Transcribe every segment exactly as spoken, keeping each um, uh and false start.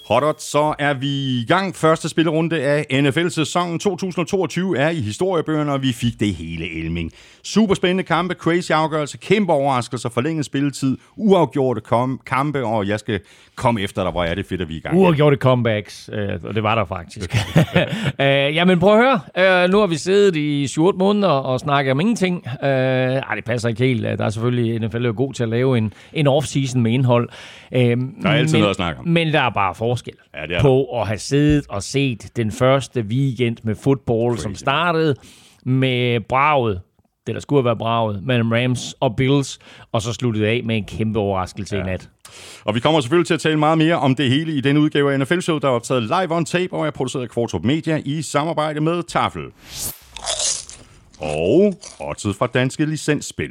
Hot, så er vi i gang. Første spillerunde af N F L-sæsonen to tusind toogtyve er i historiebøgerne, og vi fik det hele, Elming. Super spændende kampe, crazy afgørelse, kæmpe overraskelser, forlænget spilletid, uafgjorte kom- kampe, og jeg skal komme efter dig, hvor er det fedt, at vi er i gang. Uafgjorte comebacks, øh, og det var der faktisk. øh, jamen prøv at høre, øh, nu har vi siddet i syv otte måneder og snakket om ingenting. Øh, ej, det passer ikke helt. Der er selvfølgelig, N F L er god til at lave en, en off-season med indhold. Øh, der er altid men, noget at snakke om. Men der er bare forskel ja, på at have siddet og set den første weekend med football, crazy, som startede med braget, det der skulle have været braget, mellem Rams og Bills, og så sluttede af med en kæmpe overraskelse ja. i nat. Og vi kommer selvfølgelig til at tale meget mere om det hele i denne udgave af N F L-showet, der er optaget live on tape, og er produceret af Kvartrup Media i samarbejde med Tafel. Og oddset fra Danske Licensspil.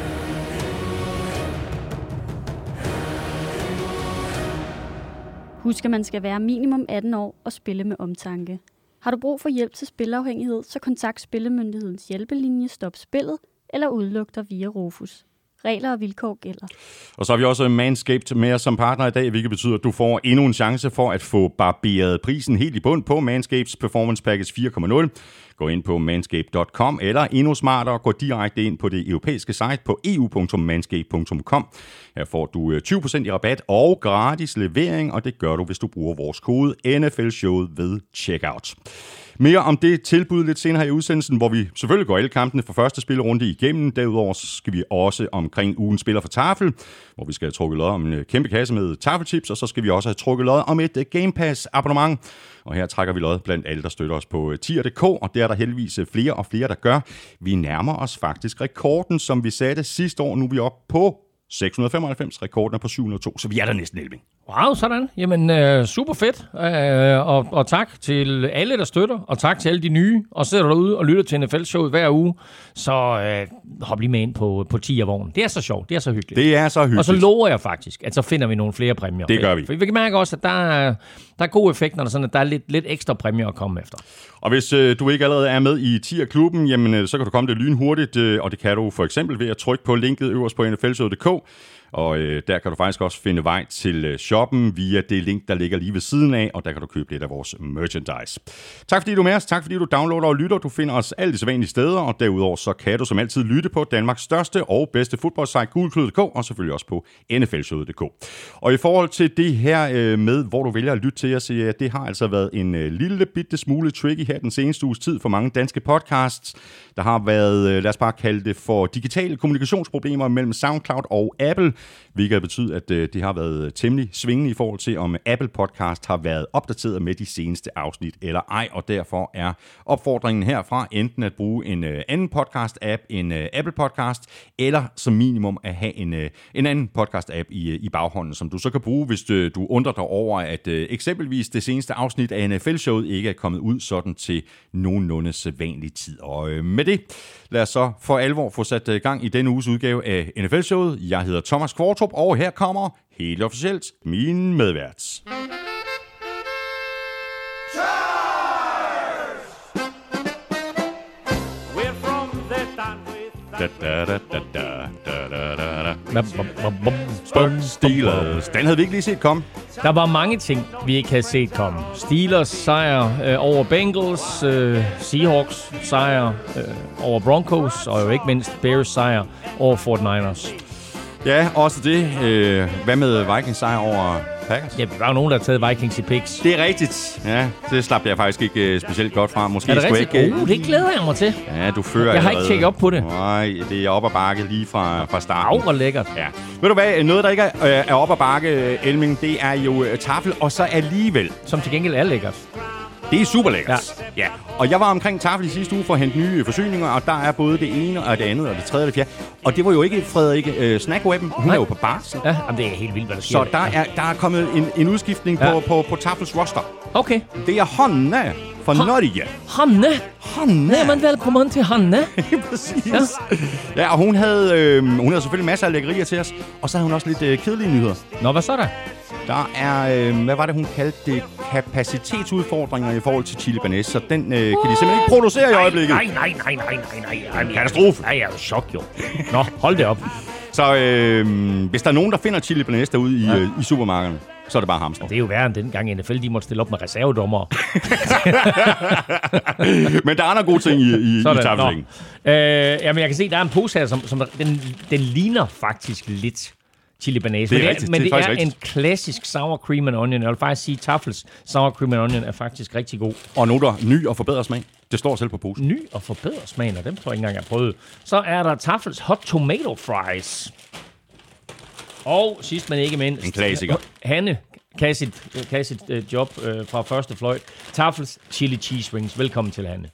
Husk, at man skal være minimum atten år og spille med omtanke. Har du brug for hjælp til spilafhængighed, så kontakt Spillemyndighedens hjælpelinje Stop Spillet eller udluk dig via Rufus. Regler og vilkår gælder. Og så har vi også Manscaped med os som partner i dag, hvilket betyder, at du får endnu en chance for at få barberet prisen helt i bund på Manscapes Performance Package fire punkt nul. Gå ind på manscaped punktum com, eller endnu smartere, gå direkte ind på det europæiske site på e u punktum manscaped punktum com. Her får du tyve procent i rabat og gratis levering, og det gør du, hvis du bruger vores kode N F L showet ved checkout. Mere om det tilbud lidt senere her i udsendelsen, hvor vi selvfølgelig går alle kampene fra første spillerunde igennem. Derudover skal vi også omkring ugen spiller for Tafel, hvor vi skal have trukket lod om en kæmpe kasse med tafelchips, og så skal vi også have trukket lod om et Game Pass abonnement. Og her trækker vi lod blandt alle, der støtter os på tier punktum d k, og det er der heldigvis flere og flere, der gør. Vi nærmer os faktisk rekorden, som vi satte sidste år. Nu er vi oppe på seks hundrede femoghalvfems, rekorden er på syv hundrede og to, så vi er der næsten, Elving. Wow, sådan. Jamen, øh, super fedt. Øh, og, og tak til alle, der støtter, og tak til alle de nye. Og sidder derude og lytter til N F L-showet hver uge, så øh, hop lige med ind på, på tier-vognen. Det er så sjovt, det er så hyggeligt. Det er så hyggeligt. Og så lover jeg faktisk, at så finder vi nogle flere præmier. Det gør vi. For vi kan mærke også, at der er, der er god effekt, når der, sådan, at der er lidt, lidt ekstra præmier at komme efter. Og hvis øh, du ikke allerede er med i tier-klubben, jamen, øh, så kan du komme det lynhurtigt, øh, og det kan du for eksempel ved at trykke på linket øverst på N F L showet punktum d k. Og øh, der kan du faktisk også finde vej til øh, shoppen via det link, der ligger lige ved siden af, og der kan du købe lidt af vores merchandise. Tak fordi du er med os, tak fordi du downloader og lytter. Du finder os alle de sædvanlige steder, og derudover så kan du som altid lytte på Danmarks største og bedste fodboldsite, Gulklud punktum d k, og selvfølgelig også på N F L showet punktum d k. Og i forhold til det her øh, med, hvor du vælger at lytte til os, ja, det har altså været en øh, lille bitte smule tricky her den seneste uges tid for mange danske podcasts. Der har været, øh, lad os bare kalde det for digitale kommunikationsproblemer mellem SoundCloud og Apple, hvilket betyder, at øh, det har været temmelig svingende i forhold til, om Apple Podcast har været opdateret med de seneste afsnit eller ej, og derfor er opfordringen herfra enten at bruge en øh, anden podcast-app end øh, Apple Podcast, eller som minimum at have en, øh, en anden podcast-app i, øh, i baghånden, som du så kan bruge, hvis du, du undrer dig over, at øh, eksempelvis det seneste afsnit af N F L-showet ikke er kommet ud sådan til nogenlunde sædvanlig tid. Og øh, med det, lad os så for alvor få sat øh, gang i denne uges udgave af N F L-showet. Jeg hedder Thomas Kvartrup, og her kommer helt officielt min medvært. Da, da, da, da, da, da, da. Steelers. Den havde vi ikke lige set komme. Der var mange ting, vi ikke havde set komme. Steelers sejr øh, over Bengals, øh, Seahawks sejr øh, over Broncos, og jo ikke mindst Bears sejr over forty-niners. Ja, også det. Øh, hvad med Vikings sejr over Packers? Ja, der var jo nogen, der har taget Vikings i picks. Det er rigtigt. Ja, det slap jeg faktisk ikke uh, specielt godt fra. Måske er det rigtigt? Ikke, uh, det glæder jeg mig til. Ja, du fører Jeg har ikke tjekket op på det. Nej, det er op ad bakke lige fra, fra starten. Au, hvor lækkert. Ja. Ved du hvad, noget der ikke er, er op ad bakke, Elming, det er jo uh, Tafel, og så alligevel. Som til gengæld er lækkert. Det er super lækkert. Ja. Ja. Og jeg var omkring Tafel i sidste uge for at hente nye forsyninger, og der er både det ene og det andet og det tredje og det fjerde. Og det var jo ikke Frederik uh, Snackwebben. Hun Nej. er jo på barsel. Ja, jamen, det er helt vildt, hvad der sker. Så der er, der er kommet en, en udskiftning ja. på, på, på Tafels roster. Okay. Det er Hanne fra ha- Norge. Hanne? Hanne? Jamen, velkommen til Hanne. Præcis. Ja. ja, og hun havde, øh, hun havde selvfølgelig masser af lækkerier til os. Og så havde hun også lidt øh, kedelige nyheder. Nå, hvad så er der? Der er, øh, hvad var det, hun kaldte det, kapacitetsudfordringer i forhold til chili banæs, så den øh, kan de simpelthen ikke producere i øjeblikket. Nej, nej, nej, nej, nej, nej. En katastrofe. Nej, jeg er jo chok, jo. Nå, hold det op. Så øh, hvis der er nogen, der finder chili banæs derude i, ja. øh, i supermarkederne, så er det bare hamster. Det er jo værre end dengang i N F L, de måtte stille op med reservedommere. Men der er andre gode ting i, i, i taffelsækken. Øh, jamen, jeg kan se, der er en pose her, som, som den, den ligner faktisk lidt chili banase. Det er men rigtigt, det er, men det er, det er rigtigt. en klassisk sour cream and onion. Jeg vil faktisk sige, at Tafels sour cream and onion er faktisk rigtig god. Og nu der ny og forbedret smag. Det står selv på posen. Ny og forbedret smagen, og dem tror jeg ikke engang, jeg har prøvet. Så er der Tafels hot tomato fries. Og sidst men ikke mindst, en klassiker. Hanne kan sit, kan sit uh, job uh, fra første fløjt. Tafels chili cheese rings. Velkommen til, Hanne.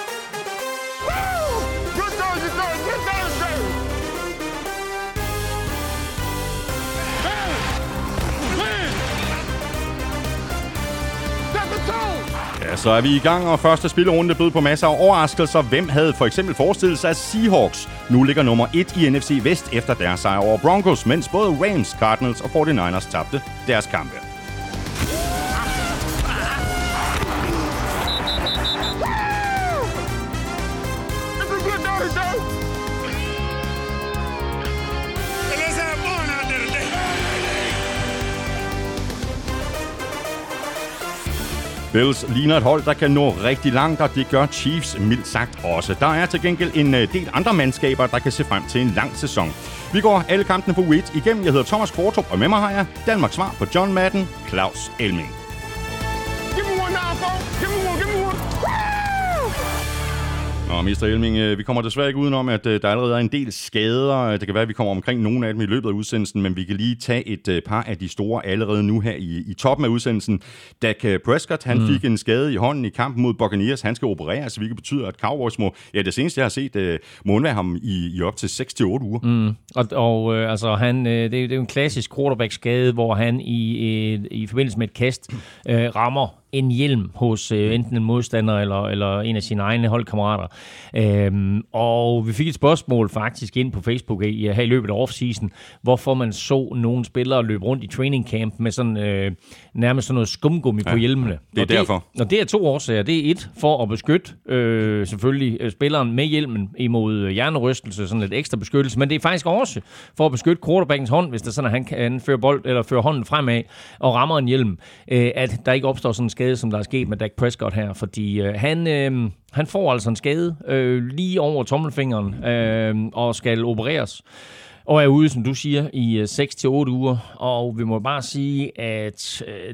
Ja, så er vi i gang, og første spillerunde bød på masser af overraskelser. Hvem havde for eksempel forestillet sig, at Seahawks nu ligger nummer et i N F C Vest efter deres sejr over Broncos, mens både Rams, Cardinals og forty-niners tabte deres kampe. Bills ligner et hold, der kan nå rigtig langt, og det gør Chiefs mildt sagt også. Der er til gengæld en del andre mandskaber, der kan se frem til en lang sæson. Vi går alle kampene på Wit igennem. Jeg hedder Thomas Kvartrup, og med mig har jeg Danmarks svar på John Madden, Claus Elming. Nå, mister Elming, vi kommer desværre ikke udenom, at der allerede er en del skader. Det kan være, at vi kommer omkring nogle af dem i løbet af udsendelsen, men vi kan lige tage et par af de store allerede nu her i, i toppen af udsendelsen. Dak Prescott, han mm. fik en skade i hånden i kampen mod Buccaneers. Han skal opereres, hvilket betyder, at Cowboys må, ja, det seneste jeg har set, må undvære ham i, i op til seks til otte uger. Mm. Og, og øh, altså, han, øh, det, er, det er jo en klassisk quarterback-skade, hvor han i, øh, i forbindelse med et kast øh, rammer en hjelm hos øh, enten en modstander eller, eller en af sine egne holdkammerater. Øhm, og vi fik et spørgsmål faktisk ind på Facebook i, her i løbet af offseason, hvorfor man så nogle spillere løbe rundt i training camp med sådan øh, nærmest sådan noget skumgummi ja, på hjelmene. Det er og derfor. Det, og det er to årsager. Det er et, for at beskytte øh, selvfølgelig øh, spilleren med hjelmen imod hjernerystelse, sådan lidt ekstra beskyttelse, men det er faktisk også for at beskytte quarterbackens hånd, hvis det er sådan, at han kan føre bold eller føre hånden fremad og rammer en hjelm, øh, at der ikke opstår sådan en skade, som der er sket med Dak Prescott her, fordi øh, han, øh, han får altså en skade øh, lige over tommelfingeren øh, og skal opereres. Og er ude, som du siger, i seks til otte uger. Og vi må bare sige, at øh,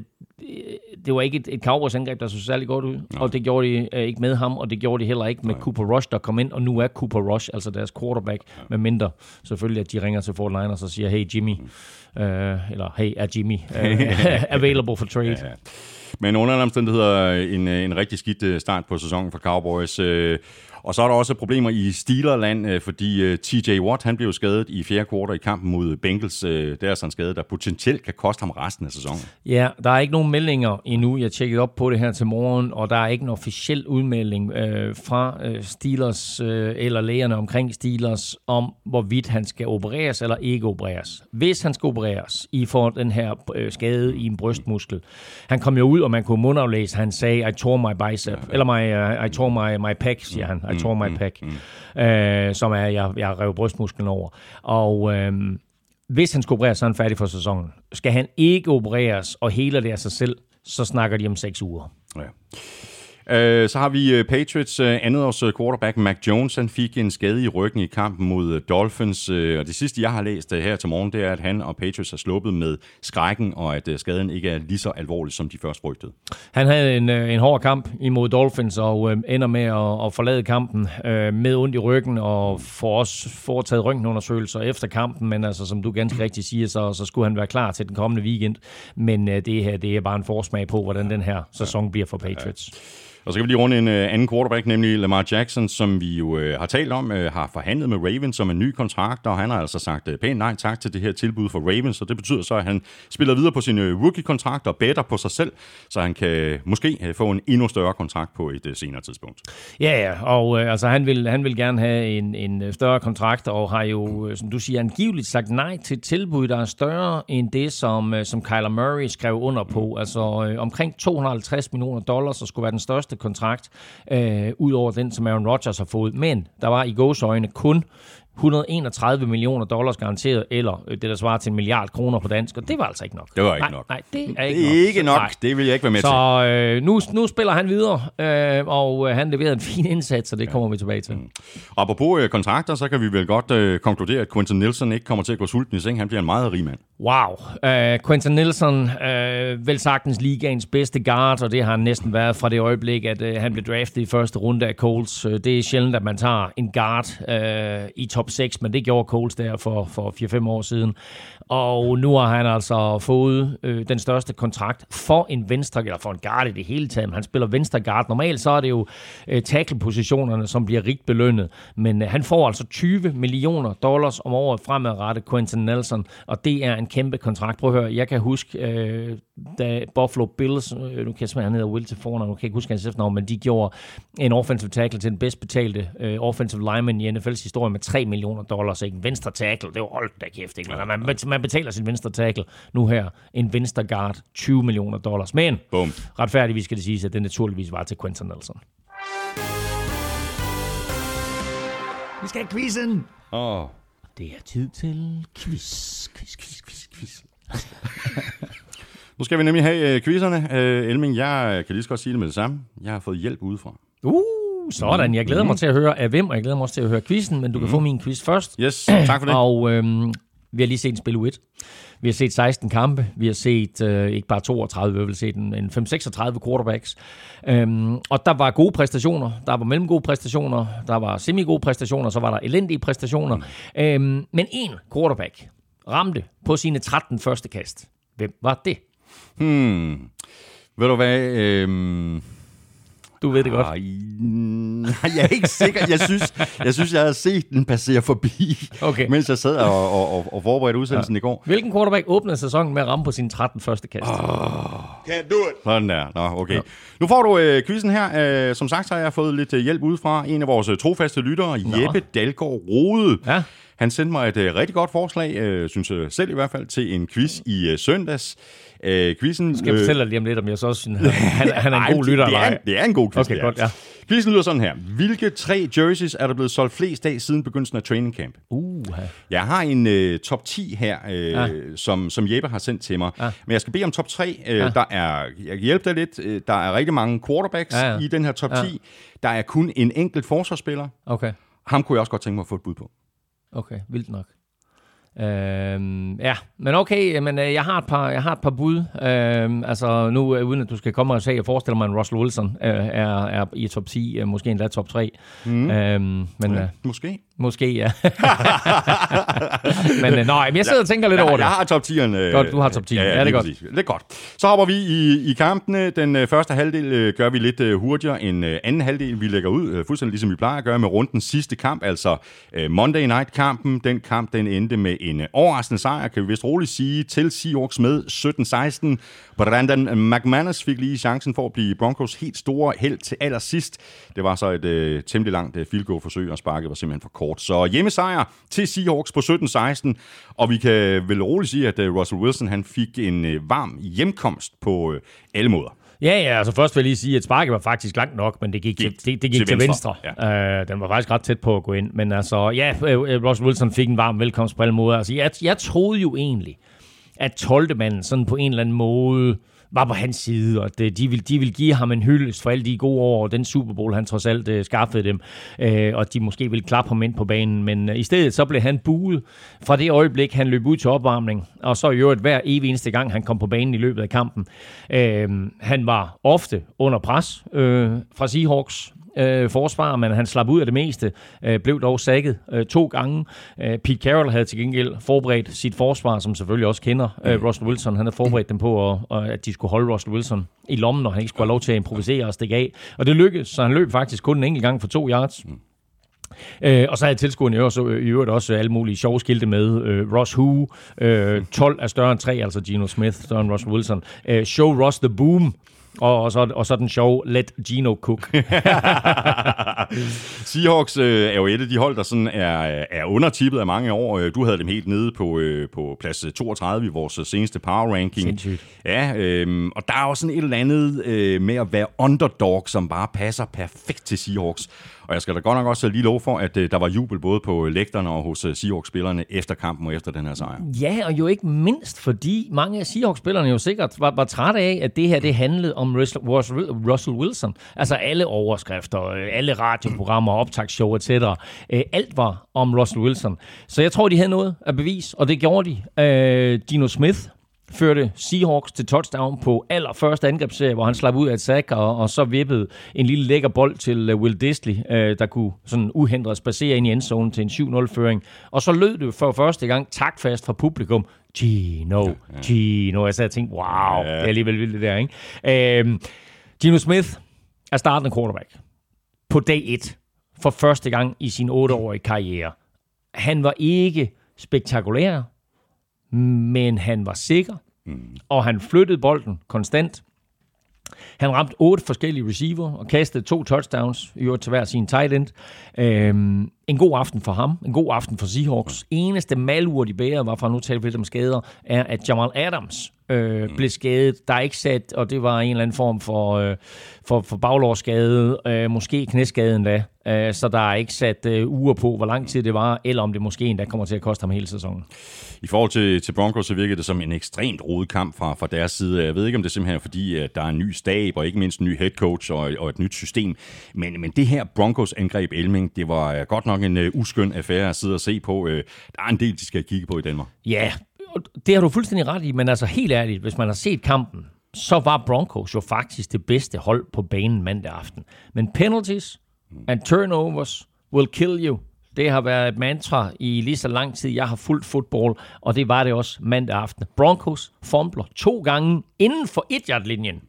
det var ikke et, et Cowboys-angreb, der så særlig godt ud. Ja. Og det gjorde de øh, ikke med ham, og det gjorde de heller ikke med Nej. Cooper Rush, der kom ind. Og nu er Cooper Rush, altså deres quarterback, ja. med mindre selvfølgelig, at de ringer til forty-niners og siger, hey Jimmy, øh, eller hey, er Jimmy øh, available for trade? Ja, ja. Men under andre omstændigheder en, en rigtig skidt start på sæsonen for Cowboys. Og så er der også problemer i Steelerland, fordi T J Watt, han blev skadet i fjerde kvartal i kampen mod Bengals. Det er altså en skade, der potentielt kan koste ham resten af sæsonen. Ja, der er ikke nogen meldinger endnu. Jeg tjekkede op på det her til morgen, og der er ikke en officiel udmelding øh, fra øh, Steelers øh, eller lægerne omkring Steelers om, hvorvidt han skal opereres eller ikke opereres. Hvis han skal opereres i for den her øh, skade i en brystmuskel. Han kom jo ud, og man kunne mundaflæse, han sagde, I tore my bicep, ja, ja. eller my, uh, I tore my, my pec, siger han. I tore my pec, mm, mm. øh, som er, jeg, jeg rev brystmusklen over. Og øh, hvis han skal opereres, så er han færdig for sæsonen. Skal han ikke opereres og heler det af sig selv, så snakker de om seks uger. Ja. Uh, så har vi uh, Patriots uh, andet års uh, quarterback, Mac Jones. Han fik en skade i ryggen i kampen mod uh, Dolphins. Uh, og det sidste, jeg har læst uh, her til morgen, det er, at han og Patriots har sluppet med skrækken, og at uh, skaden ikke er lige så alvorlig, som de først frygtede. Han havde en, uh, en hård kamp imod Dolphins, og uh, ender med at, at forlade kampen uh, med ondt i ryggen, og får også foretaget røntgenundersøgelser efter kampen. Men altså, som du ganske rigtigt siger, så, så skulle han være klar til den kommende weekend. Men uh, det her, det er bare en forsmag på, hvordan den her sæson bliver for Patriots. Og så kan vi lige runde en øh, anden quarterback, nemlig Lamar Jackson, som vi jo øh, har talt om, øh, har forhandlet med Ravens om en ny kontrakt, og han har altså sagt øh, pænt nej tak til det her tilbud for Ravens, og det betyder så, at han spiller videre på sin øh, rookie-kontrakt og better på sig selv, så han kan måske øh, få en endnu større kontrakt på et øh, senere tidspunkt. Ja, ja, og øh, altså han vil, han vil gerne have en, en større kontrakt, og har jo, som du siger, angiveligt sagt nej til et tilbud, der er større end det, som, øh, som Kyler Murray skrev under på. Altså øh, omkring to hundrede og halvtreds millioner dollars, så skulle være den største kontrakt, øh, ud over den, som Aaron Rodgers har fået. Men der var i gåseøjne kun et hundrede og enogtredive millioner dollars garanteret, eller det, der svarer til en milliard kroner på dansk, og det var altså ikke nok. Det var ikke nej, nok. Nej, det er ikke det er nok. ikke nok. Nej. Det vil jeg ikke være med så, til. Så øh, nu, nu spiller han videre, øh, og øh, han leverede en fin indsats, og det kommer ja. vi tilbage til. Mm. Og apropos øh, kontrakter, så kan vi vel godt øh, konkludere, at Quentin Nelson ikke kommer til at gå sulten i seng. Han bliver en meget rig mand. Wow. Uh, Quentin Nelson, uh, vel sagtens ligaens bedste guard, og det har han næsten været fra det øjeblik, at uh, han blev draftet i første runde af Colts. Uh, det er sjældent, at man tager en guard uh, i top seks, men det gjorde Colts der for, for fire fem år siden. Og nu har han altså fået øh, den største kontrakt for en venstre, eller for en guard i det hele taget. Han spiller venstre guard. Normalt så er det jo øh, tackle-positionerne, som bliver rigt belønnet. Men øh, han får altså tyve millioner dollars om året fremadrettet, Quentin Nelson. Og det er en kæmpe kontrakt. Prøv at høre, jeg kan huske, øh, da Buffalo Bills, øh, nu kan jeg smage, han hedder Will til fornavn, nu kan jeg ikke huske hans efternavn, men de gjorde en offensive tackle til den bedst betalte øh, offensive lineman i N F L's historie med tre millioner dollars. Ikke? En venstre tackle, det var holdt da kæft. Ikke? Man, man, man betaler sin venstre tackle. Nu her, en venstre guard, tyve millioner dollars. Men Boom. retfærdigvis skal det siges, at det naturligvis var til Quentin Nelson. Vi skal have quizzen! Åh. Oh. Det er tid til quiz, quiz, quiz, quiz, quiz. Nu skal vi nemlig have uh, quizzerne. Uh, Elming, jeg kan lige så godt sige det med det samme. Jeg har fået hjælp udefra. Uh, sådan. Jeg glæder mm. mig til at høre af hvem, og jeg glæder mig også til at høre quizzen, men du mm. kan få min quiz først. Yes, tak for det. Og øhm, vi har lige set en spil U et. Vi har set seksten kampe. Vi har set øh, ikke bare toogtredive, vi har vel set en, en fem seksogtredive quarterbacks. Øhm, og der var gode præstationer. Der var mellemgode præstationer. Der var semi-gode præstationer. Så var der elendige præstationer. Mm. Øhm, men en quarterback ramte på sine tretten første kast. Hvem var det? Hmm. Ved du hvad... Øhm Du ved det godt. Ej, nej, jeg er ikke sikker. Jeg synes, jeg synes, jeg havde set den passere forbi, okay. mens jeg sad og, og, og forberedte udsendelsen ja. i går. Hvilken quarterback åbnede sæsonen med at ramme på sine tretten første kast? Oh. Can't do it. Sådan der. Nå, okay. Ja. Nu får du øh, quizzen her. Øh, som sagt har jeg fået lidt øh, hjælp udefra. En af vores øh, trofaste lyttere, Nå. Jeppe Dalgaard Rode. Ja. Han sendte mig et øh, rigtig godt forslag, øh, synes jeg selv i hvert fald, til en quiz i øh, søndags. Øh, quizzen, skal jeg fortælle dig lige om lidt, om jeg så også synes, han, han er en god lytter. Det er, det er en god quiz. Okay, godt, ja. Quizzen lyder sådan her. Hvilke tre jerseys er der blevet solgt flest af siden begyndelsen af training camp? Uh, jeg har en øh, top ti her, øh, ja. som, som Jeppe har sendt til mig. Ja. Men jeg skal bede om top tre. Øh, ja. Der er, jeg kan hjælpe dig lidt, øh, der er rigtig mange quarterbacks ja, ja. i den her top ti. Ja. Der er kun en enkelt forsvarsspiller. Okay. Ham kunne jeg også godt tænke mig at få et bud på. Okay, vildt nok. Øhm, ja, men okay, men øh, jeg har et par, jeg har et par bud. Øhm, altså nu øh, uden at du skal komme og sige, jeg forestiller mig, at Russell Wilson øh, er, er i top ti, øh, måske endda top tre. Mm. Øhm, men ja, øh, måske. Måske ja. men øh, nej, men jeg sidder og tænker lidt ja, over det. Jeg har top ti'eren. Øh, godt, du har top ti. Ja, ja, ja, det er godt. Præcis. Det er godt. Så hopper vi i, i kampene. Den øh, første halvdel øh, gør vi lidt øh, hurtigere end øh, anden halvdel. Vi lægger ud, øh, fuldstændig ligesom vi plejer at gøre, med rundens sidste kamp, altså øh, Monday Night-kampen. Den kamp, den endte med en øh, overraskende sejr, kan vi vist roligt sige, til Seahawks med sytten seksten. Brandon McManus fik lige chancen for at blive Broncos helt store held til allersidst. Det var så et øh, temmelig langt øh, field goal-forsøg, og sparket var simpelthen for kort. Så hjemmesejr til Seahawks på sytten seksten, og vi kan vel roligt sige, at øh, Russell Wilson han fik en øh, varm hjemkomst på øh, alle måder. Ja, ja, altså først vil jeg lige sige, at sparket var faktisk langt nok, men det gik, gik, til, det, det gik til, til venstre. venstre. Ja. Uh, den var faktisk ret tæt på at gå ind. Men altså, ja, Russell Wilson fik en varm velkomst på alle måder. Altså, jeg, jeg troede jo egentlig, at tolvte manden sådan på en eller anden måde var på hans side, og det, de, ville, de ville give ham en hyldest for alle de gode år, og den Super Bowl, han trods alt uh, skaffede dem, uh, og de måske ville klappe ham ind på banen, men uh, i stedet så blev han buet fra det øjeblik, han løb ud til opvarmning, og så i øvrigt hver evig eneste gang, han kom på banen i løbet af kampen. Uh, han var ofte under pres uh, fra Seahawks øh, forsvar, men han slap ud af det meste, øh, blev dog sækket øh, to gange. Øh, Pete Carroll havde til gengæld forberedt sit forsvar, som selvfølgelig også kender øh, Russell Wilson. Han havde forberedt dem på, at, at de skulle holde Russell Wilson i lommen, og han ikke skulle have lov til at improvisere og stikke af. Og det lykkedes, så han løb faktisk kun en enkelt gang for to yards. Øh, og så havde tilskuerne også, i øvrigt også alle mulige sjove skilte med. Øh, Ross Who, øh, tolv er større end tre, altså Geno Smith, større end Russell Wilson. Øh, Show Ross the Boom. Og, og, så, og så den sjov, let Gino cook. Seahawks øh, er jo et af de hold, der sådan er, er undertippet af mange år. Du havde dem helt nede på, øh, på plads toogtredive i vores seneste power ranking. Sindssygt. Ja, øh, og der er jo sådan et eller andet øh, med at være underdog, som bare passer perfekt til Seahawks. Og jeg skal da godt nok også lige love for, at øh, der var jubel både på lægterne og hos øh, Seahawks-spillerne efter kampen og efter den her sejr. Ja, og jo ikke mindst, fordi mange af Seahawks-spillerne jo sikkert var, var trætte af, at det her det handlede om Russell Wilson. Altså alle overskrifter, alle radioprogrammer, optagsshow, et cetera. Alt var om Russell Wilson. Så jeg tror, de havde noget at bevise, og det gjorde de. Øh, Geno Smith førte Seahawks til touchdown på allerførste angrebsserie, hvor han slap ud af et sack, og, og så vippede en lille lækker bold til uh, Will Disley, uh, der kunne sådan uhindret spacere ind i endzonen til en syv nul-føring. Og så lød det for første gang taktfast fra publikum. Geno, ja, ja. Geno. Jeg sad og tænkte, wow, ja. Det er alligevel vildt det der, ikke? Uh, Geno Smith er startende quarterback på dag et for første gang i sin otteårige karriere. Han var ikke spektakulær, men han var sikker, mm. og han flyttede bolden konstant. Han ramte otte forskellige receiver og kastede to touchdowns, i øvrigt til hver sin tight end. Øhm, en god aften for ham, en god aften for Seahawks. Mm. Eneste malur, de bærer, var fra nu talte vi lidt om skader, er, at Jamal Adams øh, mm. blev skadet. Der er ikke sat, og det var en eller anden form for, øh, for, for baglårsskade, øh, måske knæskaden da. Øh, så der er ikke sat øh, uger på, hvor lang tid det var, eller om det måske endda kommer til at koste ham hele sæsonen. I forhold til, til Broncos, så virker det som en ekstremt rodet kamp fra, fra deres side. Jeg ved ikke, om det er simpelthen fordi, at der er en ny stab, og ikke mindst en ny head coach og, og et nyt system. Men, men det her Broncos-angreb, Elming, det var godt nok en uh, uskøn affære at sidde og se på. Uh, der er en del, de skal kigge på i Danmark. Ja, det har du fuldstændig ret i, men altså helt ærligt, hvis man har set kampen, så var Broncos jo faktisk det bedste hold på banen mandag aften. Men penalties and turnovers will kill you. Det har været et mantra i lige så lang tid, jeg har fulgt fodbold, og det var det også mandag aften. Broncos fumbler to gange inden for et-yard-linjen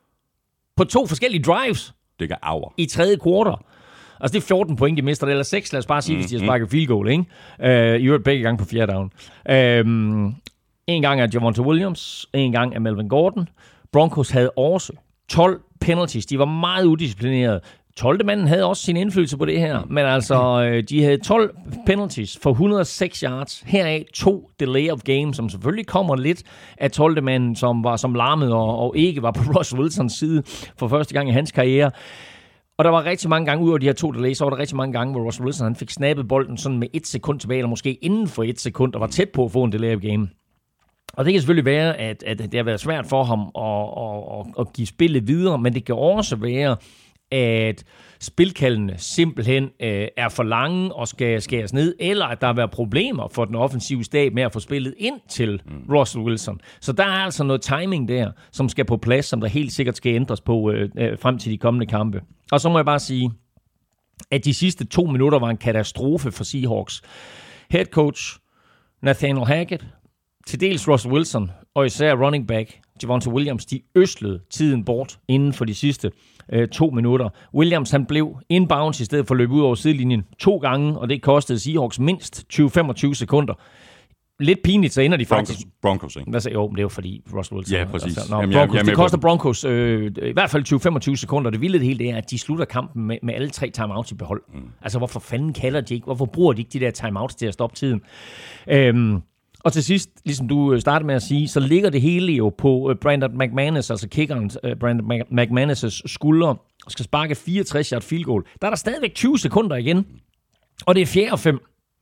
på to forskellige drives. Det gør aver. I tredje kvartal. Altså det er fjorten point, de mister det, eller seks, lad os bare sige, mm, hvis de har sparket field goal, ikke? Uh, I øvrigt begge gange på fjerde down. Uh, en gang af Javonte Williams, en gang af Melvin Gordon. Broncos havde også tolv penalties. De var meget udisciplinerede. tolvte manden havde også sin indflydelse på det her, men altså, de havde tolv penalties for et hundrede og seks yards. Heraf to delay of game, som selvfølgelig kommer lidt af tolvte manden, som var som larmet og, og ikke var på Russell Wilsons side for første gang i hans karriere. Og der var rigtig mange gange, ud over de her to delays, så var der rigtig mange gange, hvor Russell Wilson han fik snappet bolden sådan med et sekund tilbage, eller måske inden for et sekund, og var tæt på at få en delay of game. Og det kan selvfølgelig være, at, at det har været svært for ham at, at, at give spillet videre, men det kan også være, at spilkaldene simpelthen øh, er for lange og skal skæres ned, eller at der har været problemer for den offensive stab med at få spillet ind til mm. Russell Wilson. Så der er altså noget timing der, som skal på plads, som der helt sikkert skal ændres på øh, øh, frem til de kommende kampe. Og så må jeg bare sige, at de sidste to minutter var en katastrofe for Seahawks. Head coach Nathaniel Hackett, til dels Russell Wilson, og især running back Javonte Williams, de øslede tiden bort inden for de sidste øh, to minutter. Williams han blev inbounds i stedet for at løbe ud over sidelinjen to gange, og det kostede Seahawks mindst tyve til femogtyve sekunder. Lidt pinligt, så ender de faktisk... Broncos, ikke? Hvad så? Jo, men det er jo fordi Russell Wilson... Ja, præcis. Altså, nå, Jamen, Broncos, jeg, jeg det koster Broncos øh, i hvert fald tyve til femogtyve sekunder. Det vilde det hele det er, at de slutter kampen med, med alle tre timeouts i behold. Mm. Altså, hvorfor fanden kalder de ikke? Hvorfor bruger de ikke de der timeouts til at stoppe tiden? Øhm, Og til sidst, ligesom du startede med at sige, så ligger det hele jo på Brandon McManus, altså kickeren Brandon McManus' skuldre, og skal sparke fireogtres yard field goal. Der er der stadigvæk tyve sekunder igen, og det er fjerde og fem.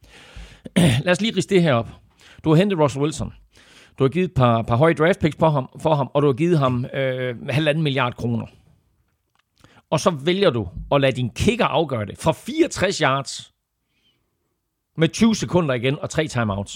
Lad os lige riste det her op. Du har hentet Russell Wilson. Du har givet et par, par høje draft picks på ham, for ham, og du har givet ham øh, halvanden milliard kroner. Og så vælger du at lade din kicker afgøre det fra fireogtres yards med tyve sekunder igen og tre timeouts.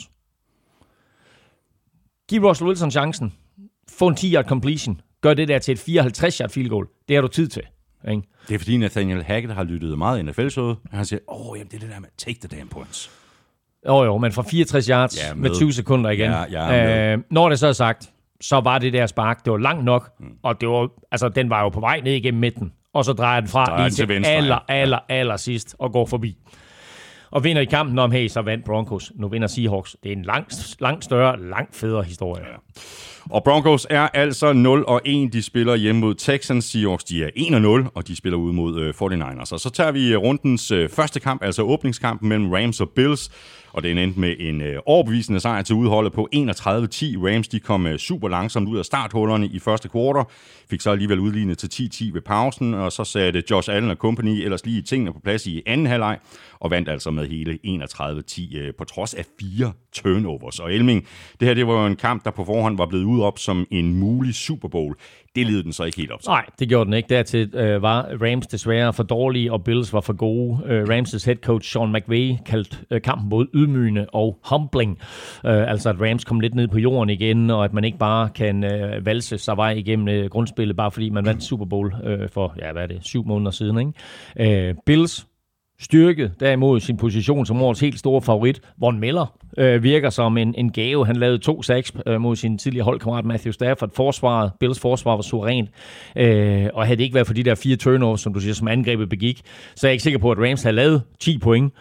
Giv Russell Wilson chancen. Få en ti yard completion. Gør det der til et fireoghalvtreds yard field goal. Det har du tid til. Ikke? Det er fordi Nathaniel Hackett har lyttet meget i N F L-showet. Han siger, åh, oh, jamen det er det der med take the damn points. Jo jo, men fra fireogtres yards ja, med. med tyve sekunder igen. Ja, ja, øh, når det så er sagt, så var det der spark, det var langt nok, mm. og det var, altså, den var jo på vej ned igennem midten, og så drejer den fra drejer lige til, til venstre, aller, aller, aller sidst og går forbi. Og vinder i kampen om, hey, så vandt Broncos. Nu vinder Seahawks. Det er en langt, langt større, langt federe historie. Ja. Og Broncos er altså nul og en. De spiller hjemme mod Texans. Seahawks, de er en og nul, og de spiller ude mod øh, forty-niners. Og så tager vi rundens øh, første kamp, altså åbningskampen mellem Rams og Bills. Og den endte med en øh, overbevisende sejr til udholdet på enogtredive ti. Rams, de kom øh, super langsomt ud af starthullerne i første kvartal. Fik så alligevel udlignet til ti ti ved pausen, og så satte Josh Allen og company ellers lige tingene på plads i anden halvleg, og vandt altså med hele enogtredive ti øh, på trods af fire turnovers. Og Elming, det her det var jo en kamp, der på forhånd var blevet ud op som en mulig Super Bowl. Det led den så ikke helt op til. Nej, det gjorde den ikke. Dertil øh, var Rams desværre for dårlige, og Bills var for gode. Øh, Rams' head coach Sean McVay kaldte øh, kampen både ydmygende og humbling. Øh, altså at Rams kom lidt ned på jorden igen, og at man ikke bare kan øh, valse sig vej igennem øh, grundspillet, bare fordi man vandt Super Bowl øh, for, ja, hvad er det, syv måneder siden, ikke? Øh, Bills styrket derimod sin position som årets helt store favorit. Von Miller øh, virker som en, en gave. Han lavede to sacks øh, mod sin tidligere holdkammerat Matthew Stafford. Forsvaret, Bills forsvar var suverænt. Øh, og havde det ikke været for de der fire turnovers, som du siger, som angrebet begik, så er jeg ikke sikker på, at Rams havde lavet ti point.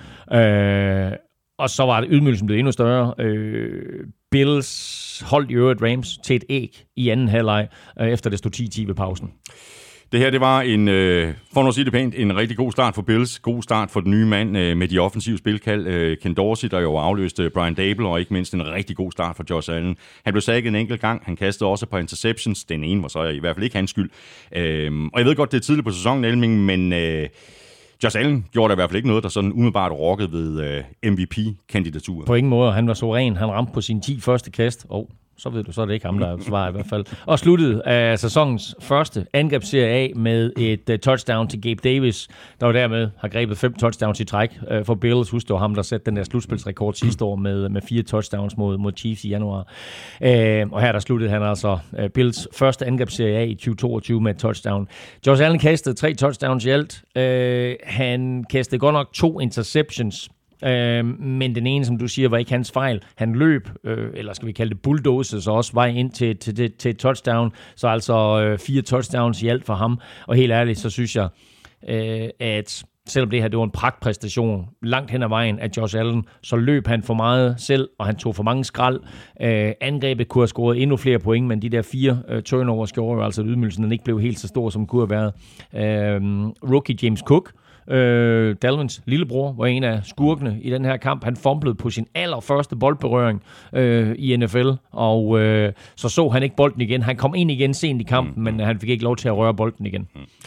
Øh, og så var det ydmygelsen blevet endnu større. Øh, Bills holdt i øvrigt Rams til et æg i anden halvleg, øh, efter det stod ti ti ved pausen. Det her, det var en, øh, for nu at sige det pænt, en rigtig god start for Bills. God start for den nye mand øh, med de offensive spilkald. Øh, Ken Dorsey, der jo afløste Brian Daboll, og ikke mindst en rigtig god start for Josh Allen. Han blev sacket en enkelt gang. Han kastede også på interceptions. Den ene var så i hvert fald ikke hans skyld. Øh, og jeg ved godt, det er tidligt på sæsonen, Elming, men øh, Josh Allen gjorde der i hvert fald ikke noget, der sådan umiddelbart rokkede ved øh, M V P-kandidaturet. På ingen måde. Han var suveræn. Han ramte på sine ti første kast. Og så ved du, så er det ikke ham, der svarer i hvert fald. Og sluttede af sæsonens første angrebsserie af med et uh, touchdown til Gabe Davis, der jo dermed har grebet fem touchdowns i træk uh, for Bills. Husk, det var ham, der satte den der slutspilsrekord sidste år med, med fire touchdowns mod, mod Chiefs i januar. Uh, og her der sluttede han altså uh, Bills første angrebsserie af i tyve toogtyve med et touchdown. Josh Allen kastede tre touchdowns i alt. Uh, han kastede godt nok to interceptions, Øh, men den ene, som du siger, var ikke hans fejl. Han løb, øh, eller skal vi kalde det bulldozer, så også vej ind til, til, til, til et touchdown. Så altså øh, fire touchdowns i alt for ham. Og helt ærligt, så synes jeg, øh, at selvom det her det var en pragtpræstation langt hen ad vejen af Josh Allen, så løb han for meget selv, og han tog for mange skrald. Øh, angrebet kunne have scoret endnu flere point, men de der fire øh, turnovers gjorde jo altså, at ydmygelsen ikke blev helt så stor, som kunne have været. Øh, rookie James Cook, Øh, Dalvins lillebror, var en af skurkene i den her kamp. Han fumblede på sin allerførste boldberøring øh, i N F L, og øh, så så han ikke bolden igen. Han kom ind igen sent i kampen, men han fik ikke lov til at røre bolden igen.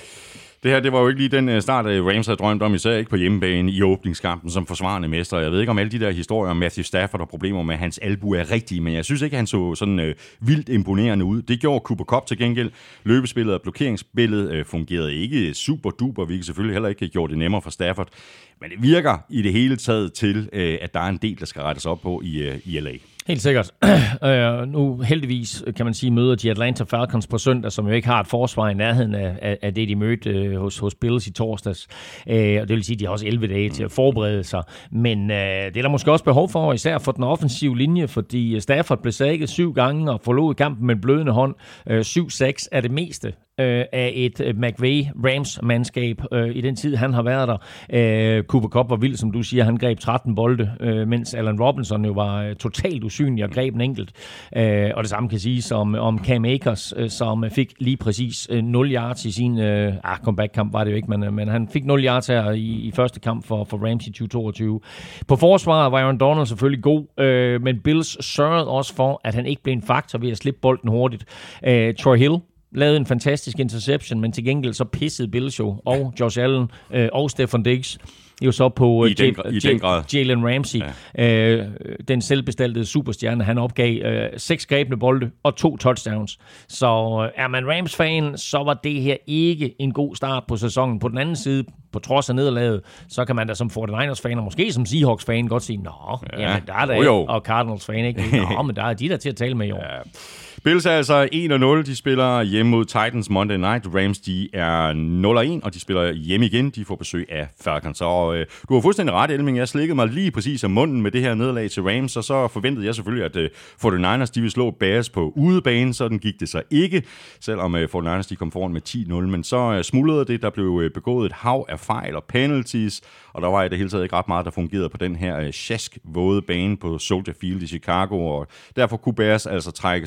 Det her, det var jo ikke lige den start, Rams havde drømt om, især ikke på hjemmebane i åbningskampen som forsvarende mester. Jeg ved ikke om alle de der historier om Matthew Stafford og problemer med hans albu er rigtige, men jeg synes ikke, han så sådan øh, vildt imponerende ud. Det gjorde Cooper Kupp til gengæld. Løbespillet og blokeringsspillet øh, fungerede ikke super duper, hvilket selvfølgelig heller ikke har gjort det nemmere for Stafford. Men det virker i det hele taget til, øh, at der er en del, der skal rettes op på i, øh, i L A. Helt sikkert. uh, nu heldigvis, kan man sige, møder de Atlanta Falcons på søndag, som jo ikke har et forsvar i nærheden af, af, af det, de mødte uh, hos, hos Bills i torsdags. Uh, og det vil sige, at de har også elleve dage til at forberede sig. Men uh, det er der måske også behov for, især for den offensive linje, fordi Stafford blev sækket syv gange og forlod kampen med en blødende hånd. Uh, syv seks er det meste af et McVay-Rams-mandskab i den tid, han har været der. Cooper Kupp var vild, som du siger. Han greb tretten bolde, mens Allen Robinson jo var totalt usynlig og greb en enkelt. Og det samme kan siges om, om Cam Akers, som fik lige præcis nul yards i sin ah, comeback-kamp, var det jo ikke, men, men han fik nul yards her i, i første kamp for, for Rams i tyve toogtyve. På forsvaret var Aaron Donald selvfølgelig god, men Bills sørgede også for, at han ikke blev en faktor ved at slippe bolden hurtigt. Troy Hill lavede en fantastisk interception, men til gengæld så pissede Bills jo, og Josh Allen øh, og Stefon Diggs jo så på I den, J- i den grad. Jalen Ramsey, ja. øh, den selvbestaltede superstjerne. Han opgav øh, seks grebne bolde og to touchdowns. Så øh, er man Rams-fan, så var det her ikke en god start på sæsonen. På den anden side, på trods af nederlaget, så kan man da som forty-niners-fan, og måske som Seahawks-fan, godt sige, nå, ja, jamen, der er der ikke, og Cardinals-fan, ikke? Nå, men der er de der til at tale med i år. Ja. Bills er altså en og nul. De spiller hjemme mod Titans Monday Night. Rams, de er nul og en, og de spiller hjemme igen. De får besøg af Falcons. Og øh, du har fuldstændig ret, Elming. Jeg slikkede mig lige præcis om munden med det her nederlag til Rams, og så forventede jeg selvfølgelig, at øh, forty-niners de ville slå Bears på udebane. Sådan gik det så ikke, selvom øh, forty-niners de kom foran med ti nul. Men så øh, smuldrede det. Der blev øh, begået et hav af fejl og penalties, og der var i det hele taget ikke ret meget, der fungerede på den her øh, sjask-våde bane på Soldier Field i Chicago, og derfor kunne Bears altså trække sig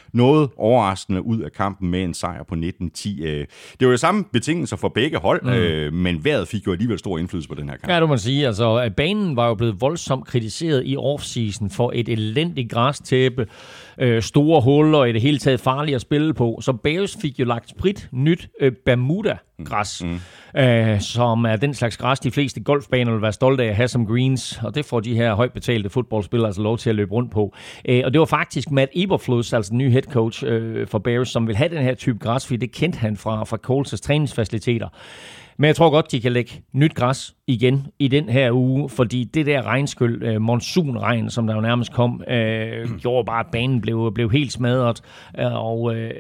noget overraskende ud af kampen med en sejr på nitten ti. Det var jo samme betingelser for begge hold, mm. øh, men vejret fik jo alligevel stor indflydelse på den her kamp. Ja, du må sige. Altså, banen var jo blevet voldsomt kritiseret i offseason for et elendigt græstæppe, øh, store huller og i det hele taget farligt at spille på. Så Bears fik jo lagt sprit nyt øh, Bermuda-græs, mm. øh, som er den slags græs, de fleste golfbaner vil være stolte af at have som greens, og det får de her højt betalte fodboldspillere altså lov til at løbe rundt på. Øh, og det var faktisk Matt Eberflus, altså den nye head coach øh, for Bears, som vil have den her type græs, fordi det kendte han fra, fra Colts' træningsfaciliteter. Men jeg tror godt, de kan lægge nyt græs igen i den her uge, fordi det der regnskyld, øh, monsunregn, som der jo nærmest kom, øh, gjorde bare, at banen blev, blev helt smadret. Øh, og øh,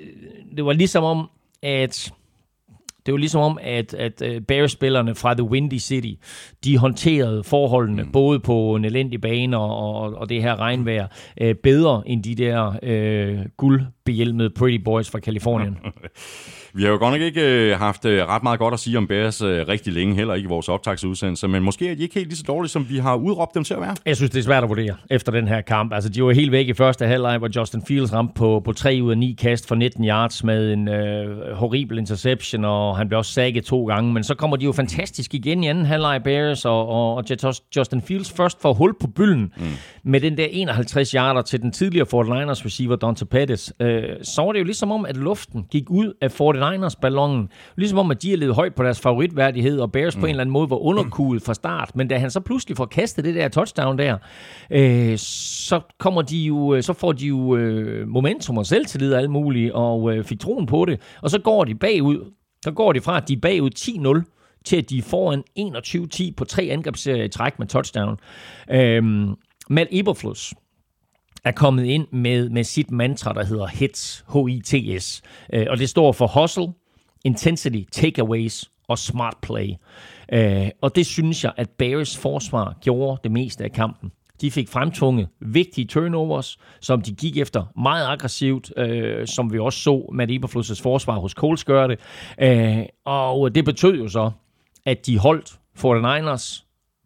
det var ligesom om, at... Det var ligesom om, at, at Bears-spillerne fra The Windy City, de håndterede forholdene, mm. både på en elendig bane og, og det her regnvejr, øh, bedre end de der øh, guldbehjelmede Pretty Boys fra Kalifornien. Vi har jo godt nok ikke haft ret meget godt at sige om Bears rigtig længe, heller ikke i vores optagsudsendelse, men måske er de ikke helt lige så dårlige, som vi har udråbt dem til at være. Jeg synes, det er svært at vurdere efter den her kamp. Altså, de var helt væk i første halvleg, hvor Justin Fields ramte på, på tre ud af ni kast for nitten yards med en øh, horribel interception, og han blev også sacket to gange, men så kommer de jo fantastisk igen i anden halvleg Bears, og, og, og Justin Fields først får hul på bylden mm. med den der enoghalvtreds yarder til den tidligere forty-niners receiver Dante Pettis. Øh, så var det jo ligesom om, at luften gik ud af forty-niners ballonen, ligesom om, at de har levet højt på deres favoritværdighed, og Bears mm. på en eller anden måde var underkuget fra start, men da han så pludselig får kastet det der touchdown der, øh, så kommer de jo, så får de jo øh, momentum og selvtillid og alt muligt, og øh, fik troen på det, og så går de bagud. Så går de fra, at de er bagud ti nul, til at de er foran enogtyve ti på tre angrebsserier i træk med touchdown. Øhm, Matt Eberflus er kommet ind med, med sit mantra, der hedder HITS, H I T S. Øh, og det står for Hustle, Intensity, Takeaways og Smart Play. Øh, og det synes jeg, at Bears forsvar gjorde det meste af kampen. De fik fremtvunget vigtige turnovers, som de gik efter meget aggressivt, øh, som vi også så Matt Eberflus' forsvar hos Colts gøre det. Øh, og det betød jo så, at de holdt forty-niners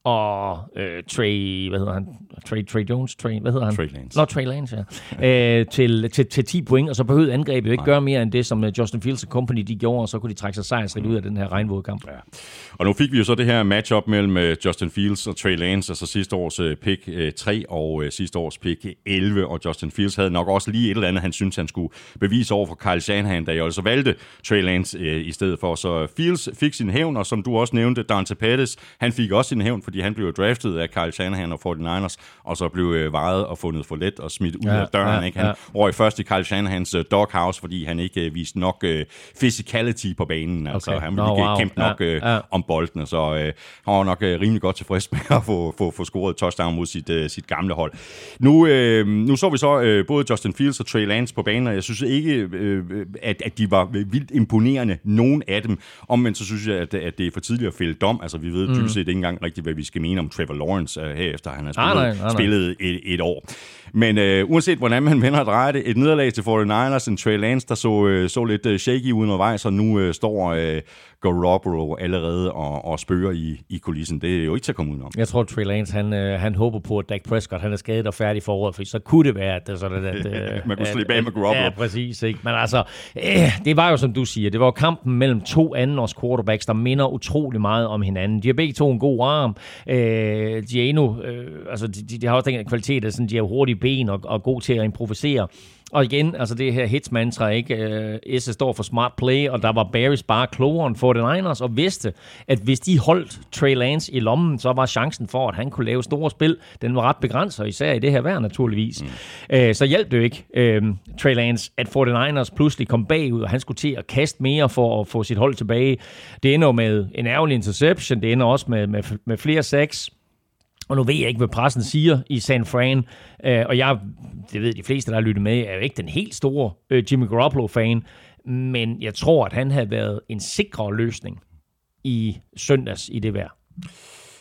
og øh, Trey, hvad hedder han? Trey, Trey Jones? Trey, hvad hedder han? Trey Lance. Nå, Trey Lance, ja. øh, til, til, til ti point, og så behøvede angrebet jo ikke Nej. gøre mere end det, som Justin Fields og company de gjorde, og så kunne de trække sig sejrsrigt ud af den her regnvådkamp. Ja. Og nu fik vi jo så det her matchup mellem Justin Fields og Trey Lance, altså sidste års pick tre og sidste års pick elleve, og Justin Fields havde nok også lige et eller andet, han syntes, han skulle bevise over for Kyle Shanahan, da jeg altså valgte Trey Lance øh, i stedet for. Så Fields fik sin hævn, og som du også nævnte, Dante Pettis, han fik også sin hævn, fordi han blev draftet af Kyle Shanahan og forty-niners, og så blev øh, vejet og fundet for let og smidt ud ja, af døren. Ja, ikke? Han ja. røg først i Kyle Shanahans uh, doghouse, fordi han ikke uh, viste nok uh, physicality på banen. Altså, okay. Han ville no, ikke wow. kæmpe nok uh, ja, ja. om bolden, så uh, han var nok uh, rimelig godt tilfreds med at få, få, få scoret touchdown mod sit, uh, sit gamle hold. Nu, uh, nu så vi så uh, både Justin Fields og Trey Lance på banen, og jeg synes ikke, uh, at, at de var vildt imponerende, nogen af dem. Omvendt så synes jeg, at, at det er for tidligt at fælde dom. Altså, vi ved mm. dybest set ikke engang rigtigt, hvad vi skal mene om Trevor Lawrence uh, herefter han har spillet, ah, nej, nej, nej. spillet et, et år. Men uh, uanset hvordan man vender og drejer det, et nederlag til forty-niners, en Trey Lance, der så, uh, så lidt uh, shaky ud undervejs, og nu uh, står uh, Garoppolo allerede og, og spørger i, i kulissen. Det er jo ikke til at komme udenom. Jeg tror, Trey Lance, han, øh, han håber på, at Dak Prescott han er skadet og færdig for året, for så kunne det være, at det er sådan, at... Øh, man kunne slippe af med Garoppolo. Ja, præcis. Ikke? Men altså, øh, det var jo, som du siger, det var kampen mellem to andenårs quarterbacks, der minder utrolig meget om hinanden. De har begge to en god arm. Øh, de er endnu... Øh, altså, de, de har også den kvalitet, at sådan, de har hurtige ben og, og god til at improvisere. Og igen, altså det her hits-mantra, ikke? Uh, S står for smart play, og der var Bears bare klogere end forty-niners, og vidste, at hvis de holdt Trey Lance i lommen, så var chancen for, at han kunne lave store spil, den var ret begrænset, især i det her vejr naturligvis. Mm. Uh, så hjalp det jo ikke uh, Trey Lance, at forty-niners pludselig kom bagud, og han skulle til at kaste mere for at få sit hold tilbage. Det ender med en ærgerlig interception, det ender også med, med, med flere sacks. Og nu ved jeg ikke, hvad pressen siger i San Fran, øh, og jeg, det ved de fleste, der har lyttet med, er jo ikke den helt store øh, Jimmy Garoppolo-fan, men jeg tror, at han havde været en sikrere løsning i søndags i det vejr.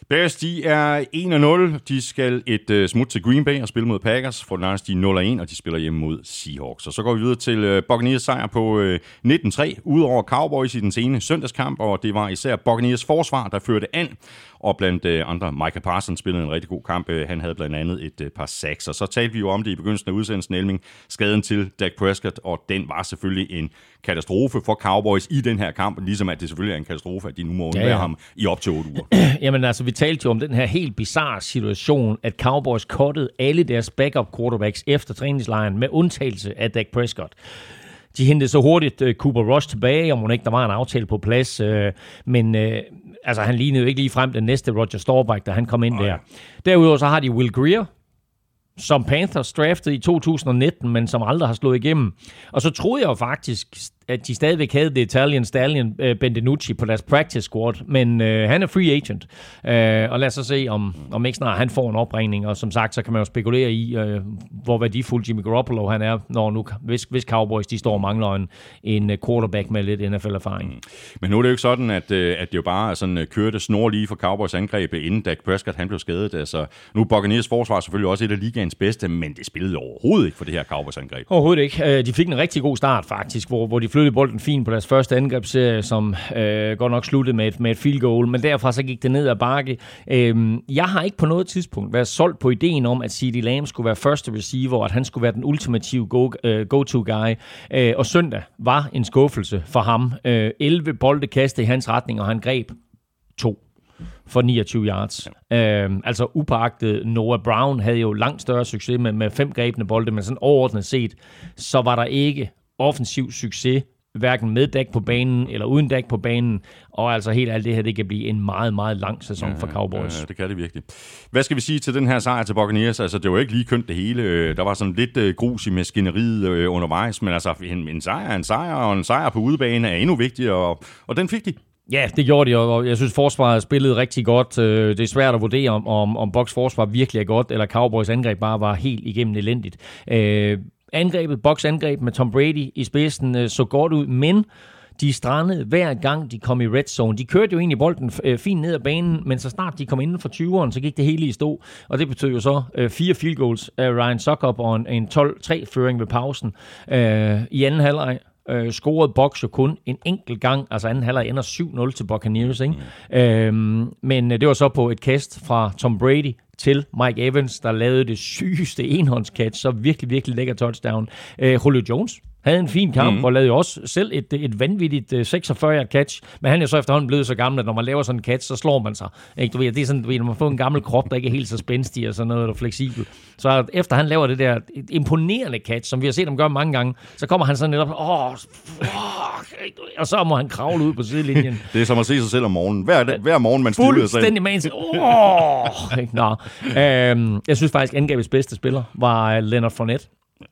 Bears, de er en og nul. De skal et uh, smut til Green Bay og spille mod Packers. forty-niners, de er nul og en, og de spiller hjemme mod Seahawks. Og så går vi videre til uh, Buccaneers sejr på uh, nitten tre, udover Cowboys i den sene søndagskamp, og det var især Buccaneers forsvar, der førte an. Og blandt uh, andre, Micah Parsons spillede en rigtig god kamp. Uh, han havde blandt andet et uh, par sacks. Og så talte vi jo om det i begyndelsen af udsendelsen, Elming. Skaden til Dak Prescott, og den var selvfølgelig en katastrofe for Cowboys i den her kamp, ligesom at det selvfølgelig er en katastrofe, at de nu må undvære ja, ja. ham i op til otte uger. Jamen altså, vi talte jo om den her helt bizarre situation, at Cowboys cuttede alle deres backup quarterbacks efter træningslejren, med undtagelse af Dak Prescott. De hentede så hurtigt uh, Cooper Rush tilbage, og må ikke der var en aftale på plads, uh, men uh, altså, han lignede jo ikke lige frem den næste Roger Staubach, da han kom ind oh, ja. der. Derudover så har de Will Grier, som Panthers draftede i to tusind nitten, men som aldrig har slået igennem. Og så troede jeg jo faktisk, at de stadigvæk havde det Italian Stallion uh, Ben DiNucci på deres practice squad, men uh, han er free agent. Uh, og lad os så se, om, om ikke snart han får en opringning, og som sagt, så kan man jo spekulere i, uh, hvor værdifuld Jimmy Garoppolo han er, når nu, hvis, hvis Cowboys de står og mangler en, en quarterback med lidt N F L-erfaring. Mm. Men nu er det jo ikke sådan, at, at det jo bare sådan, kørte snor lige for Cowboys angreb, inden Dak Prescott han blev skadet. Altså, nu er Buccaneers forsvar selvfølgelig også et af ligaens bedste, men det spillede overhovedet ikke for det her Cowboys angreb. Overhovedet ikke. De fik en rigtig god start faktisk, hvor, hvor de flyttede bolden fint på deres første angrebsserie, som øh, godt nok sluttede med et, med et field goal, men derfra så gik det ned ad bakke. Øh, jeg har ikke på noget tidspunkt været solgt på ideen om, at CeeDee Lamb skulle være første receiver, og at han skulle være den ultimative go, øh, go-to-guy. Øh, og søndag var en skuffelse for ham. Øh, elleve bolde kastet i hans retning, og han greb to for niogtyve yards. Ja. Øhm, altså upåagtet Noah Brown havde jo langt større succes med, med fem grebne bolde, men sådan overordnet set, så var der ikke offensiv succes, hverken med Dak på banen eller uden Dak på banen, og altså helt alt det her, det kan blive en meget, meget lang sæson ja, for Cowboys. Ja, det kan det virkelig. Hvad skal vi sige til den her sejr til Buccaneers? Altså, det var ikke lige kønt det hele. Der var sådan lidt grus i maskineriet undervejs, men altså, en, en sejr er en sejr, og en sejr på udebane er endnu vigtigere, og, og den fik de. Ja, det gjorde de, og jeg synes, forsvaret spillede rigtig godt. Det er svært at vurdere, om, om, om Bucs forsvar virkelig er godt, eller Cowboys angreb bare var helt igennem elendigt. Øh, angrebet, Bucs angreb med Tom Brady i spidsen, så godt ud, men de strandede hver gang, de kom i red zone. De kørte jo egentlig bolden øh, fint ned ad banen, men så snart de kom inden for tyveren, så gik det hele i stå. Og det betød jo så øh, fire field goals af Ryan Succop og en, en tolv tre-føring ved pausen. Øh, I anden halvleg øh, scorede Bucs jo kun en enkelt gang. Altså anden halvleg ender syv nul til Buccaneers, ikke? Mm. Øh, men det var så på et kast fra Tom Brady til Mike Evans, der lavede det sygeste enhåndscatch, så virkelig, virkelig lækker touchdown. Øh, Julio Jones havde en fin kamp, mm. og lavede jo også selv et, et vanvittigt seksogfyrre yard catch, men han er jo så efterhånden blevet så gammel, at når man laver sådan en catch, så slår man sig. Ikke? Du ved, det er sådan, du ved, når man får en gammel krop, der ikke er helt så spændstig og sådan noget, og fleksibel. Så efter han laver det der imponerende catch, som vi har set ham gøre mange gange, så kommer han sådan netop, åh, fuck, og så må han kravle ud på sidelinjen. Det er som at se sig selv om morgenen. Hver, hver morgen, man stiller sig. Fuldstændig man siger, åh, nå. Øhm, jeg synes faktisk, angrebets bedste spiller var Leonard Fournette.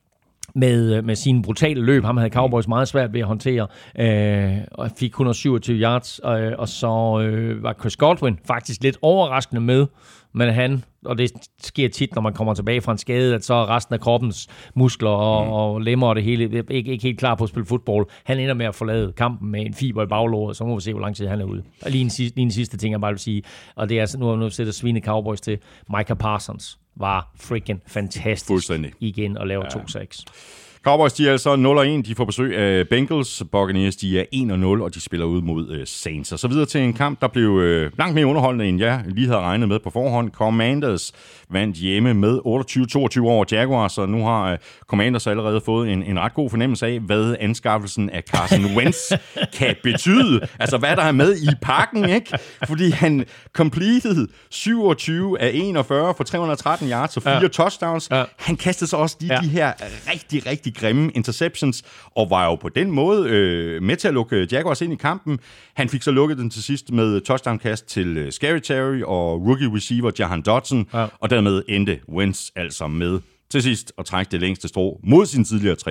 Med, med sine brutale løb. Ham havde Cowboys meget svært ved at håndtere, øh, og fik et hundrede og syvogtyve yards, øh, og så øh, var Chris Godwin faktisk lidt overraskende med, men han, og det sker tit, når man kommer tilbage fra en skade, at så er resten af kroppens muskler og, mm. og lemmer og det hele ikke, ikke helt klar på at spille fodbold. Han ender med at forlade kampen med en fiber i baglåret, så må vi se, hvor lang tid han er ude. Og lige en, lige en sidste ting, jeg bare vil sige, og det er, nu, nu sætter svine Cowboys til, Micah Parsons var freaking fantastisk igen og laver ja. to seks. Cowboys, de er altså nul og en. De får besøg af Bengals. Buccaneers, de er en og nul, og de spiller ud mod uh, Saints. Og så videre til en kamp, der blev uh, langt mere underholdende, end jeg lige havde regnet med på forhånd. Commanders vandt hjemme med otteogtyve toogtyve over Jaguars, og nu har uh, Commanders allerede fået en, en ret god fornemmelse af, hvad anskaffelsen af Carson Wentz kan betyde. Altså, hvad der er med i pakken, ikke? Fordi han completed syvogtyve af enogfyrre for tre hundrede og tretten yards og fire ja. touchdowns. Ja. Han kastede så også de, ja. de her rigtig, rigtig grimme interceptions, og var jo på den måde øh, med til at lukke Jaguars ind i kampen. Han fik så lukket den til sidst med touchdown-kast til øh, Scary Terry og rookie receiver Jahan Dodson, ja. og dermed endte Wentz altså med til sidst at trække det længste strå mod sin tidligere træner,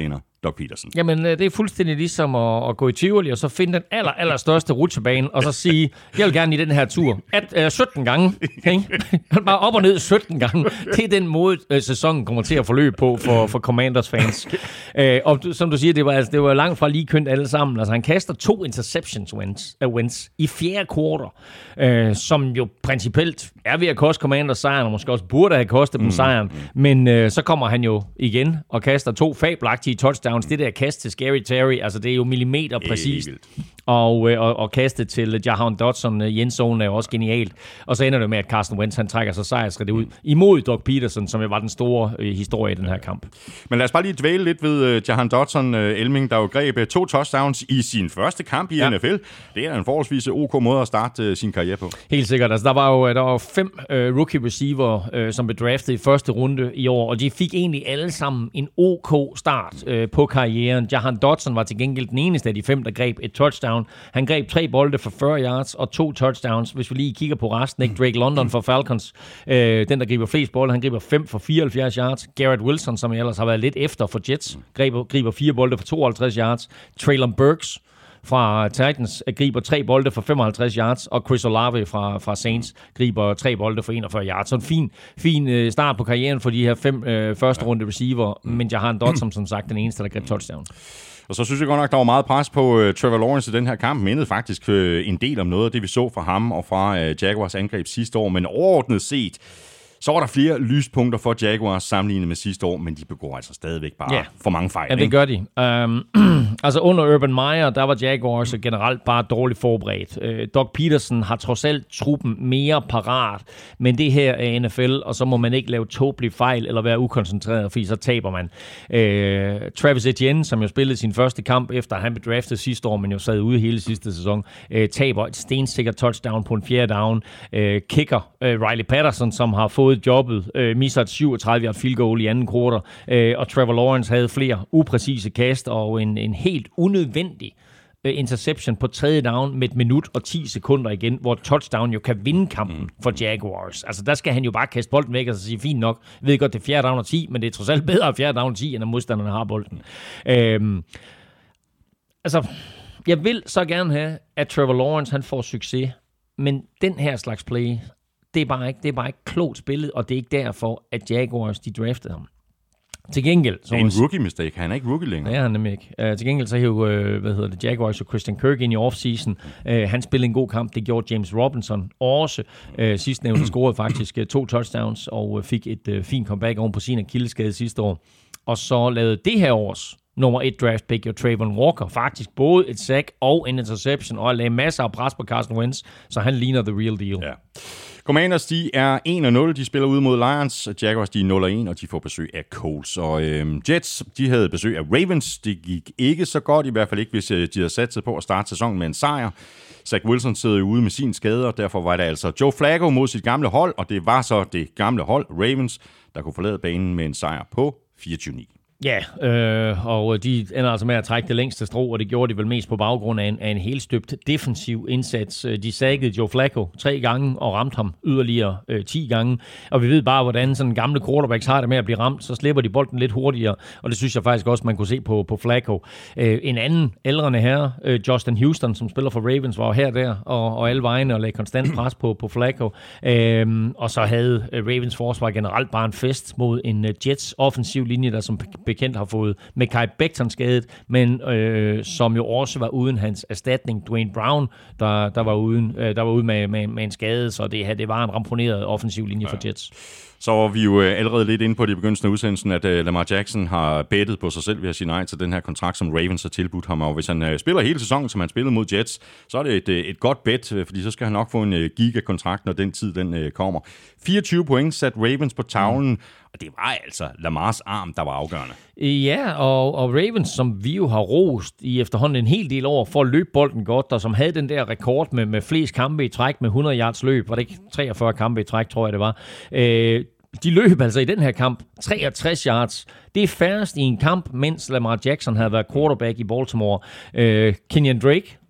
Doug Peterson. Jamen, det er fuldstændig ligesom at, at gå i Tivoli, og så finde den aller, aller største rutsjebane, og så sige, jeg vil gerne i den her tur at, uh, sytten gange. Okay? Bare op og ned sytten gange. Det er den måde, uh, sæsonen kommer til at forløbe på for, for Commanders fans. Uh, og som du siger, det var, altså, det var langt fra lige kønt alle sammen. Altså, han kaster to interceptions wins, uh, wins i fjerde kvartal, uh, som jo principielt er ved at koste Commanders sejren, og måske også burde have kostet dem mm, sejren. Mm. Men uh, så kommer han jo igen og kaster to fabelagtige touchdowns. Det der kast til Scary Terry, altså det er jo millimeter præcist. Og, og, og kastet til Jahan Dodson i endzonen er jo også genialt. Og så ender det med, at Carson Wentz han trækker sig sejrsrigt ud imod Doug Peterson, som jo var den store øh, historie i den her kamp. Men lad os bare lige dvæle lidt ved uh, Jahan Dodson, uh, Elming, der jo greb uh, to touchdowns i sin første kamp i ja. N F L. Det er en forholdsvis ok måde at starte uh, sin karriere på. Helt sikkert. Altså, der var jo der var fem uh, rookie receiver, uh, som blev draftet i første runde i år, og de fik egentlig alle sammen en ok start uh, på karrieren. Jahan Dodson var til gengæld den eneste af de fem, der greb et touchdown. Han greb tre bolde for fyrre yards og to touchdowns. Hvis vi lige kigger på resten, ikke? Drake London for Falcons, øh, den der griber flest bolde, han griber fem for fireoghalvfjerds yards. Garrett Wilson, som ellers har været lidt efter for Jets, griber, griber fire bolde for tooghalvtreds yards. Traylon Burks fra Titans griber tre bolde for femoghalvtreds yards, og Chris Olave fra, fra Saints griber tre bolde for enogfyrre yards. Så en fin, fin øh, start på karrieren for de her fem øh, første runde receiver, men Jahan Dodson, som sagt, den eneste, der greb touchdown. Og så synes jeg godt nok, der var meget pres på uh, Trevor Lawrence i den her kamp. Mindede faktisk uh, en del om noget af det, vi så fra ham og fra uh, Jaguars angreb sidste år. Men overordnet set, så var der flere lyspunkter for Jaguars sammenlignet med sidste år, men de begår altså stadigvæk bare yeah. for mange fejl. Ja, det gør de. Um, altså under Urban Meyer, der var Jaguars generelt bare dårligt forberedt. Uh, Doug Peterson har trods alt truppen mere parat, men det her er N F L, og så må man ikke lave tåbelige fejl eller være ukoncentreret, fordi så taber man. Uh, Travis Etienne, som jo spillede sin første kamp, efter han blev draftet sidste år, men jo sad ude hele sidste sæson, uh, taber et stensikkert touchdown på en fjerde down. Uh, kicker uh, Riley Patterson, som har fået jobbet, øh, misser et syvogtredive yard field goal i anden kvartal, øh, og Trevor Lawrence havde flere upræcise kast og en, en helt unødvendig øh, interception på tredje down med et minut og ti sekunder igen, hvor touchdown jo kan vinde kampen for Jaguars. Altså der skal han jo bare kaste bolden væk og så sige, fint nok, jeg ved godt, det er fjerde down og ti, men det er trods alt bedre at fjerde down og ti, end at modstanderne har bolden. Øh, altså, jeg vil så gerne have, at Trevor Lawrence han får succes, men den her slags play, Det er, bare ikke, det er bare ikke klogt spillet, og det er ikke derfor, at Jaguars de draftede ham. Til gengæld... Så det er en rookie-mistake. Han er ikke rookie længere. Ja, han er nemlig ikke. Uh, til gengæld så hæv, uh, hvad hedder det, Jaguars og Christian Kirk ind i offseason. Uh, han spillede en god kamp. Det gjorde James Robinson også. Uh, sidstnævnte scorede faktisk uh, to touchdowns og uh, fik et uh, fint comeback oven på sin akilleskade sidste år. Og så lavede det her års nummer et draft pick, jo Trayvon Walker, faktisk både et sack og en interception, og lagde masser af pres på Carson Wentz, så han ligner the real deal. Ja. Commanders, de er en og nul, de spiller ud mod Lions. Jaguars, de er nul og en, og de får besøg af Colts. Og øhm, Jets, de havde besøg af Ravens. Det gik ikke så godt, i hvert fald ikke, hvis de havde sat sig på at starte sæsonen med en sejr. Zach Wilson sidder jo ude med sin skade, og derfor var det altså Joe Flacco mod sit gamle hold, og det var så det gamle hold, Ravens, der kunne forlade banen med en sejr på fireogtyve ni. Ja, øh, og de ender altså med at trække det længste strå, og det gjorde de vel mest på baggrund af en, af en helt støbt defensiv indsats. De saggede Joe Flacco tre gange og ramte ham yderligere øh, ti gange, og vi ved bare, hvordan sådan gamle quarterbacks har det med at blive ramt, så slipper de bolden lidt hurtigere, og det synes jeg faktisk også, man kunne se på, på Flacco. Øh, en anden ældrende herre, øh, Justin Houston, som spiller for Ravens, var her der, og, og alle vejene og lagde konstant pres på, på Flacco. Øh, og så havde Ravens forsvar generelt bare en fest mod en uh, Jets offensiv linje, der som bekendt har fået Mekhi Becton skadet, men øh, som jo også var uden hans erstatning, Dwayne Brown, der, der var uden, øh, der var ude med, med, med en skade, så det her det var en ramponeret offensiv linje ja. for Jets. Så var vi jo allerede lidt inde på det i begyndelsen af udsendelsen, at uh, Lamar Jackson har bettet på sig selv ved at sige nej til den her kontrakt, som Ravens har tilbudt ham. Og hvis han uh, spiller hele sæsonen, som han spillede mod Jets, så er det et, et godt bet, fordi så skal han nok få en uh, gigakontrakt, når den tid den uh, kommer. fireogtyve point satte Ravens på tavlen, mm. og det var altså Lamars arm, der var afgørende. Ja, og, og Ravens, som vi jo har rost i efterhånden en hel del år for at løbe bolden godt, og som havde den der rekord med, med flest kampe i træk med hundrede yards løb, var det ikke treogfyrre kampe i træk, tror jeg det var. Øh, de løb altså i den her kamp treogtres yards. Det er færrest i en kamp, mens Lamar Jackson havde været quarterback i Baltimore. Øh, Kenyan Drake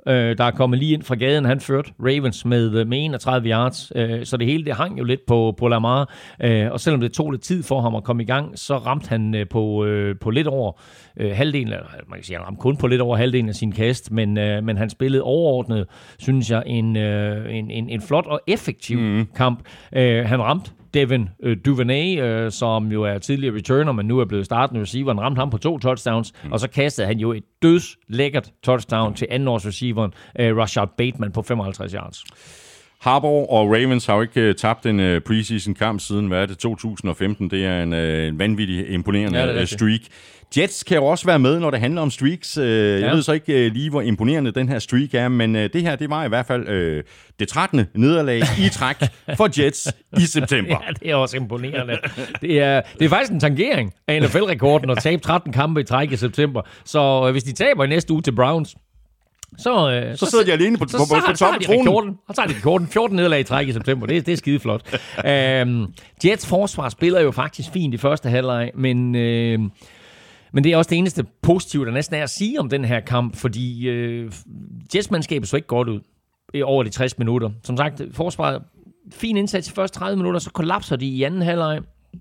øh, der er kommet lige ind fra gaden. Han førte Ravens med, med enogtredive yards, øh, så det hele det hang jo lidt på, på Lamar. Øh, og selvom det tog lidt tid for ham at komme i gang, så ramte han øh, på, øh, på lidt over øh, halvdelen, eller man kan sige, han ramte kun på lidt over halvdelen af sin kast, men, øh, men han spillede overordnet, synes jeg, en, øh, en, en, en flot og effektiv mm. kamp. Øh, han ramte Devin øh, Duvernay, øh, som jo er tidligere returner, men nu er blevet startende receiver. Han ramte ham på to touchdowns, mm. og så kastede han jo et dødslækkert touchdown til andenårs receiveren øh, Rashad Bateman på femoghalvtreds yards. Harbaugh og Ravens har jo ikke uh, tabt en uh, preseason kamp siden, hvad er det, to tusind og femten. Det er en, uh, en vanvittig imponerende ja, streak. Jets kan jo også være med, når det handler om streaks. Uh, ja. Jeg ved så ikke uh, lige, hvor imponerende den her streak er, men uh, det her, det var i hvert fald uh, det trettende nederlag i træk for Jets i september. Ja, det er også imponerende. Det er, det er faktisk en tangering af N F L-rekorden at tabe tretten kampe i træk i september. Så uh, hvis de taber i næste uge til Browns, Så, øh, så, så sidder de alene på, så, på, så, på, på toppen af tronen. Og så tager de rekorden. fjorten nederlag i træk i september. Det, det er skideflot. øhm, Jets forsvar spiller jo faktisk fint i første halvleg, men, øh, men det er også det eneste positive, der næsten er at sige om den her kamp, fordi øh, Jets-mandskabet så ikke godt ud over de tres minutter. Som sagt, forsvaret fin indsats i første tredive minutter, så kollapser de i anden halvleg.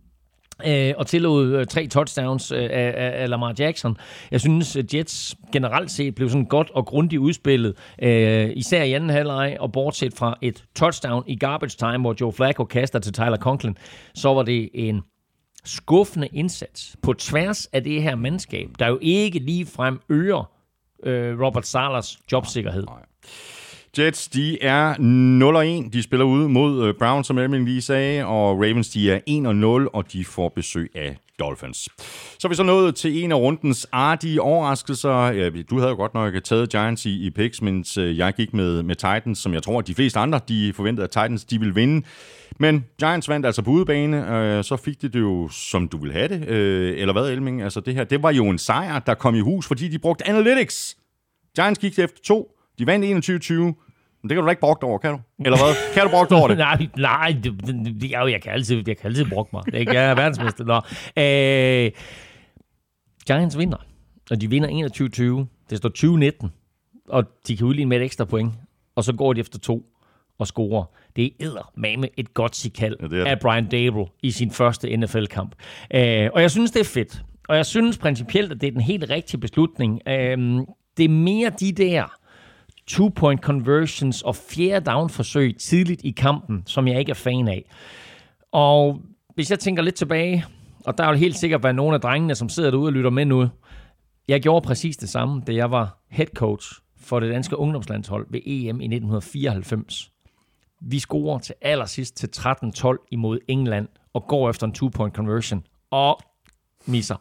Øh, og tillod øh, tre touchdowns øh, af, af Lamar Jackson. Jeg synes, at Jets generelt set blev sådan godt og grundigt udspillet, øh, især i anden halvleg, og bortset fra et touchdown i garbage time, hvor Joe Flacco kaster til Tyler Conklin, så var det en skuffende indsats på tværs af det her mandskab, der jo ikke ligefrem øger øh, Robert Salehs jobsikkerhed. Jets, de er nul og en. De spiller ude mod Browns, som Elming lige sagde, og Ravens, de er en og nul, og de får besøg af Dolphins. Så er vi så nået til en af rundens artige overraskelser. Ja, du havde jo godt nok taget Giants i, i picks, mens jeg gik med, med Titans, som jeg tror, at de fleste andre, de forventede, at Titans, de ville vinde. Men Giants vandt altså på udebane, øh, så fik de det jo, som du ville have det. Øh, eller hvad, Elming? Altså det her, det var jo en sejr, der kom i hus, fordi de brugte analytics. Giants gik efter to. De vandt enogtyve tyve. Men det kan du da ikke brugte over, kan du? Eller hvad? Kan du brugte over det? nej, nej det, det, det, jeg, kan altid, jeg kan altid bruge mig. Det er ikke, jeg er verdensmester. Nå. Øh, Giants vinder, og de vinder enogtyve tyve. Det står tyve nitten, og de kan udligne med et ekstra point. Og så går de efter to og scorer. Det er eddermame et godt sikald ja, af Brian Daboll i sin første N F L-kamp. Øh, og jeg synes, det er fedt. Og jeg synes principielt, at det er den helt rigtige beslutning. Øh, det er mere de der two-point conversions og fjerde down-forsøg tidligt i kampen, som jeg ikke er fan af. Og hvis jeg tænker lidt tilbage, og der er jo helt sikkert været nogle af drengene, som sidder derude og lytter med nu, jeg gjorde præcis det samme, da jeg var head coach for det danske ungdomslandshold ved E M i nitten fireoghalvfems. Vi scorer til allersidst til tretten tolv imod England, og går efter en two-point conversion, og misser.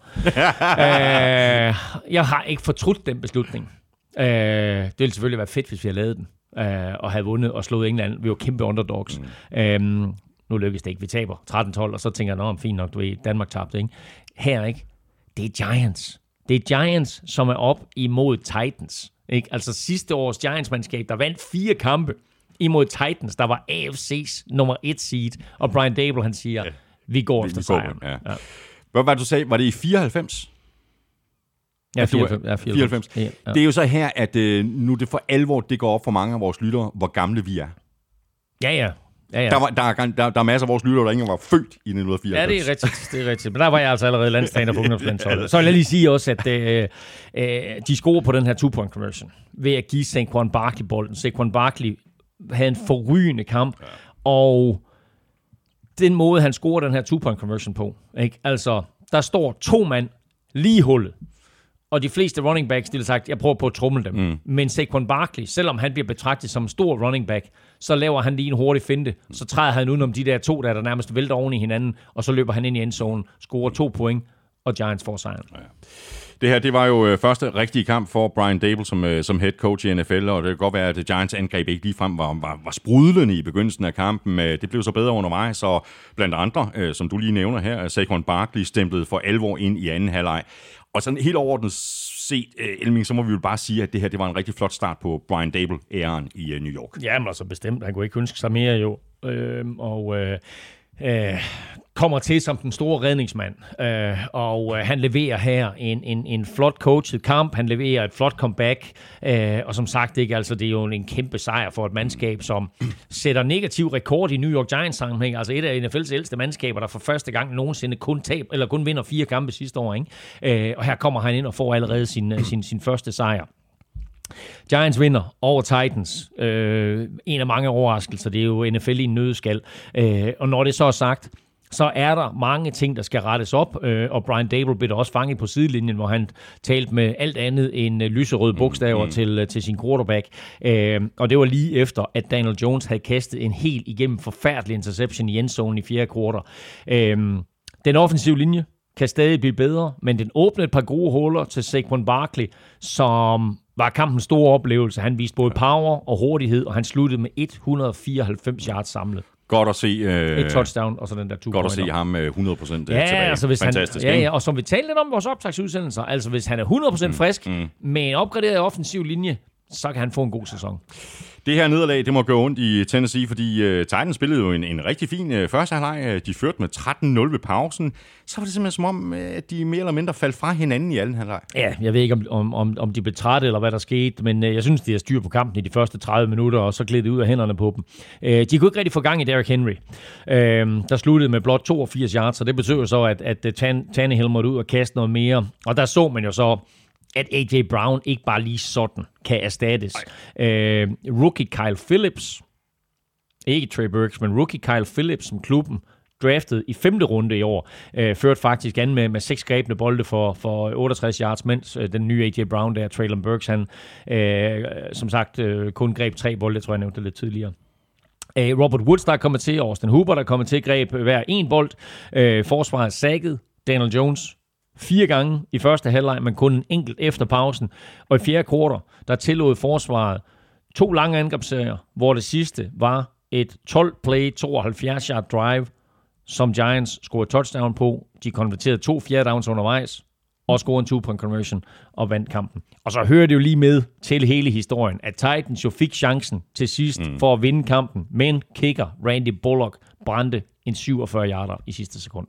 øh, jeg har ikke fortrudt den beslutning. Uh, det ville selvfølgelig være fedt, hvis vi havde lavet den, uh, og havde vundet og slået England. Vi var kæmpe underdogs. Mm. Um, nu lykkes det ikke. Vi taber tretten tolv, og så tænker jeg, nå, fint nok, du ved, Danmark tabte, ikke? Her, ikke? Det er Giants. Det er Giants, som er op imod Titans. Ikke? Altså sidste års Giants-mandskab, der vandt fire kampe imod Titans, der var A F C's nummer et seed, og Brian Daboll, han siger, ja. vi går efter sejren. Ja. Ja. Hvad var det, du sagde? Var det i fireoghalvfems? Ja, fireoghalvfems. Ja, fireoghalvfems. Ja, ja. Det er jo så her, at øh, nu det for alvor, det går op for mange af vores lyttere, hvor gamle vi er. Ja, ja. ja, ja. Der, var, der, er, der, der er masser af vores lyttere, der ikke var født i nitten fireoghalvfems. Ja, det er rigtigt. Det er rigtigt. Men der var jeg altså allerede landstræner på ungdomslandsholdet. Så vil jeg lige sige også, at øh, øh, de scorer på den her two-point conversion ved at give Saquon Barkley bolden. Saquon Barkley havde en forrygende kamp, ja. Og den måde, han scorer den her two-point conversion på, ikke? Altså, der står to mand lige i hullet. Og de fleste running backs, de har sagt, jeg prøver på at tromle dem. Mm. Men Saquon Barkley, selvom han bliver betragtet som en stor running back, så laver han lige en hurtig finte. Så træder han udenom de der to, der, der nærmest vælter oven i hinanden, og så løber han ind i endzonen, scorer to point, og Giants får sejren. Ja. Det her, det var jo første rigtige kamp for Brian Daboll som, som head coach i N F L, og det kan godt være, at Giants angreb ikke ligefrem var, var, var sprudlende i begyndelsen af kampen. Det blev så bedre undervejs, så blandt andre, som du lige nævner her, Saquon Barkley stemplede for alvor ind i anden halvleg. Og sådan helt overordnet set, Elming, så må vi jo bare sige, at det her, det var en rigtig flot start på Brian Daboll-æren i New York. Jamen altså bestemt, han kunne ikke ønske sig mere jo. Øh, og øh, øh, kommer til som den store redningsmand, øh, og øh, han leverer her en, en, en flot coachet kamp, han leverer et flot comeback, øh, og som sagt, ikke, altså, det er jo en kæmpe sejr for et mandskab, som sætter negativ rekord i New York Giants sammenhæng, altså et af N F L's ældste mandskaber, der for første gang nogensinde kun, tab, eller kun vinder fire kampe sidste år, ikke? Øh, og her kommer han ind og får allerede sin, sin, sin første sejr. Giants vinder over Titans. Øh, en af mange overraskelser, det er jo N F L i en nødskal. Øh, og når det så er sagt, så er der mange ting, der skal rettes op, øh, og Brian Daboll blev også fanget på sidelinjen, hvor han talte med alt andet end øh, lyserøde bogstaver mm. til, øh, til sin quarterback. Øh, og det var lige efter, at Daniel Jones havde kastet en helt igennem forfærdelig interception i endzone i fjerde kvartal. Øh, den offensive linje kan stadig blive bedre, men den åbnede et par gode huller til Saquon Barkley, som var kampens store oplevelse. Han viste både power og hurtighed, og han sluttede med et hundrede og fireoghalvfems yards samlet. Godt at se. Øh, et touchdown, og så den der to Godt at se ham hundrede procent ja, tilbage. Altså, hvis fantastisk. Han, ja, ja, og som vi talte lidt om vores optagsudsendelser, altså hvis han er hundrede procent frisk, mm, mm. med en opgraderet offensiv linje, så kan han få en god sæson. Det her nederlag, det må gå ondt i Tennessee, fordi uh, Titans spillede jo en, en rigtig fin uh, første halvleg. De førte med tretten nul ved pausen. Så var det simpelthen som om, at de mere eller mindre faldt fra hinanden i anden halvleg. Ja, jeg ved ikke, om, om, om de blev trætte, eller hvad der skete, men uh, jeg synes, de har styr på kampen i de første tredive minutter, og så gled det ud af hænderne på dem. Uh, de kunne ikke rigtig få gang i Derrick Henry. Uh, der sluttede med blot toogfirs yards, så det betyder så, at, at Tan- Tannehill måtte ud og kaste noget mere. Og der så man jo så, at A J Brown ikke bare lige sådan kan erstattes. Øh, rookie Kyle Phillips, ikke Trey Burks, men rookie Kyle Phillips, som klubben draftede i femte runde i år, øh, førte faktisk an med, med seks grebne bolde for, for otteogtres yards, mens øh, den nye A J Brown der, Traylon Burks, han øh, som sagt øh, kun greb tre bolde, tror jeg nævnte lidt tidligere. Øh, Robert Woods, der er kommet til, Austin Hooper, der er kommet til, greb hver en bold. Øh, forsvaret sækket Daniel Jones fire gange i første halvleg, men kun en enkelt efter pausen. Og i fjerde kvartal, der tillod forsvaret to lange angrebsserier, hvor det sidste var et tolv play, tooghalvfjerds yard drive, som Giants scorede touchdown på. De konverterede to fjerde downs undervejs, og scorede en two-point conversion og vandt kampen. Og så hører det jo lige med til hele historien, at Titans jo fik chancen til sidst mm. for at vinde kampen, men kicker Randy Bullock brændte en syvogfyrre yarder i sidste sekund.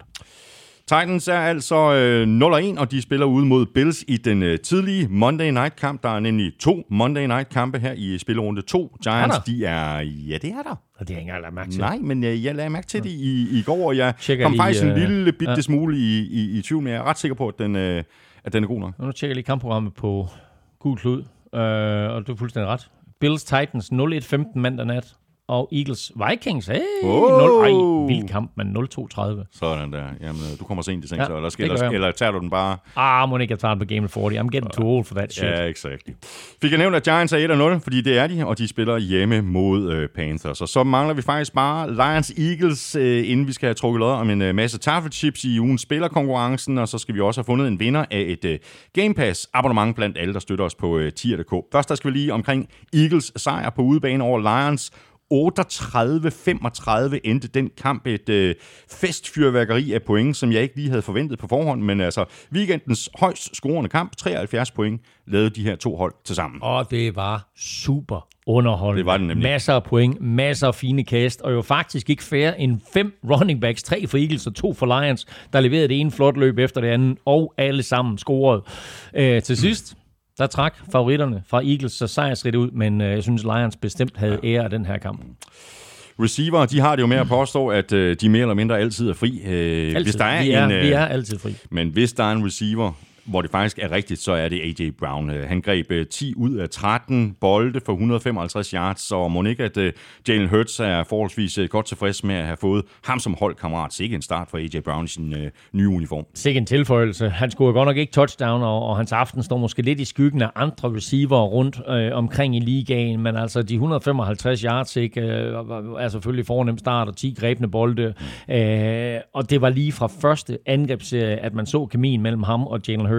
Titans er altså øh, nul og en, og de spiller ude mod Bills i den øh, tidlige Monday Night-kamp. Der er nemlig to Monday Night-kampe her i spillerunde to. Giants, er de er... Ja, det er der. Og det har jeg ikke lagt mærke til. Nej, men øh, jeg lagde mærke til det i, i går, og jeg tjekker kom lige, faktisk en lille bitte ja. smule i, i, i tvivl, men jeg er ret sikker på, at den, øh, at den er god nok. Nu tjekker jeg lige kampprogrammet på Gul Klud, øh, og du er fuldstændig ret. Bills Titans nul et femten mandag nat. Og Eagles Vikings, hey, oh. nul, ej, vild kamp, men nul to tredive. Sådan der. Jamen, du kommer sent i seng, ja, så, eller, skal, eller, eller tager du den bare? Ah, må ikke, jeg tager den på Game fyrre. I'm getting too old for that shit. Ja, exakt. Fik jeg nævnt, at Giants er et og nul, fordi det er de, og de spiller hjemme mod øh, Panthers. Og så mangler vi faktisk bare Lions-Eagles, øh, inden vi skal have trukket lod om en øh, masse taffelchips i ugens spillerkonkurrencen, og så skal vi også have fundet en vinder af et øh, Game Pass abonnement blandt alle, der støtter os på øh, tier punktum d k. Først der skal vi lige omkring Eagles sejr på udebane over Lions. otteogtredive femogtredive endte den kamp, et øh, festfyrværkeri af point, som jeg ikke lige havde forventet på forhånd, men altså weekendens højst scorende kamp, treoghalvfjerds point, lavede de her to hold til sammen. Og det var super underholdende. Det var det nemlig. Masser af point, masser af fine kast, og jo faktisk ikke færre end fem running backs, tre for Eagles og to for Lions, der leverede det ene flot løb efter det andet, og alle sammen scorede. Øh, til sidst, der trak favoritterne fra Eagles så sejrsrigt ud, men øh, jeg synes, Lions bestemt havde ære af den her kamp. Receiver, de har det jo med at påstå, at øh, de mere eller mindre altid er fri. Øh, altid. Hvis der er vi, er, en, øh, vi er altid fri. Men hvis der er en receiver, hvor det faktisk er rigtigt, så er det A J Brown. Han greb ti ud af tretten bolde for et hundrede og femoghalvtreds yards, så må ikke, at Jalen Hurts er forholdsvis godt tilfreds med at have fået ham som holdkammerat. Sikke en start for A J Brown i sin øh, nye uniform. Sikke en tilføjelse. Han scorede godt nok ikke touchdown, og, og hans aften står måske lidt i skyggen af andre receiver rundt øh, omkring i ligaen, men altså de et hundrede og femoghalvtreds yards ikke, øh, er selvfølgelig fornemt start og ti grebne bolde, mm. øh, og det var lige fra første angrebsserie, at man så kemien mellem ham og Jalen Hurts.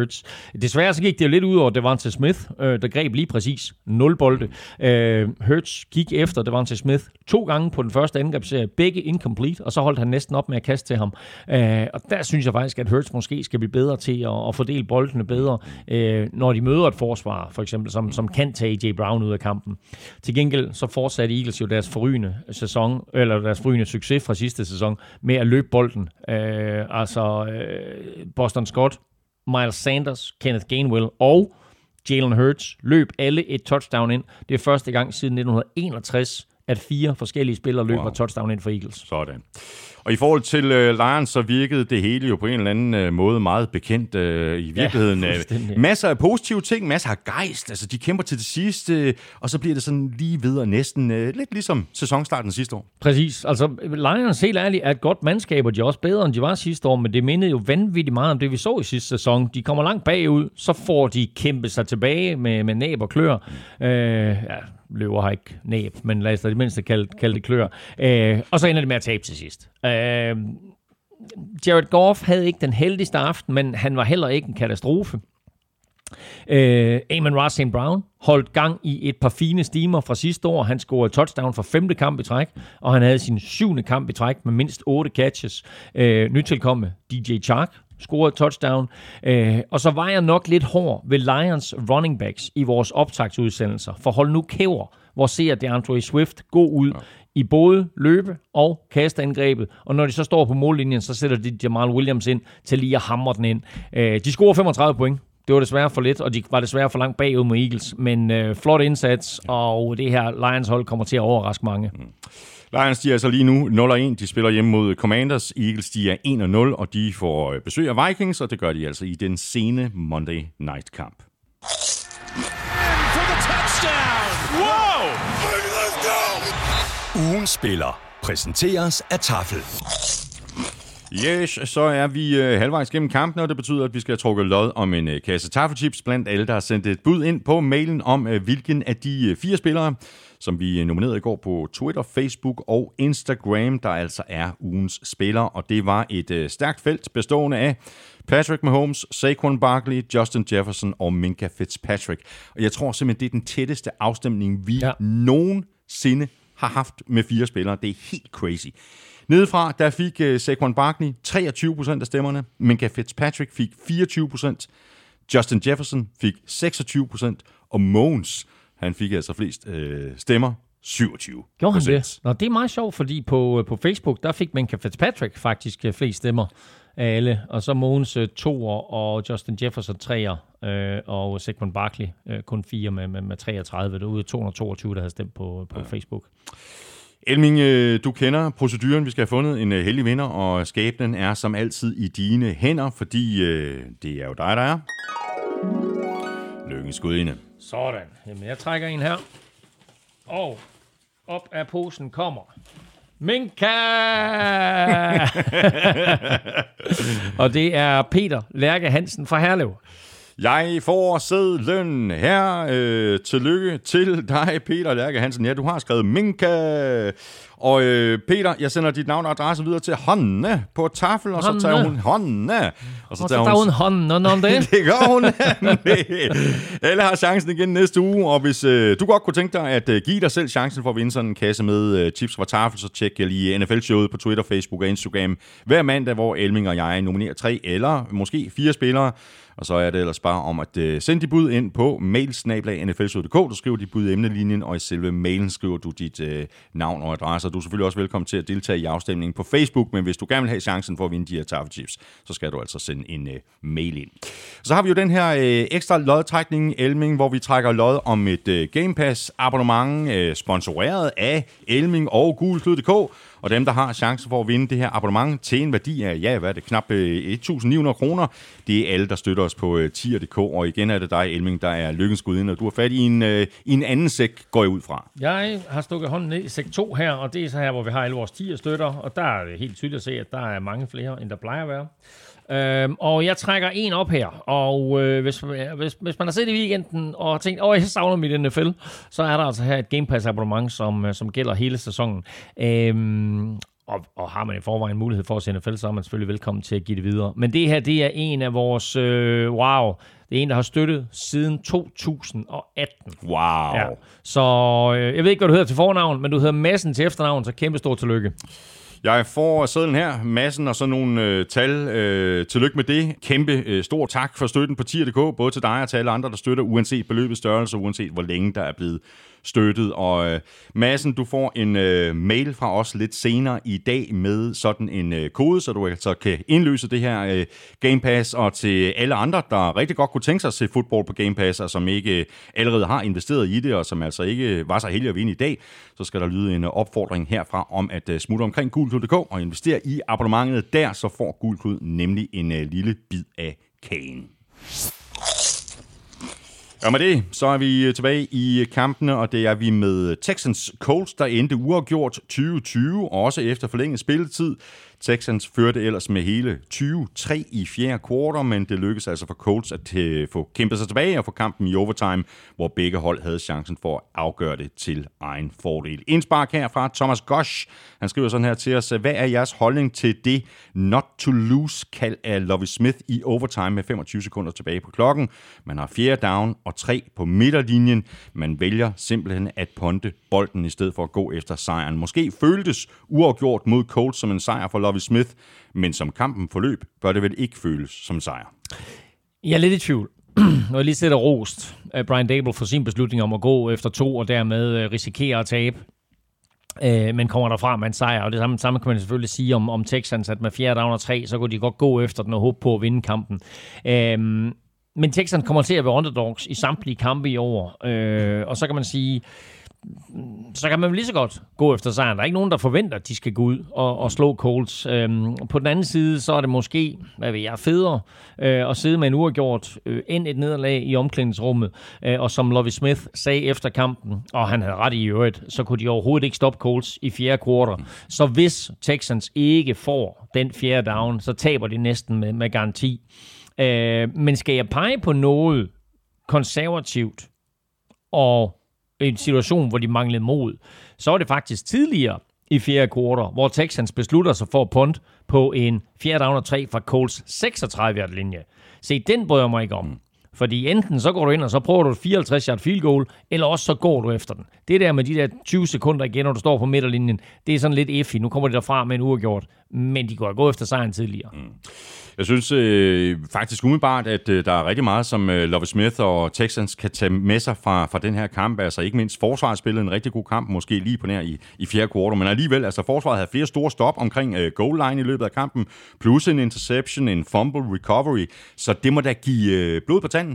Hurts. Desværre så gik det jo lidt ud over Devonta Smith, øh, der greb lige præcis nul bolde. Øh, Hurts gik efter Devonta Smith to gange på den første angrebsserie, begge incomplete, og så holdt han næsten op med at kaste til ham. Øh, og der synes jeg faktisk, at Hurts måske skal blive bedre til at, at fordele boldene bedre, øh, når de møder et forsvar, for eksempel, som, som kan tage A J Brown ud af kampen. Til gengæld så fortsatte Eagles jo deres forrygende sæson, eller deres forrygende succes fra sidste sæson, med at løbe bolden. Øh, altså øh, Boston Scott, Miles Sanders, Kenneth Gainwell og Jalen Hurts løb alle et touchdown ind. Det er første gang siden nitten enogtres, at fire forskellige spillere løber wow. touchdown ind for Eagles. Sådan. Og i forhold til uh, Lions, så virkede det hele jo på en eller anden uh, måde meget bekendt uh, i virkeligheden. Ja, masser af positive ting, masser af gejst. Altså, de kæmper til det sidste, og så bliver det sådan lige ved og næsten uh, lidt ligesom sæsonstarten sidste år. Præcis. Altså, Lions, helt ærligt, er et godt mandskab, og de er også bedre, end de var sidste år, men det mindede jo vanvittigt meget om det, vi så i sidste sæson. De kommer langt bagud, så får de kæmpet sig tilbage med, med næb og klør. Uh, ja, løver har ikke næb, men lad os da det mindste kalde, kalde det klør. Uh, og så ender det med at tabe til sidst. Uh, Jared Goff havde ikke den heldigste aften, men han var heller ikke en katastrofe. Uh, Amon-Ra Saint Brown holdt gang i et par fine stimer fra sidste år. Han scorede touchdown for femte kamp i træk, og han havde sin syvende kamp i træk med mindst otte catches. Uh, nytilkomme D J Chark scorede touchdown. Uh, og så var jeg nok lidt hård ved Lions running backs i vores optagsudsendelser. For hold nu kæver, hvor ser DeAndre Swift gå ud ja. i både løbe- og kasteangrebet. Og når de så står på mållinjen, så sætter de Jamal Williams ind til lige at hamre den ind. Uh, de scorer femogtredive point. Det var desværre for lidt, og de var desværre for langt bagud med Eagles. Men uh, flot indsats, og det her Lions-hold kommer til at overraske mange. Mm. Lions, de er altså lige nu nul og en. De spiller hjemme mod Commanders. Eagles, de er en og nul, og de får besøg af Vikings, og det gør de altså i den sene Monday Night-kamp. Wow! Ugens spiller præsenteres af Tafel. Yes, så er vi øh, halvvejs gennem kampen, og det betyder, at vi skal have trukket lod om en øh, kasse taffelchips blandt alle, der har sendt et bud ind på mailen om, øh, hvilken af de øh, fire spillere, som vi nominerede i går på Twitter, Facebook og Instagram, der altså er ugens spiller. Og det var et øh, stærkt felt bestående af Patrick Mahomes, Saquon Barkley, Justin Jefferson og Minkah Fitzpatrick. Og jeg tror simpelthen, det er den tætteste afstemning, vi ja. nogensinde har haft med fire spillere. Det er helt crazy. Nedefra, der fik uh, Saquon Barkley treogtyve procent af stemmerne, Minkah Fitzpatrick fik fireogtyve procent, Justin Jefferson fik seksogtyve procent, og Mahomes, han fik altså flest øh, stemmer, syvogtyve procent. Gjorde han det? Nå, det er meget sjovt, fordi på, på Facebook, der fik Minkah Fitzpatrick faktisk flest stemmer af alle, og så Mahomes uh, toer, og Justin Jefferson treer, øh, og Saquon Barkley øh, kun fire med, med, med treogtredive. Det er ude af to hundrede og toogtyve, der havde stemt på, på ja. Facebook. Elming, du kender proceduren. Vi skal have fundet en heldig vinder, og skæbnen er som altid i dine hænder, fordi øh, det er jo dig, der er. Lykkens gudinde. Sådan. Jamen, jeg trækker en her. Og op af posen kommer Minkah! Og det er Peter Lærke Hansen fra Herlev. Jeg får sædlen her. Øh, tillykke til dig, Peter Lærke Hansen. Ja, du har skrevet Minkah. Og øh, Peter, jeg sender dit navn og adresse videre til Hanne på Tafel, og så tager hun Hanne. Og så tager hun Hanne om det. Det gør hun. Alle har chancen igen næste uge, og hvis øh, du godt kunne tænke dig at øh, give dig selv chancen for at vinde sådan en kasse med øh, chips fra Tafel, så tjek jeg lige N F L-showet på Twitter, Facebook og Instagram hver mandag, hvor Elming og jeg nominerer tre eller måske fire spillere. Og så er det ellers bare om at uh, sende de bud ind på mail snabel-a n f l punktum d k. Du skriver dit bud i emnelinjen, og i selve mailen skriver du dit uh, navn og adresse. Du er selvfølgelig også velkommen til at deltage i afstemningen på Facebook, men hvis du gerne vil have chancen for at vinde de her taffelchips, så skal du altså sende en uh, mail ind. Så har vi jo den her uh, ekstra lodtrækning, Elming, hvor vi trækker lod om et uh, Game Pass abonnement uh, sponsoreret af Elming og Gulklud punktum d k. Og dem, der har chance for at vinde det her abonnement til en værdi af, ja, hvad er det, knap et tusind ni hundrede kroner, det er alle, der støtter os på tier punktum d k. Og igen er det dig, Elming, der er lykkens gudinde, og du har fat i en, i en anden sæk, går jeg ud fra. Jeg har stukket hånden ned i sæk to her, og det er så her, hvor vi har alle vores tier-støtter, og der er det helt tydeligt at se, at der er mange flere, end der plejer at være. Øhm, og jeg trækker en op her, og øh, hvis, hvis, hvis man har set i weekenden og tænkt, åh, jeg savner mit N F L, så er der altså her et Game Pass abonnement, som, som gælder hele sæsonen. Øhm, og, og har man i forvejen mulighed for at sende N F L, så er man selvfølgelig velkommen til at give det videre. Men det her, det er en af vores, øh, wow, det er en, der har støttet siden to tusind og atten. Wow. Ja. Så øh, jeg ved ikke, hvad du hedder til fornavn, men du hedder Madsen til efternavn, så kæmpe stor tillykke. Jeg får sedlen her, Madsen, og så nogle øh, tal. Øh, tillykke med det. Kæmpe øh, stor tak for støtten på tier punktum d k, både til dig og til alle andre, der støtter, uanset beløbets størrelse, uanset hvor længe der er blevet støttet. Og øh, Madsen, du får en øh, mail fra os lidt senere i dag med sådan en øh, kode, så du altså kan indløse det her øh, Game Pass, og til alle andre, der rigtig godt kunne tænke sig at se fodbold på Game Pass, og som ikke øh, allerede har investeret i det, og som altså ikke var så heldige at vinde i dag, så skal der lyde en opfordring herfra om at øh, smutte omkring gulklud punktum d k og investere i abonnementet der, så får Gulklud nemlig en øh, lille bid af kagen. Og med det, så er vi tilbage i kampene, og det er vi med Texans Colts, der endte uafgjort tyve tyve, også efter forlænget spilletid. Texans førte ellers med hele tyve tre i fjerde kvartal, men det lykkedes altså for Colts at uh, få kæmpet sig tilbage og få kampen i overtime, hvor begge hold havde chancen for at afgøre det til egen fordel. Indspark her fra Thomas Gosch. Han skriver sådan her til os: hvad er jeres holdning til det not to lose kald af Lovie Smith i overtime med femogtyve sekunder tilbage på klokken? Man har fjerde down og tre på midterlinjen. Man vælger simpelthen at punte bolden i stedet for at gå efter sejren. Måske føltes uafgjort mod Colts som en sejr for Lovie Smith, men som kampen forløb, bør det vel ikke føles som sejr. Jeg er lidt i tvivl. Når jeg lige sætter rost af Brian Daboll for sin beslutning om at gå efter to, og dermed risikere at tabe, øh, men kommer derfra med en sejr. Og det samme, samme kan man selvfølgelig sige om, om Texans, at med fjerde down og tre, så kunne de godt gå efter den og håbe på at vinde kampen. Øh, men Texans kommer til at være underdogs i samtlige kampe i år, øh, og så kan man sige, så kan man vel lige så godt gå efter sejren. Der er ikke nogen, der forventer, at de skal gå ud og, og slå Colts. Øhm, på den anden side, så er det måske, hvad ved jeg, federe øh, at sidde med en uafgjort øh, end et nederlag i omklædningsrummet. Øh, og som Lovie Smith sagde efter kampen, og han havde ret i øvrigt, så kunne de overhovedet ikke stoppe Colts i fjerde kvartal. Så hvis Texans ikke får den fjerde down, så taber de næsten med, med garanti. Øh, men skal jeg pege på noget konservativt og en situation, hvor de manglede mod, så var det faktisk tidligere i fjerde kvartal, hvor Texans beslutter sig for at punt på en fjerde down og tre fra Colts seksogtredive yard linje. Se, den bryder jeg mig ikke om. Fordi enten så går du ind, og så prøver du et fireoghalvtreds yard field goal, eller også så går du efter den. Det der med de der tyve sekunder igen, når du står på midterlinjen, det er sådan lidt iffy. Nu kommer de derfra med en uafgjort, men de går at gå efter sejren tidligere. Mm. Jeg synes øh, faktisk umiddelbart, at øh, der er rigtig meget, som øh, Lovie Smith og Texans kan tage med sig fra, fra den her kamp. Altså ikke mindst forsvaret spillede en rigtig god kamp, måske lige på nær i, i fjerde kvartal, men alligevel, altså forsvaret havde flere store stop omkring øh, goal line i løbet af kampen, plus en interception, en fumble recovery, så det må da give øh, blod på tanden.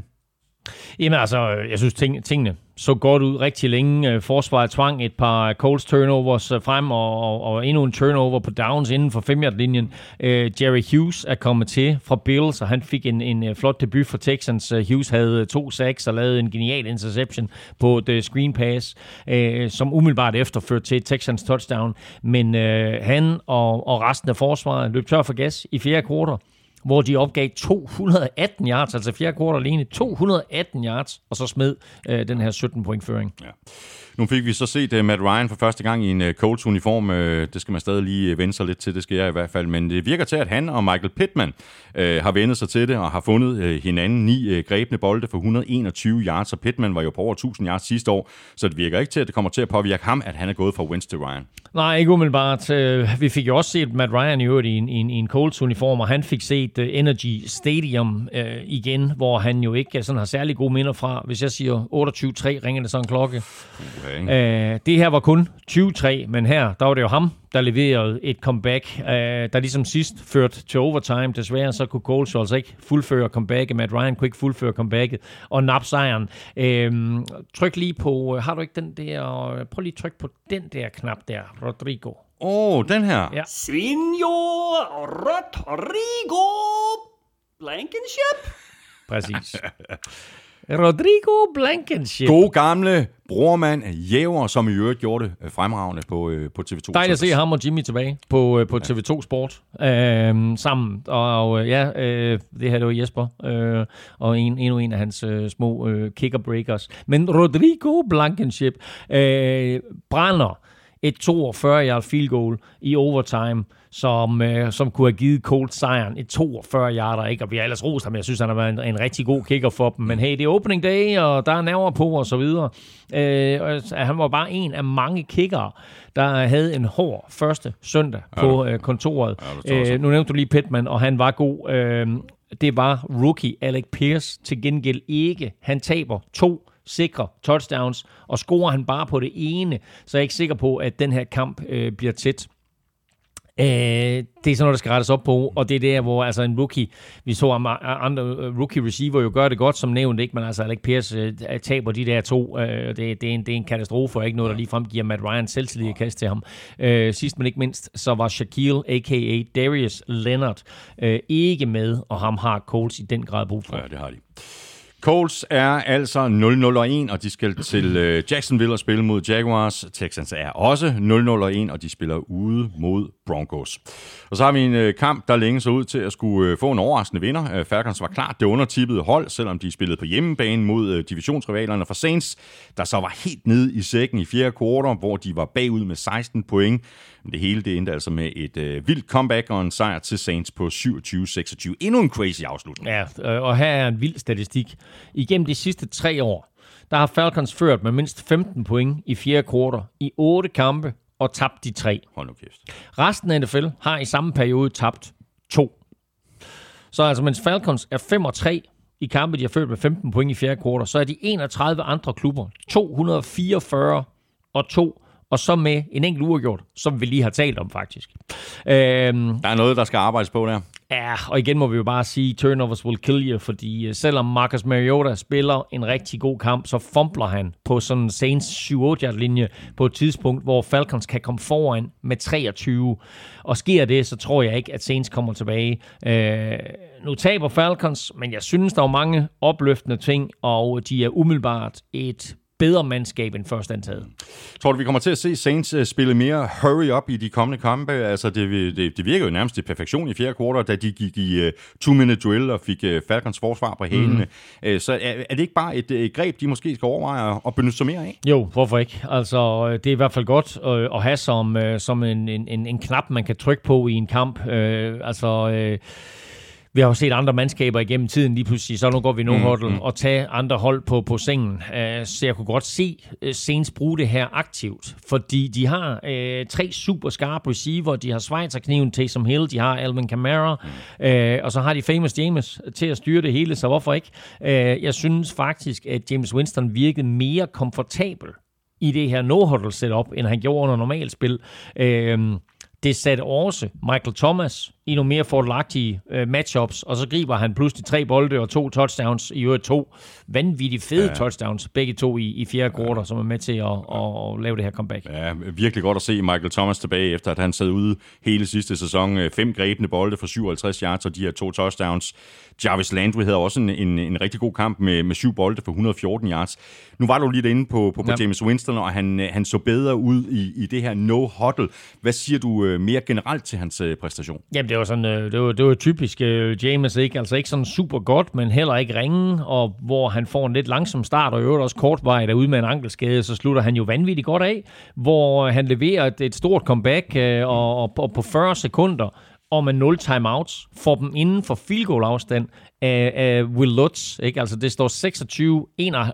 Jamen altså, jeg synes ting, tingene så godt ud rigtig længe. Forsvaret tvang et par Colts turnovers frem, og, og, og endnu en turnover på downs inden for fem yard linjen. Uh, Jerry Hughes er kommet til fra Bills, og han fik en, en flot debut for Texans. Uh, Hughes havde to sacks og lavede en genial interception på et screen pass, uh, som umiddelbart efterførte til Texans touchdown. Men uh, han og, og resten af forsvaret løb tør for gas i fjerde kvartal, hvor de opgav to hundrede og atten yards, altså fjerde kvartal alene, to hundrede og atten yards, og så smed øh, den her sytten point føring. Ja. Nu fik vi så set uh, Matt Ryan for første gang i en uh, Colts-uniform. Uh, det skal man stadig lige uh, vende sig lidt til, det skal jeg i hvert fald. Men det virker til, at han og Michael Pittman uh, har vendt sig til det og har fundet uh, hinanden ni uh, grebne bolde for et hundrede og enogtyve yards, og Pittman var jo på over tusind yards sidste år, så det virker ikke til, at det kommer til at påvirke ham, at han er gået fra Wentz til Ryan. Nej, ikke umiddelbart. Vi fik jo også set Matt Ryan i øvrigt i en, i en, i en Colts-uniform, og han fik set uh, Energy Stadium uh, igen, hvor han jo ikke sådan har særlig gode minder fra. Hvis jeg siger otteogtyve tre, ringer det så en klokke. Okay. Uh, det her var kun tyve tre, men her, der var det jo ham, der leverede et comeback, uh, der ligesom sidst førte til overtime. Desværre så kunne Colts altså ikke fuldføre comebacket. Matt Ryan kunne ikke fuldføre comebacket og nap sejren. Uh, tryk lige på, har du ikke den der, prøv lige at tryk på den der knap der, Rodrigo. Åh, oh, den her. Ja. Senor Rodrigo Blankenship. Præcis. Rodrigo Blankenship. God gamle brormand Jæver, som i øvrigt gjorde det fremragende på, på T V to. Dejligt at se ham og Jimmy tilbage på, på T V to Sport øh, sammen. Og, og ja, øh, det her det var Jesper, øh, og en, endnu en af hans øh, små øh, kicker breakers. Men Rodrigo Blankenship øh, brænder et toogfyrre yard field goal i overtime, som, øh, som kunne have givet Colts sejren. Et toogfyrre yarder, ikke? Og vi har ellers rost ham. Jeg synes, han har været en, en rigtig god kicker for dem. Men hey, det er opening day, og der er nerver på, og så videre. Øh, og han var bare en af mange kickere, der havde en hård første søndag på øh, kontoret. Ja, øh, nu nævnte du lige Pittman, og han var god. Øh, det var rookie Alec Pierce til gengæld ikke. Han taber to sikre touchdowns, og scorer han bare på det ene, så er jeg ikke sikker på, at den her kamp øh, bliver tæt. Øh, det er sådan noget, der skal rettes op på, og det er der, hvor altså en rookie, vi så andre rookie receiver jo gør det godt, som nævnt, ikke? Men altså Alec Pierce øh, taber de der to, øh, det, det, er en, det er en katastrofe, og ikke noget, der ligefrem giver Matt Ryan selvtillid at kaste til ham. Øh, sidst men ikke mindst, så var Shaquille, a k a. Darius Leonard, øh, ikke med, og ham har Colts i den grad brug for. Ja, det har de. Colts er altså nul nul og en, og de skal til Jacksonville og spille mod Jaguars. Texans er også nul nul og en, og de spiller ude mod Broncos. Og så har vi en kamp, der længe så ud til at skulle få en overraskende vinder. Falcons var klart det undertippede hold, selvom de spillede på hjemmebane mod divisionsrivalerne fra Saints, der så var helt nede i sækken i fjerde kvartal, hvor de var bagud med seksten point. Men det hele det endte altså med et øh, vildt comeback og en sejr til Saints på syvogtyve seksogtyve. Endnu en crazy afslutning. Ja, og her er en vild statistik. Igennem de sidste tre år, der har Falcons ført med mindst femten point i fjerde kvartal i otte kampe og tabt de tre. Hold nu kæft. Resten af N F L har i samme periode tabt to. Så altså, mens Falcons er fem og tre i kampe, de har ført med femten point i fjerde kvartal, så er de enogtredive andre klubber to hundrede fireogfyrre og to, og så med en enkelt uafgjort, som vi lige har talt om faktisk. Øhm, der er noget, der skal arbejdes på der. Ja, og igen må vi jo bare sige, turnovers will kill you, fordi selvom Marcus Mariota spiller en rigtig god kamp, så fumbler han på sådan en Saints syv otte yard linje på et tidspunkt, hvor Falcons kan komme foran med treogtyve. Og sker det, så tror jeg ikke, at Saints kommer tilbage. Øh, nu taber Falcons, men jeg synes, der er mange opløftende ting, og de er umiddelbart et bedre mandskab end først antaget. Tror du, vi kommer til at se Saints spille mere hurry-up i de kommende kampe? Altså, det, det, det virker jo nærmest til perfektion i fjerde kvartal, da de gik i uh, two-minute drill og fik uh, Falcons forsvar på hælene. Mm. Uh, så er, er det ikke bare et, et greb, de måske skal overveje at, at benytte sig mere af? Jo, hvorfor ikke? Altså, det er i hvert fald godt at, at have som, uh, som en, en, en knap, man kan trykke på i en kamp. Uh, altså... Uh, Vi har jo set andre mandskaber igennem tiden lige pludselig, så nu går vi no huddle mm-hmm. og tage andre hold på, på sengen. Så jeg kunne godt se Saints bruge det her aktivt, fordi de har øh, tre super skarpe receiver. De har schweizerkniven Taysom Hill, de har Alvin Kamara, mm. øh, og så har de Famous James til at styre det hele, så hvorfor ikke? Øh, jeg synes faktisk, at James Winston virkede mere komfortabel i det her no huddle setup, end han gjorde under normalt spil. Øh, Det satte også Michael Thomas i nogle mere fordelagtige øh, matchups, og så griber han pludselig tre bolde og to touchdowns, i øvrigt to vanvittigt fede ja. touchdowns, begge to i, i fjerde kvartal, ja. som er med til at, at, at lave det her comeback. Ja, virkelig godt at se Michael Thomas tilbage, efter at han sad ude hele sidste sæson. Fem grebne bolde for syvoghalvtreds yards, og de her to touchdowns. Jarvis Landry havde også en, en, en rigtig god kamp med, med syv bolde for et hundrede og fjorten yards. Nu var du lige inde på, på, på ja. James Winston, og han, han så bedre ud i, i det her no-huddle. Hvad siger du øh, mere generelt til hans øh, præstation? Jamen, det var sådan, øh, det var, det var typisk øh, James, ikke? Altså ikke sådan super godt, men heller ikke ringe, og hvor han får en lidt langsom start, og i øvrigt også kortvej derude med en ankelskade, så slutter han jo vanvittigt godt af, hvor han leverer et, et stort comeback, øh, og, og, og på fyrre sekunder, og med nul timeouts, får dem inden for field goal afstand af, af Will Lutz. Ikke? Altså det står seksogtyve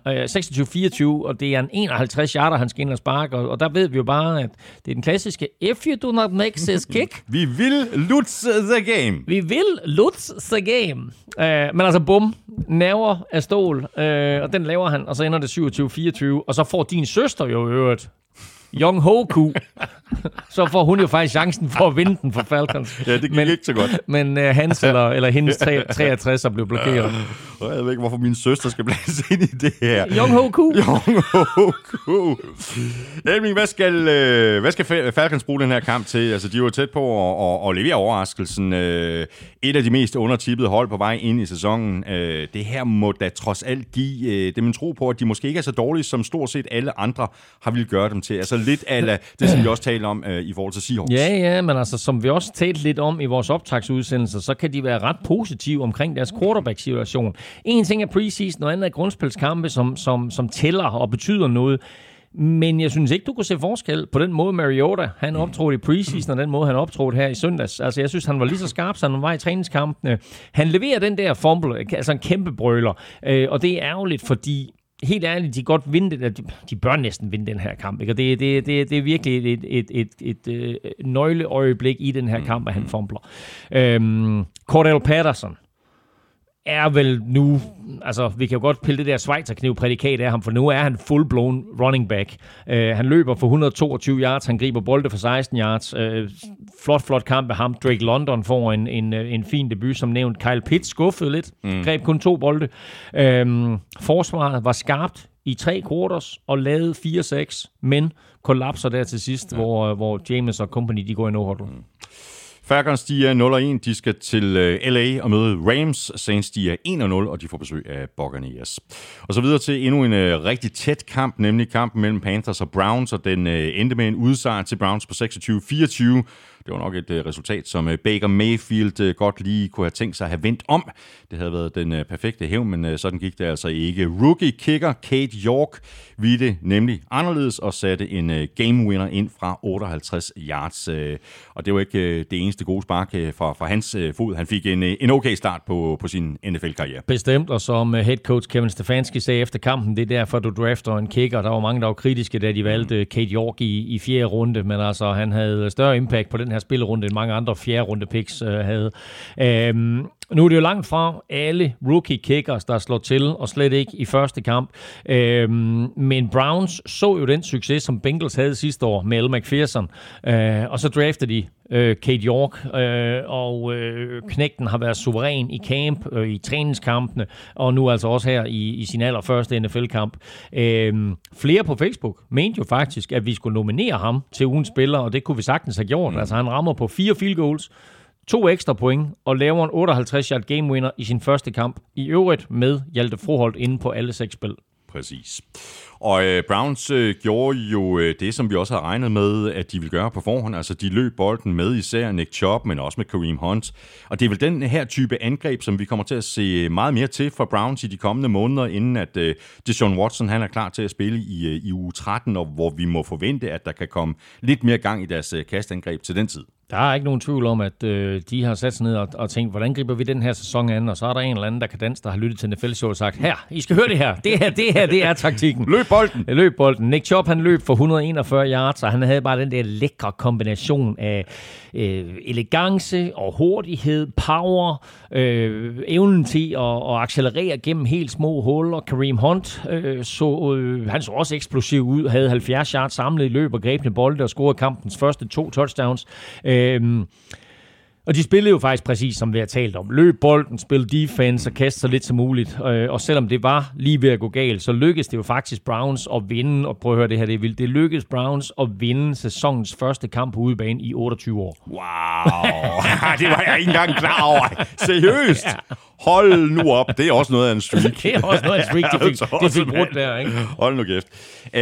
fireogtyve, og det er en enoghalvtreds yarder, han skal ind og sparke, og, og der ved vi jo bare, at det er den klassiske, if you do not make this kick. Vi vil Lutz the game. Vi vil Lutz the game. Uh, men altså bum, nerver af stål, uh, og den laver han, og så ender det syvogtyve fireogtyve, og så får din søster jo i øvrigt Young Hoku, så får hun jo faktisk chancen for at vinde den for Falcons. Ja, det gik men, ikke så godt. Men uh, hans eller, eller hendes treogtres er blevet blokeret. Jeg ved ikke, hvorfor min søster skal blandes ind i det her. Young Hoku. Young Hoku. Elming, hvad skal, øh, hvad skal Falcons bruge den her kamp til? Altså, de er jo tæt på at, at, at levere overraskelsen. Øh, et af de mest undertippede hold på vej ind i sæsonen. Øh, det her må da trods alt give øh, det, man tror på, at de måske ikke er så dårlige, som stort set alle andre har ville gøre dem til. Altså lidt ala det, som vi også taler om øh, i forhold til Seahawks. Ja, ja, men altså, som vi også talte lidt om i vores optagsudsendelser, så kan de være ret positive omkring deres quarterback-situation. En ting er preseason, og andet er grundspilskampe, som, som, som tæller og betyder noget. Men jeg synes ikke, du kunne se forskel på den måde, Mariota, han optrådte i preseason, og den måde, han optrådte her i søndags. Altså, jeg synes, han var lige så skarp, som han var i træningskampene. Han leverer den der fumble, altså en kæmpe brøler, øh, og det er ærgerligt, fordi helt ærligt, de kan godt vinde den, de, de bør næsten vinde den her kamp, ikke? Og det, det, det, det er virkelig et, et, et, et, et nøgleøjeblik i den her kamp, at han fumbler. Øhm, Cordell Patterson er vel nu, altså vi kan jo godt pille det der Schweizerkniv-prædikat af ham, for nu er han full-blown running back. Uh, han løber for et hundrede og toogtyve yards, han griber bolde for seksten yards. Uh, flot, flot kamp af ham. Drake London får en, en, en fin debut, som nævnt. Kyle Pitts skuffede lidt, mm. greb kun to bolde. Uh, forsvaret var skarpt i tre quarters og lavede fire seks, men kollapser der til sidst, ja. hvor, hvor James og company de går i no-huddle. Mm. Falcons, de er nul og en. De skal til L A og møde Rams. Saints, de er en og nul, og de får besøg af Buccaneers. Og så videre til endnu en uh, rigtig tæt kamp, nemlig kampen mellem Panthers og Browns, og den uh, endte med en udsejr til Browns på seksogtyve fireogtyve. Det var nok et uh, resultat, som uh, Baker Mayfield uh, godt lige kunne have tænkt sig at have vendt om. Det havde været den uh, perfekte hævn, men uh, sådan gik det altså ikke. Rookie kicker Cade York vidte nemlig anderledes og satte en uh, game winner ind fra otteoghalvtreds yards. Uh, og det var ikke uh, det eneste gode spark uh, fra, fra hans uh, fod. Han fik en, uh, en okay start på, på sin N F L-karriere. Bestemt, og som uh, head coach Kevin Stefanski sagde efter kampen, det er derfor, du drafter en kicker. Der var mange, der var kritiske, da de valgte uh, Cade York i, i fjerde runde, men altså han havde større impact på den her spillerunde, end mange andre fjerde runde picks øh, havde. Øhm, nu er det jo langt fra alle rookie kickers, der slår til, og slet ikke i første kamp. Øhm, men Browns så jo den succes, som Bengals havde sidste år med L. McPherson, øh, og så draftede de øh, Cade York, øh, og øh, knægten har været suveræn i camp, øh, i træningskampene, og nu altså også her i, i sin allerførste N F L-kamp. Øh, flere på Facebook mente jo faktisk, at vi skulle nominere ham til ugens spiller, og det kunne vi sagtens have gjort. Mm. Altså han rammer på fire field goals, to ekstra point, og laver en otteoghalvtreds yard game winner i sin første kamp. I øvrigt med Hjalte Froholt inde på alle seks spil. Præcis. Og øh, Browns øh, gjorde jo øh, det, som vi også har regnet med, at de ville gøre på forhånd. Altså, de løb bolden med især Nick Chubb, men også med Kareem Hunt. Og det er vel den her type angreb, som vi kommer til at se meget mere til fra Browns i de kommende måneder, inden at øh, Deshaun Watson han er klar til at spille i, øh, i uge tretten, og hvor vi må forvente, at der kan komme lidt mere gang i deres øh, kastangreb til den tid. Der er ikke nogen tvivl om, at øh, de har sat sig ned og, og tænkt, hvordan griber vi den her sæson an? Og så er der en eller anden, der kan danse, der har lyttet til N F L-show og sagt, her, I skal høre det her. Det her, det her, det er taktikken. Løb bolden. Løb bolden. Nick Chubb, han løb for et hundrede og enogfyrre yards, og han havde bare den der lækre kombination af øh, elegance og hurtighed, power, øh, evnen til at, at accelerere gennem helt små huller. Kareem Hunt, øh, så, øh, han så også eksplosiv ud, havde halvfjerds yards samlet i løb og grebne bolde og scorede kampens første to touchdowns. Øhm, og de spillede jo faktisk præcis som vi har talt om. Løb bolden, spille defense og kaste så lidt som muligt. Øh, og selvom det var lige ved at gå galt, så lykkedes det jo faktisk Browns at vinde. Og prøv at høre det her, det er vildt. Det lykkedes Browns at vinde sæsonens første kamp på udebane i otteogtyve år. Wow, det var jeg ikke engang klar over. Seriøst? Ja. Hold nu op. Det er også noget af en streak. Det er også noget af en streak, de fik, de fik brudt der, ikke? Hold nu kæft.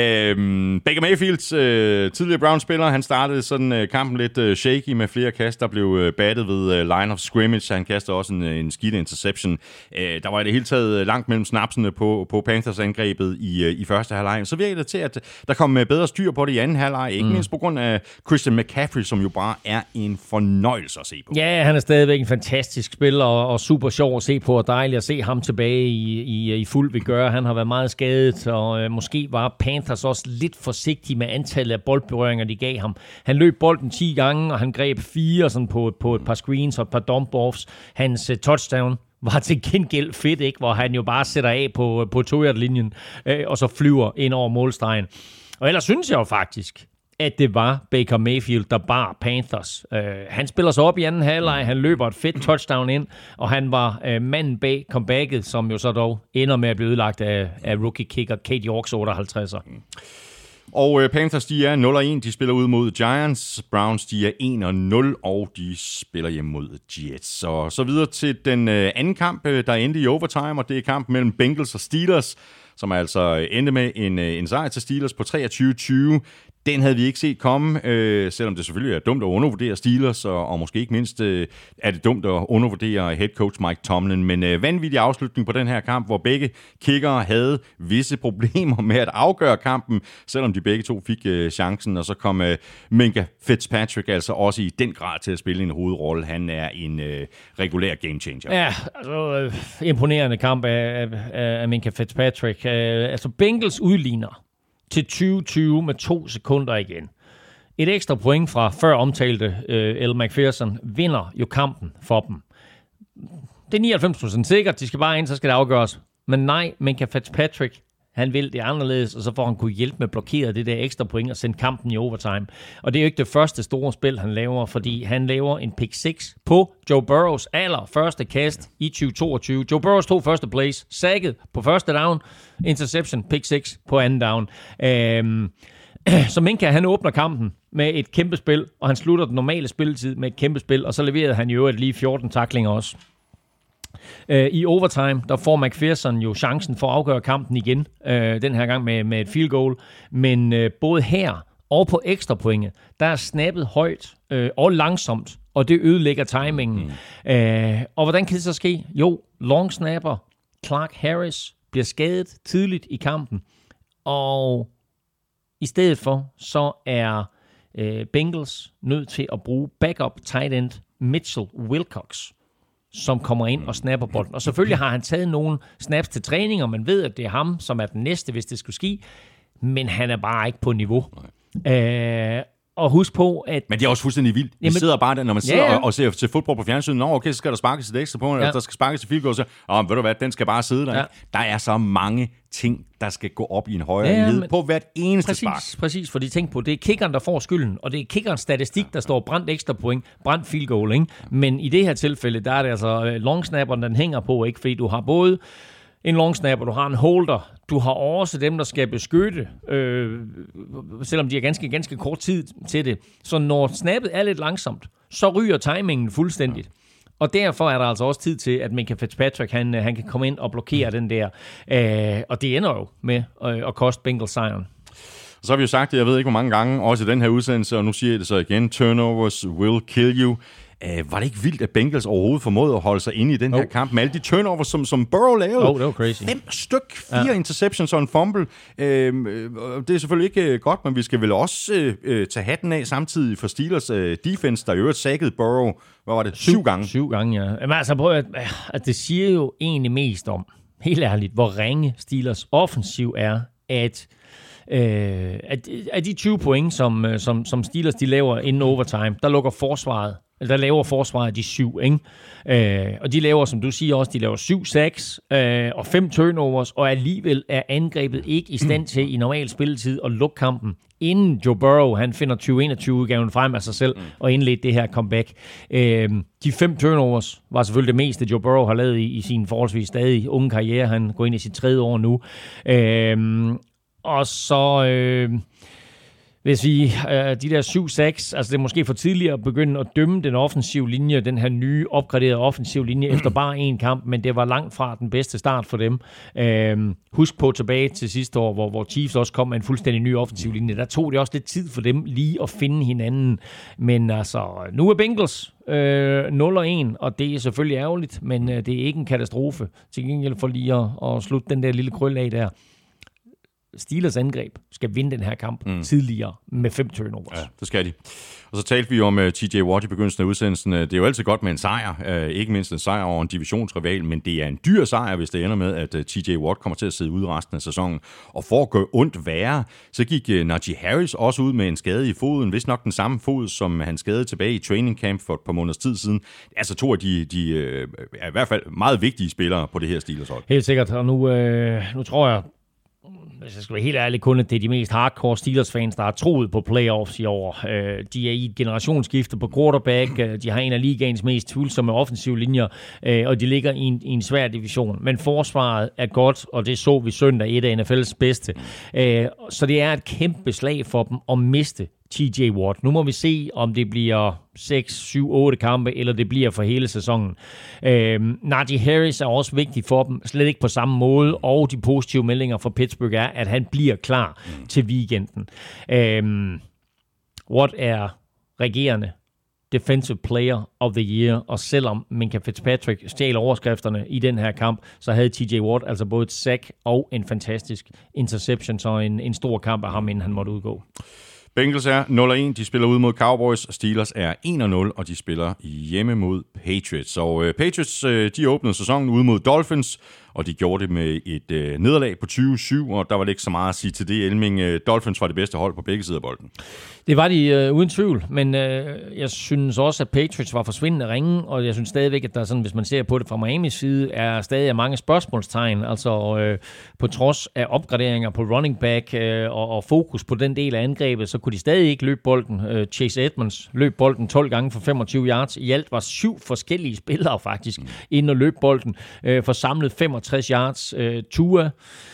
Øhm, Baker Mayfields øh, tidligere Browns-spiller, han startede sådan øh, kampen lidt øh, shaky med flere kast, der blev øh, battet ved øh, line of scrimmage. Han kastede også en, en skidt interception. Øh, der var i det hele taget langt mellem snapsene på, på Panthers-angrebet i, øh, i første halvleg. Så virkede det til, at der kom bedre styr på det i anden halvleg. Ikke mm. mindst på grund af Christian McCaffrey, som jo bare er en fornøjelse at se på. Ja, han er stadigvæk en fantastisk spiller og, og super sjov at se på, og dejligt at se ham tilbage i, i, i fuld vigør. Han har været meget skadet, og øh, måske var Panthers også lidt forsigtige med antallet af boldberøringer, de gav ham. Han løb bolden ti gange, og han greb fire sådan på, på et par screens og et par dump-offs. Hans uh, touchdown var til gengæld fedt, ikke? Hvor han jo bare sætter af på, på to-yard-linjen, øh, og så flyver ind over målstregen. Og ellers synes jeg jo faktisk, at det var Baker Mayfield, der bar Panthers. Uh, han spiller sig op i anden halvleg, han løber et fedt touchdown ind, og han var uh, manden bag comebacket, som jo så dog ender med at blive ødelagt af, af rookie kicker Cade Yorks otteoghalvtredser. Og øh, Panthers, de er nul og en, de spiller ud mod Giants. Browns, de er en og nul, og de spiller hjem mod Jets. Og så videre til den øh, anden kamp, øh, der endte i overtime, og det er kampen mellem Bengals og Steelers, som altså endte med en, en sejr til Steelers på treogtyve tyve. Den havde vi ikke set komme, øh, selvom det selvfølgelig er dumt at undervurdere Steelers, og, og måske ikke mindst øh, er det dumt at undervurdere head coach Mike Tomlin. Men øh, vanvittig afslutning på den her kamp, hvor begge kickere havde visse problemer med at afgøre kampen, selvom de begge to fik øh, chancen, og så kom øh, Minkah Fitzpatrick altså også i den grad til at spille en hovedrolle. Han er en øh, regulær game changer. Ja, altså øh, imponerende kamp af, af, af Minkah Fitzpatrick. Øh, altså Bengals udligner til tyve tyve med to sekunder igen. Et ekstra point fra før omtalte øh, El McPherson vinder jo kampen for dem. Det er nioghalvfems procent sikkert, de skal bare ind, så skal det afgøres. Men nej, Minkah Fitzpatrick, han vil det anderledes, og så får han kunne hjælpe med at blokere det der ekstra point og sende kampen i overtime. Og det er jo ikke det første store spil, han laver, fordi han laver en pick seks på Joe Burrows allerførste kast i tyve toogtyve. Joe Burrows to første plays, sacket på første down, interception, pick seks på anden down. Øhm, så Minkah, han åbner kampen med et kæmpe spil, og han slutter den normale spilletid med et kæmpe spil, og så leverede han jo et lige fjorten tacklinger også. I overtime, der får McPherson jo chancen for at afgøre kampen igen, øh, den her gang med, med et field goal, men øh, både her og på ekstra pointe, der er snappet højt øh, og langsomt, og det ødelægger timingen. Mm. Øh, og hvordan kan det så ske? Jo, long snapper Clark Harris bliver skadet tidligt i kampen, og i stedet for, så er øh, Bengals nødt til at bruge backup tight end Mitchell Wilcox, som kommer ind og snapper bolden. Og selvfølgelig har han taget nogle snaps til træning, og man ved, at det er ham, som er den næste, hvis det skulle ske. Men han er bare ikke på niveau. Øh, og husk på, at... Men det er også fuldstændig vildt. Vi Jamen, sidder bare der, når man sidder ja, ja. Og, og ser til fodbold på fjernsynet. Nå, okay, så skal der sparkes et ekstra på, ja. Der skal sparkes til field goal, så åh, ved du hvad, den skal bare sidde der. Ja. Der er så mange ting, der skal gå op i en højere ja, enhed på hvert eneste præcis, spark. Præcis, fordi tænk på, det er kickeren, der får skylden, og det er kickerens statistik, der står brændt ekstra point, brændt field goal, ikke? Men i det her tilfælde, der er det altså long snapperen, den hænger på, ikke? Fordi du har både en long snapper, du har en holder, du har også dem, der skal beskytte, øh, selvom de har ganske, ganske kort tid til det. Så når snappet er lidt langsomt, så ryger timingen fuldstændigt. Og derfor er der altså også tid til, at Minkah Fitzpatrick, han, han kan komme ind og blokere den der. Øh, og det ender jo med øh, at koste Bengals sejren. Så har vi jo sagt det, jeg ved ikke hvor mange gange, også i den her udsendelse, og nu siger jeg det så igen, turnovers will kill you. Uh, var det ikke vildt, at Bengals overhovedet formåede at holde sig inde i den her oh. kamp med alle de turnovers, som, som Burrow lavede? Oh, det var crazy. Fem styk, fire ja. interceptions og en fumble. Uh, det er selvfølgelig ikke uh, godt, men vi skal vel også uh, tage hatten af samtidig for Steelers uh, defense, der i øvrigt sackede Burrow, hvad var det, syv, syv gange? Syv gange, ja. Men altså, prøv at, at det siger jo egentlig mest om, helt ærligt, hvor ringe Steelers offensiv er, at øh, at, at de tyve point, som, som, som Steelers de laver inden overtime, der lukker forsvaret, eller der laver forsvaret de syv, ikke? Øh, og de laver, som du siger også, de laver syv sacks øh, og fem turnovers, og alligevel er angrebet ikke i stand til i normal spilletid at lukke kampen, inden Joe Burrow, han finder tyve enogtyve-udgaven frem af sig selv og indledte det her comeback. Øh, de fem turnovers var selvfølgelig det meste, Joe Burrow har lavet i, i sin forholdsvis stadig unge karriere. Han går ind i sit tredje år nu. Øh, og så... Øh, Hvis vi, øh, de der syv seks, altså det er måske for tidligt at begynde at dømme den offensive linje, den her nye opgraderede offensive linje efter bare en kamp, men det var langt fra den bedste start for dem. Øh, husk på tilbage til sidste år, hvor, hvor Chiefs også kom med en fuldstændig ny offensiv linje. Der tog det også lidt tid for dem lige at finde hinanden. Men altså, nu er Bengals øh, nul og en, og det er selvfølgelig ærgerligt, men øh, det er ikke en katastrofe. Til gengæld for lige at, at slutte den der lille krøl af der. Steelers angreb skal vinde den her kamp mm. tidligere med fem turnovers. Ja, det skal de. Og så talte vi om uh, T J Watt i begyndelsen af udsendelsen. Det er jo altid godt med en sejr. Uh, ikke mindst en sejr over en divisionsrival, men det er en dyr sejr, hvis det ender med, at uh, T J Watt kommer til at sidde ude resten af sæsonen. Og for at gøre ondt værre, så gik uh, Najee Harris også ud med en skade i foden. Vist nok den samme fod, som han skadede tilbage i training camp for et par måneders tid siden. Altså to af de, de uh, er i hvert fald meget vigtige spillere på det her Steelers hold. Helt sikkert. Og nu, øh, nu tror jeg, hvis jeg skal være helt ærlig, kun at det er de mest hardcore Steelers-fans, der har troet på playoffs i år. De er i et generationsskifte på quarterback, de har en af ligaens mest tvivlsomme offensive linjer, og de ligger i en, i en svær division. Men forsvaret er godt, og det så vi søndag, et af N F L's bedste. Så det er et kæmpe slag for dem at miste T J Watt. Nu må vi se, om det bliver seks, syv, otte kampe, eller det bliver for hele sæsonen. Øhm, Najee Harris er også vigtig for dem, slet ikke på samme måde, og de positive meldinger fra Pittsburgh er, at han bliver klar mm. til weekenden. Øhm, Watt er regerende Defensive Player of the Year, og selvom Minkah Fitzpatrick stjal overskrifterne i den her kamp, så havde T J Watt altså både et sack og en fantastisk interception, så en, en stor kamp af ham, inden han måtte udgå. Bengals er nul og en, de spiller ude mod Cowboys, Steelers er en og nul, og de spiller hjemme mod Patriots. Og uh, Patriots, uh, de åbnede sæsonen ude mod Dolphins, og de gjorde det med et uh, nederlag på tyve syv, og der var det ikke så meget at sige til det. Elming, uh, Dolphins var det bedste hold på begge sider af bolden. Det var de uh, uden tvivl, men uh, jeg synes også, at Patriots var forsvindende ringe, og jeg synes stadigvæk, at der sådan, hvis man ser på det fra Miamis side, er stadig mange spørgsmålstegn, altså uh, på trods af opgraderinger på running back uh, og, og fokus på den del af angrebet, så kunne de stadig ikke løbe bolden. Uh, Chase Edmonds løb bolden tolv gange for femogtyve yards. I alt var syv forskellige spillere faktisk mm. inden og løb bolden uh, for samlet femogtres yards. Uh, Tua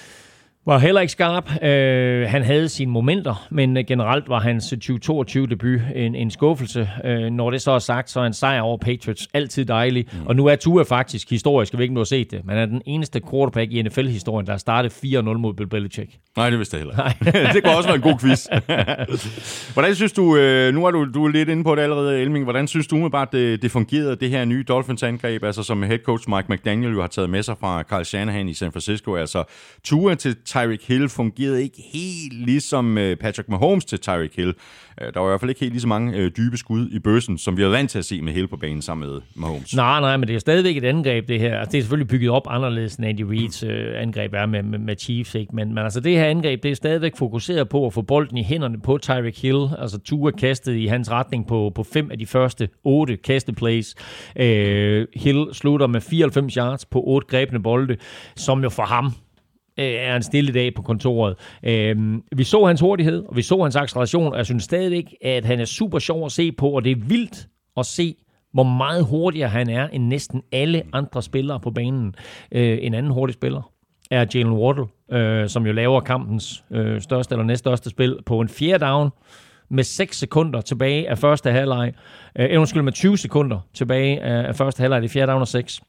var heller ikke skarp. Uh, han havde sine momenter, men uh, generelt var hans tyve toogtyve debut en, en skuffelse. Uh, når det så er sagt, så er en sejr over Patriots altid dejlig. Mm. Og nu er Tua faktisk historisk, jeg ved ikke, om du har set det, men han er den eneste quarterback i N F L-historien, der har startet fire nul mod Bill Belichick. Nej, det vidste jeg heller ikke. Det kunne også være en god quiz. Hvordan synes du, nu er du, du er lidt inde på det allerede, Elming, hvordan synes du bare, det, det fungerede, det her nye Dolphins-angreb, altså som head coach Mike McDaniel jo har taget med sig fra Kyle Shanahan i San Francisco, altså Tua til Tyreek Hill fungerede ikke helt ligesom Patrick Mahomes til Tyreek Hill. Der var i hvert fald ikke helt lige så mange dybe skud i bøssen, som vi er vant til at se med Hill på banen sammen med Mahomes. Nej, nej, men det er stadigvæk et angreb, det her. Altså, det er selvfølgelig bygget op anderledes, end Andy Reids øh, angreb er med, med, med Chiefs, ikke? Men, men altså det her angreb, det er stadigvæk fokuseret på at få bolden i hænderne på Tyreek Hill. Altså Tua kastede i hans retning på, på fem af de første otte kasteplays. Øh, Hill slutter med fireoghalvfems yards på otte grebne bolde, som jo for ham er en stille dag på kontoret. Øhm, vi så hans hurtighed, og vi så hans acceleration, og jeg synes stadigvæk, at han er super sjov at se på, og det er vildt at se, hvor meget hurtigere han er end næsten alle andre spillere på banen. Øh, en anden hurtig spiller er Jalen Waddle, øh, som jo laver kampens øh, største eller næststørste spil på en fjerde down med seks sekunder tilbage af første halvleg. Øh, undskyld, med tyve sekunder tilbage af, af første halvleg, det er fjerde down og seks.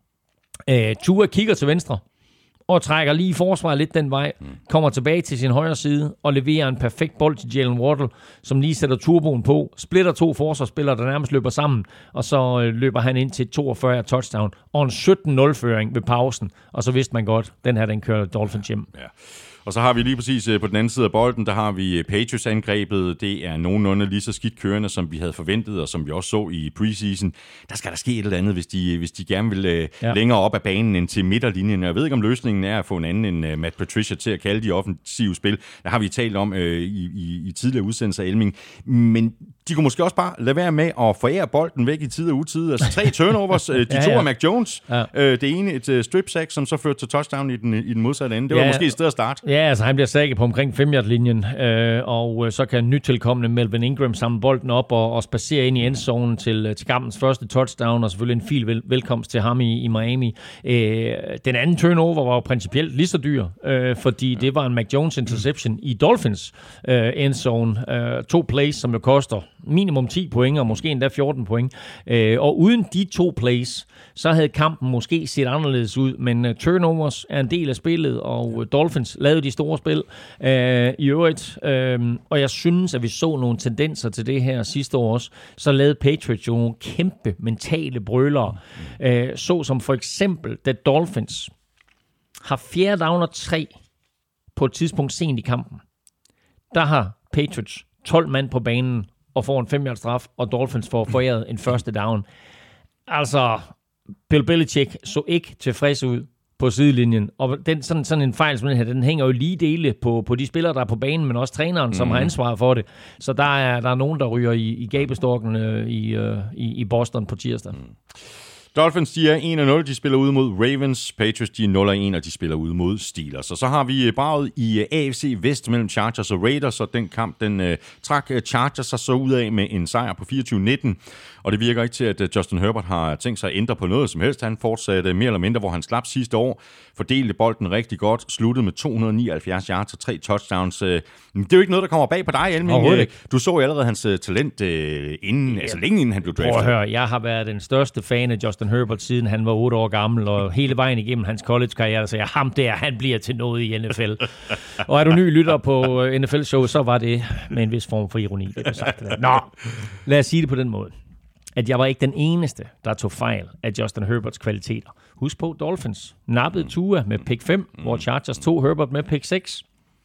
Øh, Tua kigger til venstre, og trækker lige forsvaret lidt den vej, kommer tilbage til sin højre side og leverer en perfekt bold til Jalen Waddle, som lige sætter turboen på, splitter to forsvarsspillere, der nærmest løber sammen, og så løber han ind til et toogfyrre touchdown og en sytten nul-føring ved pausen, og så vidste man godt, den her, den kører Dolphins hjem. Ja. Og så har vi lige præcis på den anden side af bolden, der har vi Patriots-angrebet. Det er nogenlunde lige så skidt kørende, som vi havde forventet, og som vi også så i preseason. Der skal der ske et eller andet, hvis de, hvis de gerne vil ja. længere op ad banen end til midterlinjen. Jeg ved ikke, om løsningen er at få en anden end Matt Patricia til at kalde de offensive spil. Der har vi talt om øh, i, i, i tidligere udsendelser af Elming. Men de kunne måske også bare lade være med at forære bolden væk i tid og utid. Altså tre turnovers, de ja, to ja. af Mac Jones. Ja. Øh, det ene et strip sack, som så førte til touchdown i den, i den modsatte ende. Det var ja. måske et sted at starte. Ja, altså han bliver sækket på omkring fem-yard-linjen, øh, og så kan nytilkommende Melvin Ingram samle bolden op og, og spacere ind i endzonen til, til kampens første touchdown, og selvfølgelig en fin vel, velkomst til ham i, i Miami. Øh, den anden turnover var jo principielt lige så dyr, øh, fordi det var en Mac Jones interception i Dolphins øh, endzone. Øh, to plays, som jo koster minimum ti point, og måske endda fjorten point. Øh, og uden de to plays, så havde kampen måske set anderledes ud, men uh, turnovers er en del af spillet, og uh, Dolphins lavede de store spil uh, i øvrigt, uh, og jeg synes, at vi så nogle tendenser til det her sidste år også. Så lavede Patriots jo nogle kæmpe mentale brølere, uh, så som for eksempel, da Dolphins har fjerde down og tre på et tidspunkt sent i kampen. Der har Patriots tolv mand på banen og får en fem-yard straf, og Dolphins får foræret en første down. Altså, Bill Belichick så ikke tilfreds ud på sidelinjen, og den, sådan, sådan en fejl som den her, den hænger jo lige dele på, på de spillere, der er på banen, men også træneren, som mm. har ansvaret for det. Så der er, der er nogen, der ryger i, i gabestorken øh, i, øh, i Boston på tirsdag. Mm. Dolphins, de er en og nul, de spiller ude mod Ravens. Patriots, de er nul og en, og de spiller ude mod Steelers. Og så har vi braget i A F C Vest mellem Chargers og Raiders, og den kamp, den uh, trak Chargers sig så ud af med en sejr på fireogtyve nitten. Og det virker ikke til, at Justin Herbert har tænkt sig at ændre på noget som helst. Han fortsatte mere eller mindre, hvor han slap sidste år. Fordelte bolden rigtig godt, sluttede med to hundrede nioghalvfjerds yards og tre touchdowns. Det er jo ikke noget, der kommer bag på dig, Elming. Du så jo allerede hans talent inden, ja. altså længe inden han blev draftet. Prøv at høre, jeg har været den største fan af Justin Herbert, siden han var otte år gammel, og hele vejen igennem hans college-karriere, så jeg, ham der, han bliver til noget i N F L. Og er du ny lytter på N F L-show, så var det med en vis form for ironi. Det sagt det. Nå, lad os sige det på den måde, at jeg var ikke den eneste, der tog fejl af Justin Herberts kvaliteter. Husk på, Dolphins nappede Tua med pick fem, hvor Chargers tog Herbert med pick seks.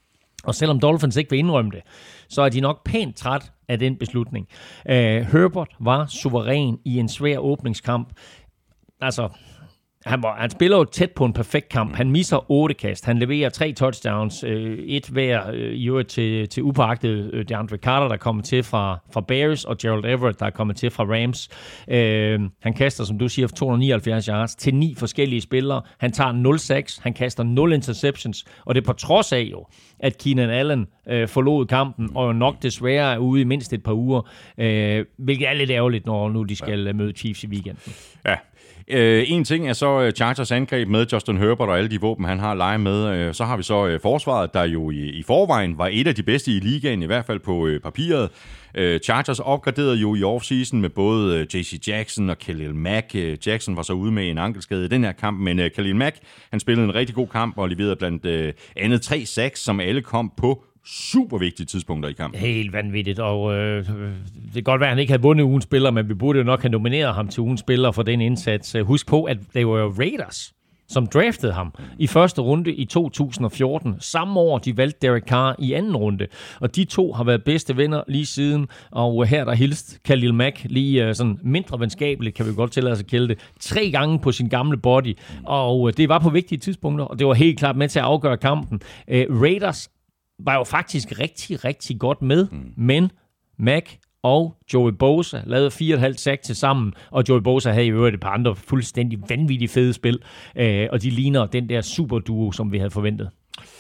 Og selvom Dolphins ikke vil indrømme det, så er de nok pænt træt af den beslutning. Uh, Herbert var suveræn i en svær åbningskamp. Altså, han, var, han spiller jo tæt på en perfekt kamp. Han misser otte kast. Han leverer tre touchdowns. Øh, et hver øh, i øvrigt til, til upåagtet øh, DeAndre Carter, der kommer til fra, fra Bears, og Gerald Everett, der er kommet til fra Rams. Øh, han kaster, som du siger, to hundrede nioghalvfjerds yards til ni forskellige spillere. Han tager nul seks. Han kaster nul interceptions. Og det er på trods af jo, at Keenan Allen øh, forlod kampen, og nok desværre er ude i mindst et par uger. Øh, hvilket er lidt ærgerligt, når nu de skal ja. møde Chiefs i weekenden. Ja. Uh, en ting er så Chargers angreb med Justin Herbert og alle de våben, han har leget med. Uh, så har vi så uh, forsvaret, der jo i, i forvejen var et af de bedste i ligaen, i hvert fald på uh, papiret. Uh, Chargers opgraderede jo i offseason med både uh, J C Jackson og Khalil Mack. Uh, Jackson var så ude med en ankelskade i den her kamp, men uh, Khalil Mack, han spillede en rigtig god kamp og leverede blandt uh, andet tre sacks, som alle kom på super vigtige tidspunkter i kampen. Helt vanvittigt, og øh, det kan godt være, at han ikke havde vundet ugens spiller, men vi burde jo nok have nomineret ham til ugens spiller for den indsats. Husk på, at det var jo Raiders, som draftede ham i første runde i to tusind og fjorten. Samme år, de valgte Derek Carr i anden runde, og de to har været bedste venner lige siden, og her der hilst Khalil Mack lige sådan mindre venskabeligt, kan vi godt tillade os at kalde det, tre gange på sin gamle body, og det var på vigtige tidspunkter, og det var helt klart med til at afgøre kampen. Raiders var jo faktisk rigtig, rigtig godt med, mm. men Mack og Joey Bosa lavede fire komma fem sack til sammen, og Joey Bosa havde i øvrigt et par andre fuldstændig vanvittige fede spil, øh, og de ligner den der superduo, som vi havde forventet.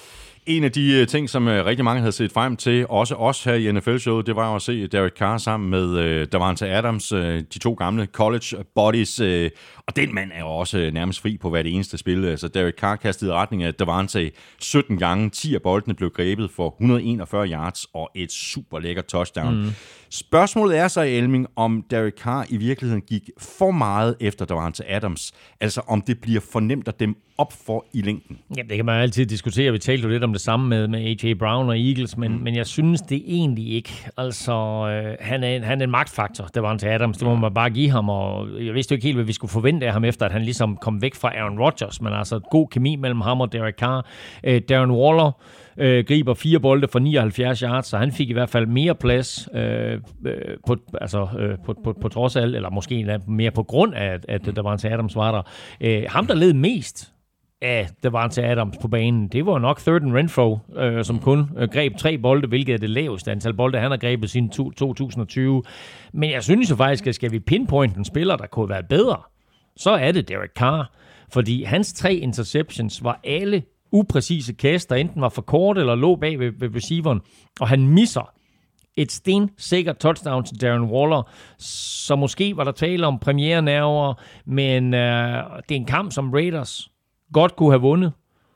En af de ting, som rigtig mange havde set frem til, også os her i N F L-showet, det var at se Derek Carr sammen med uh, Davante Adams, uh, de to gamle college buddies, uh, og den mand er jo også nærmest fri på hvert eneste spil. Altså Derek Carr kastede i retning af Davante sytten gange, ti af boldene blev grebet for et hundrede og enogfyrre yards og et super lækker touchdown. Mm. Spørgsmålet er så, Elming, om Derek Carr i virkeligheden gik for meget efter Davante Adams, altså om det bliver for nemt at dem op for i længden. Ja, det kan man altid diskutere. Vi talte jo lidt om det samme med, med A J Brown og Eagles, men, mm. men jeg synes det egentlig ikke. Altså, øh, han, er, han er en magtfaktor, Davante Adams. Det må man bare give ham, og jeg vidste jo ikke helt, hvad vi skulle forvente af ham, efter at han ligesom kom væk fra Aaron Rodgers, men altså god kemi mellem ham og Derek Carr. Øh, Darren Waller øh, griber fire bolde for nioghalvfjerds yards, så han fik i hvert fald mere plads øh, øh, på, altså, øh, på, på, på trods af, eller måske mere på grund af, at Davante Adams var der. Øh, ham, der led mest af Davante Adams på banen, det var nok Thurman Renfro, øh, som kun øh, greb tre bolde, hvilket er det laveste antal bolde, han har grebet siden to tusind og tyve. Men jeg synes jo faktisk, at skal vi pinpointe en spiller, der kunne være bedre, så er det Derek Carr. Fordi hans tre interceptions var alle upræcise kast, der enten var for kort eller lå bag ved, ved receiveren, og han misser et stensikkert touchdown til Darren Waller, så måske var der tale om premiere-nerver, men øh, det er en kamp, som Raiders godt kunne have vundet.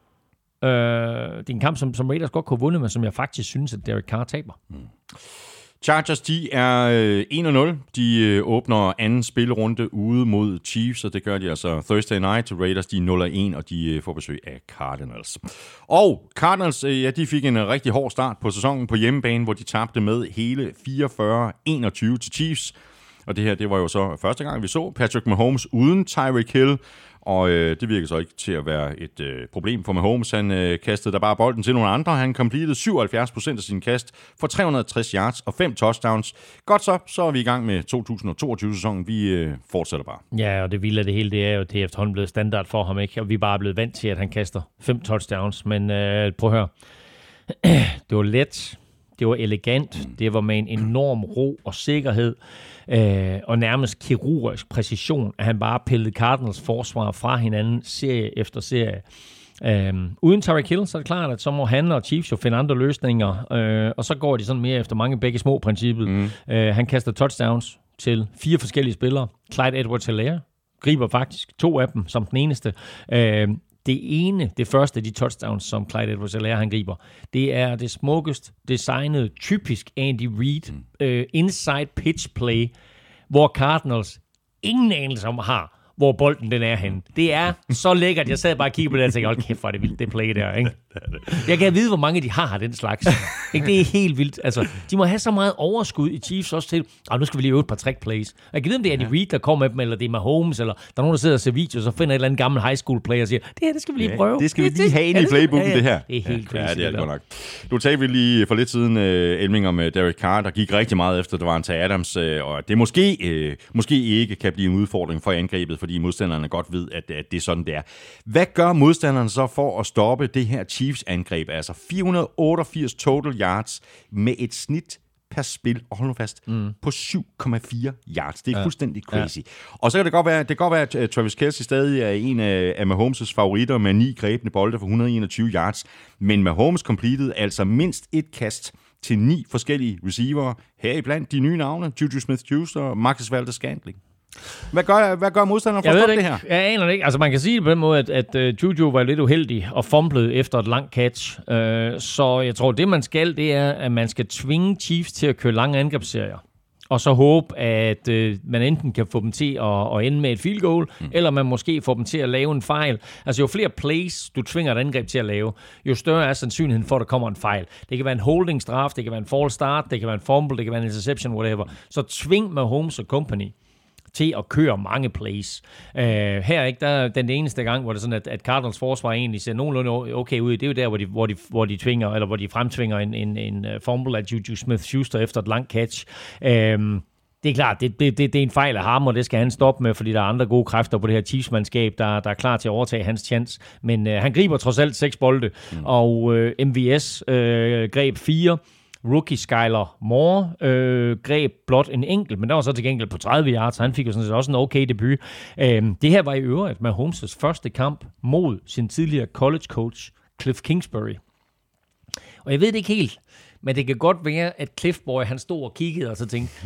Øh, det er en kamp, som, som Raiders godt kunne have vundet, men som jeg faktisk synes, at Derek Carr taber. Mm. Chargers, de er øh, en og nul. De øh, åbner anden spillerunde ude mod Chiefs, og det gør de altså Thursday night. Raiders, de er nul og en, og de øh, får besøg af Cardinals. Og Cardinals, øh, ja, de fik en rigtig hård start på sæsonen på hjemmebane, hvor de tabte med hele fireogfyrre enogtyve til Chiefs. Og det her, det var jo så første gang, vi så Patrick Mahomes uden Tyreek Hill. Og øh, det virker så ikke til at være et øh, problem for Mahomes. Han øh, kastede der bare bolden til nogle andre. Han completed syvoghalvfjerds procent af sin kast for tre hundrede og tres yards og fem touchdowns. Godt så, så er vi i gang med to tusind og toogtyve-sæsonen. Vi øh, fortsætter bare. Ja, og det vilde af det hele, det er jo, det er efterhånden blevet standard for ham, ikke? Og vi er bare blevet vant til, at han kaster fem touchdowns. Men øh, prøv at høre. Det var let. det var elegant, det var med en enorm ro og sikkerhed, øh, og nærmest kirurgisk præcision, at han bare pillede Cardinals forsvar fra hinanden serie efter serie. Øhm, uden Tyreek Hill, så er det klart, at så må han og Chiefs jo finde andre løsninger, øh, og så går de sådan mere efter mange begge små princippet. Mm. Øh, han kaster touchdowns til fire forskellige spillere. Clyde Edwards-Helaire griber faktisk to af dem som den eneste. Øh, det ene, det første af de touchdowns, som Clyde Edwards-Helaire han griber, det er det smukkest designede, typisk Andy Reid mm. øh, inside pitch play, hvor Cardinals ingen anelse om har, hvor bolden den er henne. Det er så lækkert. Jeg sad bare og kiggede på det og tænkte, hold kæft, hvor er det vildt, det play der, ikke? Jeg kan vide, hvor mange de har den slags. Ikke? Det er helt vildt. Altså, de må have så meget overskud i Chiefs også til, og nu skal vi lige øve et par trick plays. Jeg kan vide, om det er Andy Reid, der kommer med dem, eller det er Mahomes, eller der er nogen, der sidder og ser video, og så finder et eller andet gammel high school player og siger, det her, det skal vi lige prøve. Ja, det skal vi lige have ind i playbooken, det her. Det er helt crazy. Ja, det er det godt nok. Nu talte vi lige for lidt siden, uh, Elming, om uh, Derek Carr, der gik rigtig meget efter Davante Adams, uh, og det måske, uh, måske ikke kan blive en udfordring for angrebet, fordi modstanderne godt ved, at, at det er sådan, det er. Hvad gør modstanderne så for at stoppe det her Chiefs-angreb? Altså fire hundrede otteogfirs total yards med et snit per spil, og hold nu fast, mm. på syv komma fire yards. Det er ja. fuldstændig crazy. Ja. Og så kan det godt være, det kan godt være at Travis Kelce stadig er en af, af Mahomes' favoritter med ni grebne bolde for et hundrede og enogtyve yards, men Mahomes completed altså mindst et kast til ni forskellige receiver, heriblandt de nye navne, Juju Smith-Schuster og Marcus Valdes-Scantling. Hvad gør, hvad gør modstanderen for at stoppe det her? Jeg aner det ikke. Altså man kan sige det på den måde, at, at uh, Juju var lidt uheldig og fumblede efter et langt catch. Uh, så jeg tror, det man skal, det er, at man skal tvinge Chiefs til at køre lange angrebsserier. Og så håbe, at øh, man enten kan få dem til at, at ende med et field goal, mm. eller man måske får dem til at lave en fejl. Altså jo flere plays, du tvinger et angreb til at lave, jo større er sandsynligheden for, at der kommer en fejl. Det kan være en holding straf, det kan være en false start, det kan være en fumble, det kan være en interception, whatever. Så tving Mahomes og company til at køre mange plays. Uh, her ikke, der er den eneste gang, hvor det er sådan, at, at Cardinals forsvar egentlig ser nogenlunde okay ud. Det er jo der, hvor de, hvor de, hvor de tvinger, eller hvor de fremtvinger en, en, en fumble af Juju Smith-Schuster efter et langt catch. Uh, det er klart, det, det, det, det er en fejl af ham, og det skal han stoppe med, fordi der er andre gode kræfter på det her Chiefs-mandskab, der, der er klar til at overtage hans chance. Men uh, han griber trods alt seks bolde, mm. og uh, M V S uh, greb fire. Rookie Skyler Moore øh, greb blot en enkelt, men der var så til gengæld på tredive yards, så han fik jo sådan set også en okay debut. Øhm, det her var i øvrigt med Mahomes' første kamp mod sin tidligere college coach, Cliff Kingsbury. Og jeg ved det ikke helt, men det kan godt være, at Cliff Boy, han stod og kiggede og så tænkte,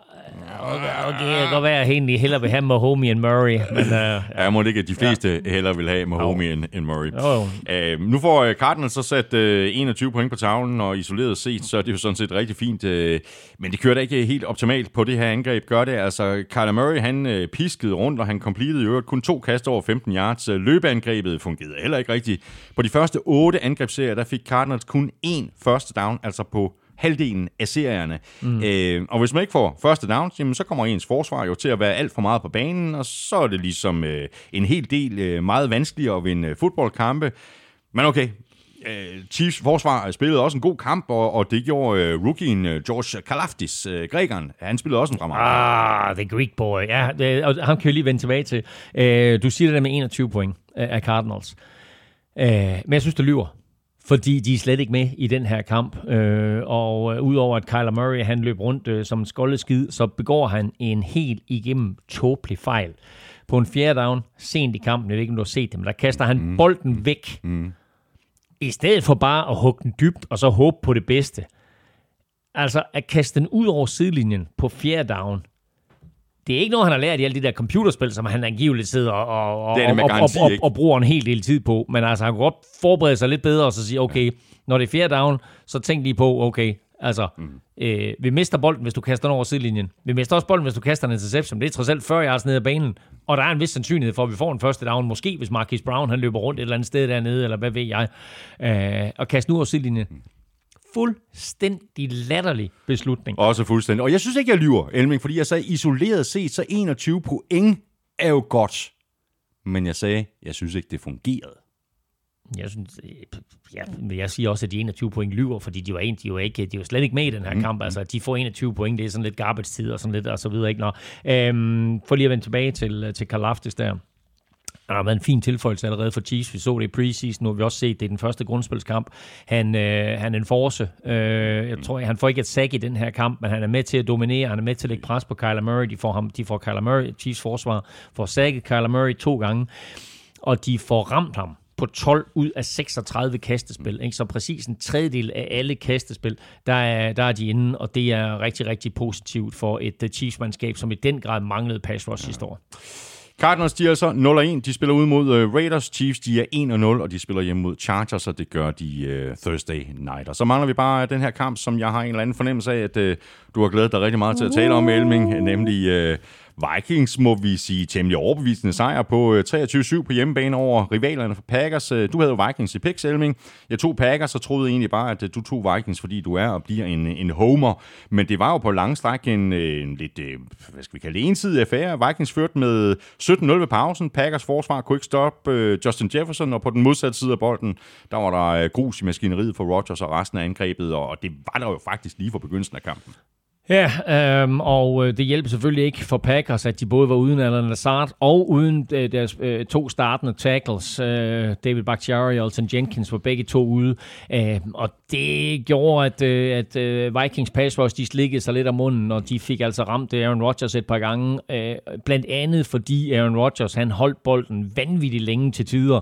okay, okay, det kan godt være, at jeg egentlig hellere vil have Mahomes end Murray. Men, uh, ja. Jeg må ikke, at de fleste ja. hellere vil have Mahomes oh. end, end Murray. Oh. Uh, nu får Cardinals så sat uh, enogtyve point på tavlen, og isoleret set, så er det jo sådan set rigtig fint. Uh, men det kører da ikke helt optimalt på det her angreb, gør det. Altså, Kyler Murray, han uh, piskede rundt, og han completed i øvrigt kun to kast over femten yards. Uh, løbeangrebet fungerede heller ikke rigtigt. På de første otte angrebsserier, der fik Cardinals kun én første down, altså på halvdelen af serierne. Mm. Øh, og hvis man ikke får første down, jamen, så kommer ens forsvar jo til at være alt for meget på banen, og så er det ligesom øh, en hel del øh, meget vanskeligere at vinde fodboldkampe. Men okay, øh, Chiefs forsvar spillede også en god kamp, og, og det gjorde øh, rookien øh, George Karlaftis, øh, grækeren. Han spillede også en fremragende. Ah, the Greek boy. Ja, det, og ham kan jeg lige vende tilbage til. Øh, du siger det der med enogtyve point af Cardinals. Øh, men jeg synes, det lyver. Fordi de er slet ikke med i den her kamp. Øh, og øh, udover at Kyler Murray han løb rundt øh, som en skoldeskid, så begår han en helt igennem tåbelig fejl. På en fjerde down, sent i kampen, jeg ved ikke, om du har set det, men der kaster han mm. bolden væk. Mm. I stedet for bare at hugge den dybt, og så håbe på det bedste. Altså at kaste den ud over sidelinjen på fjerde down, det er ikke noget, han har lært i alle de der computerspil, som han angiveligt sidder og, og, og, og, og, og, og bruger en hel del tid på. Men altså, han kan godt forberede sig lidt bedre og så sige, okay, når det er fjerde down, så tænk lige på, okay, altså, mm. øh, vi mister bolden, hvis du kaster den over sidelinjen. Vi mister også bolden, hvis du kaster en interception. Det er trods alt fyrre yards nede af banen, og der er en vis sandsynlighed for, at vi får en første down. Måske hvis Marquise Brown, han løber rundt et eller andet sted dernede, eller hvad ved jeg, øh, og kaster nu over sidelinjen. Mm. Fuldstændig latterlig beslutning. Også fuldstændig. Og jeg synes ikke, jeg lyver, Elming, fordi jeg sagde, isoleret set, så enogtyve point er jo godt. Men jeg sagde, jeg synes ikke, det fungerede. Jeg synes, ja, jeg siger også, at de enogtyve point lyver, fordi de var, en, de var, ikke, de var slet ikke med i den her mm. kamp. Altså, de får enogtyve point, det er sådan lidt garbage-tid og sådan lidt, og så videre. Ikke? Nå. Øhm, for lige at vende tilbage til, til Karlaftis der. Han har været en fin tilføjelse allerede for Chiefs. Vi så det i preseason, nu har vi også set det i den første grundspilskamp. Han, øh, han er en force. Øh, jeg tror, han får ikke et sack i den her kamp, men han er med til at dominere. Han er med til at lægge pres på Kyler Murray. De får, ham, de får Kyler Murray, Chiefs forsvar, får sacket Kyler Murray to gange, og de får ramt ham på tolv ud af seksogtredive kastespil. Ikke? Så præcis en tredjedel af alle kastespil, der er, der er de inde, og det er rigtig, rigtig positivt for et uh, Chiefs-mandskab, som i den grad manglede pass rush sidste år. Cardinals, de er altså nul og en. De spiller ud mod uh, Raiders. Chiefs, de er en og nul, og de spiller hjemme mod Chargers, og det gør de uh, Thursday night. Og så mangler vi bare den her kamp, som jeg har en eller anden fornemmelse af, at uh, du har glædet dig rigtig meget til at tale om, Elming, nemlig uh, Vikings, må vi sige, temmelig overbevisende sejr på uh, treogtyve syv på hjemmebane over rivalerne for Packers. Uh, du havde jo Vikings i picks, Elming. Jeg tog Packers og troede egentlig bare, at uh, du tog Vikings, fordi du er og bliver en, en homer. Men det var jo på lang stræk en, en lidt, uh, hvad skal vi kalde det, ensidig affære. Vikings førte med sytten nul ved pausen. Packers forsvar kunne ikke stoppe uh, Justin Jefferson, og på den modsatte side af bolden, der var der uh, grus i maskineriet for Rodgers og resten af angrebet, og det var der jo faktisk lige for begyndelsen af kampen. Ja, øhm, og det hjælper selvfølgelig ikke for Packers, at de både var uden Alan Lazard og uden øh, deres øh, to startende tackles. Øh, David Bakhtiari og Alton Jenkins var begge to ude. Øh, og det gjorde, at, øh, at øh, Vikings pass rush, de slikkede sig lidt af munden, og de fik altså ramt Aaron Rodgers et par gange. Øh, blandt andet fordi Aaron Rodgers, han holdt bolden vanvittigt længe til tider.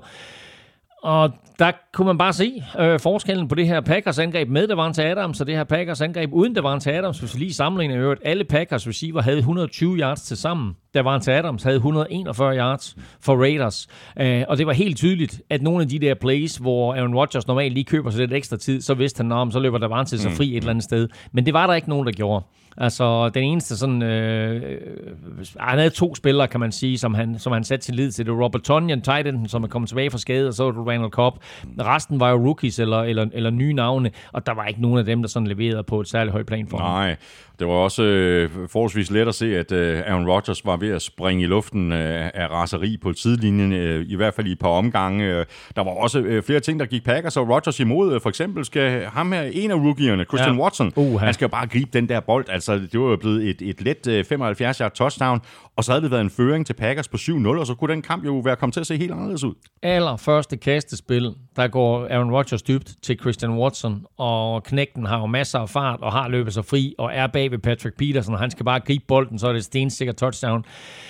Og der kunne man bare se øh, forskellen på det her Packers angreb med Davante Adams, og det her Packers angreb uden Davante Adams. Hvis vi lige sammenligner i øvrigt, alle Packers receiver havde et hundrede og tyve yards til sammen. Davante Adams havde et hundrede og enogfyrre yards for Raiders. Øh, og det var helt tydeligt, at nogle af de der plays, hvor Aaron Rodgers normalt lige køber sig lidt ekstra tid, så vidste han, om så løber Davante sig fri et eller andet sted. Men det var der ikke nogen, der gjorde. Altså, den eneste sådan... Øh, han havde to spillere, kan man sige, som han, som han satte sin lid til. Det var Robert Tonyan, tight enden, som er kommet tilbage fra skade, og så var det Randall Cobb. Resten var jo rookies eller, eller, eller nye navne, og der var ikke nogen af dem, der sådan leverede på et særligt højt plan for ham. Nej, det var også øh, forholdsvis let at se, at øh, Aaron Rodgers var ved at springe i luften øh, af raseri på sidelinjen, øh, i hvert fald i et par omgange. Øh, der var også øh, flere ting, der gik Packers og Rodgers imod. For eksempel skal ham her, en af rookierne, Christian ja. Watson, uh, han skal jo bare gribe den der bold. Altså, det var jo blevet et, et let øh, femoghalvfjerds yard touchdown, og så havde det været en føring til Packers på syv nul, og så kunne den kamp jo være kommet til at se helt anderledes ud. Allerførste kastespil, der går Aaron Rodgers dybt til Christian Watson, og knægten har jo masser af fart, og har løbet sig fri, og er bag ved Patrick Peterson, og han skal bare gribe bolden, så er det stensikker touchdown.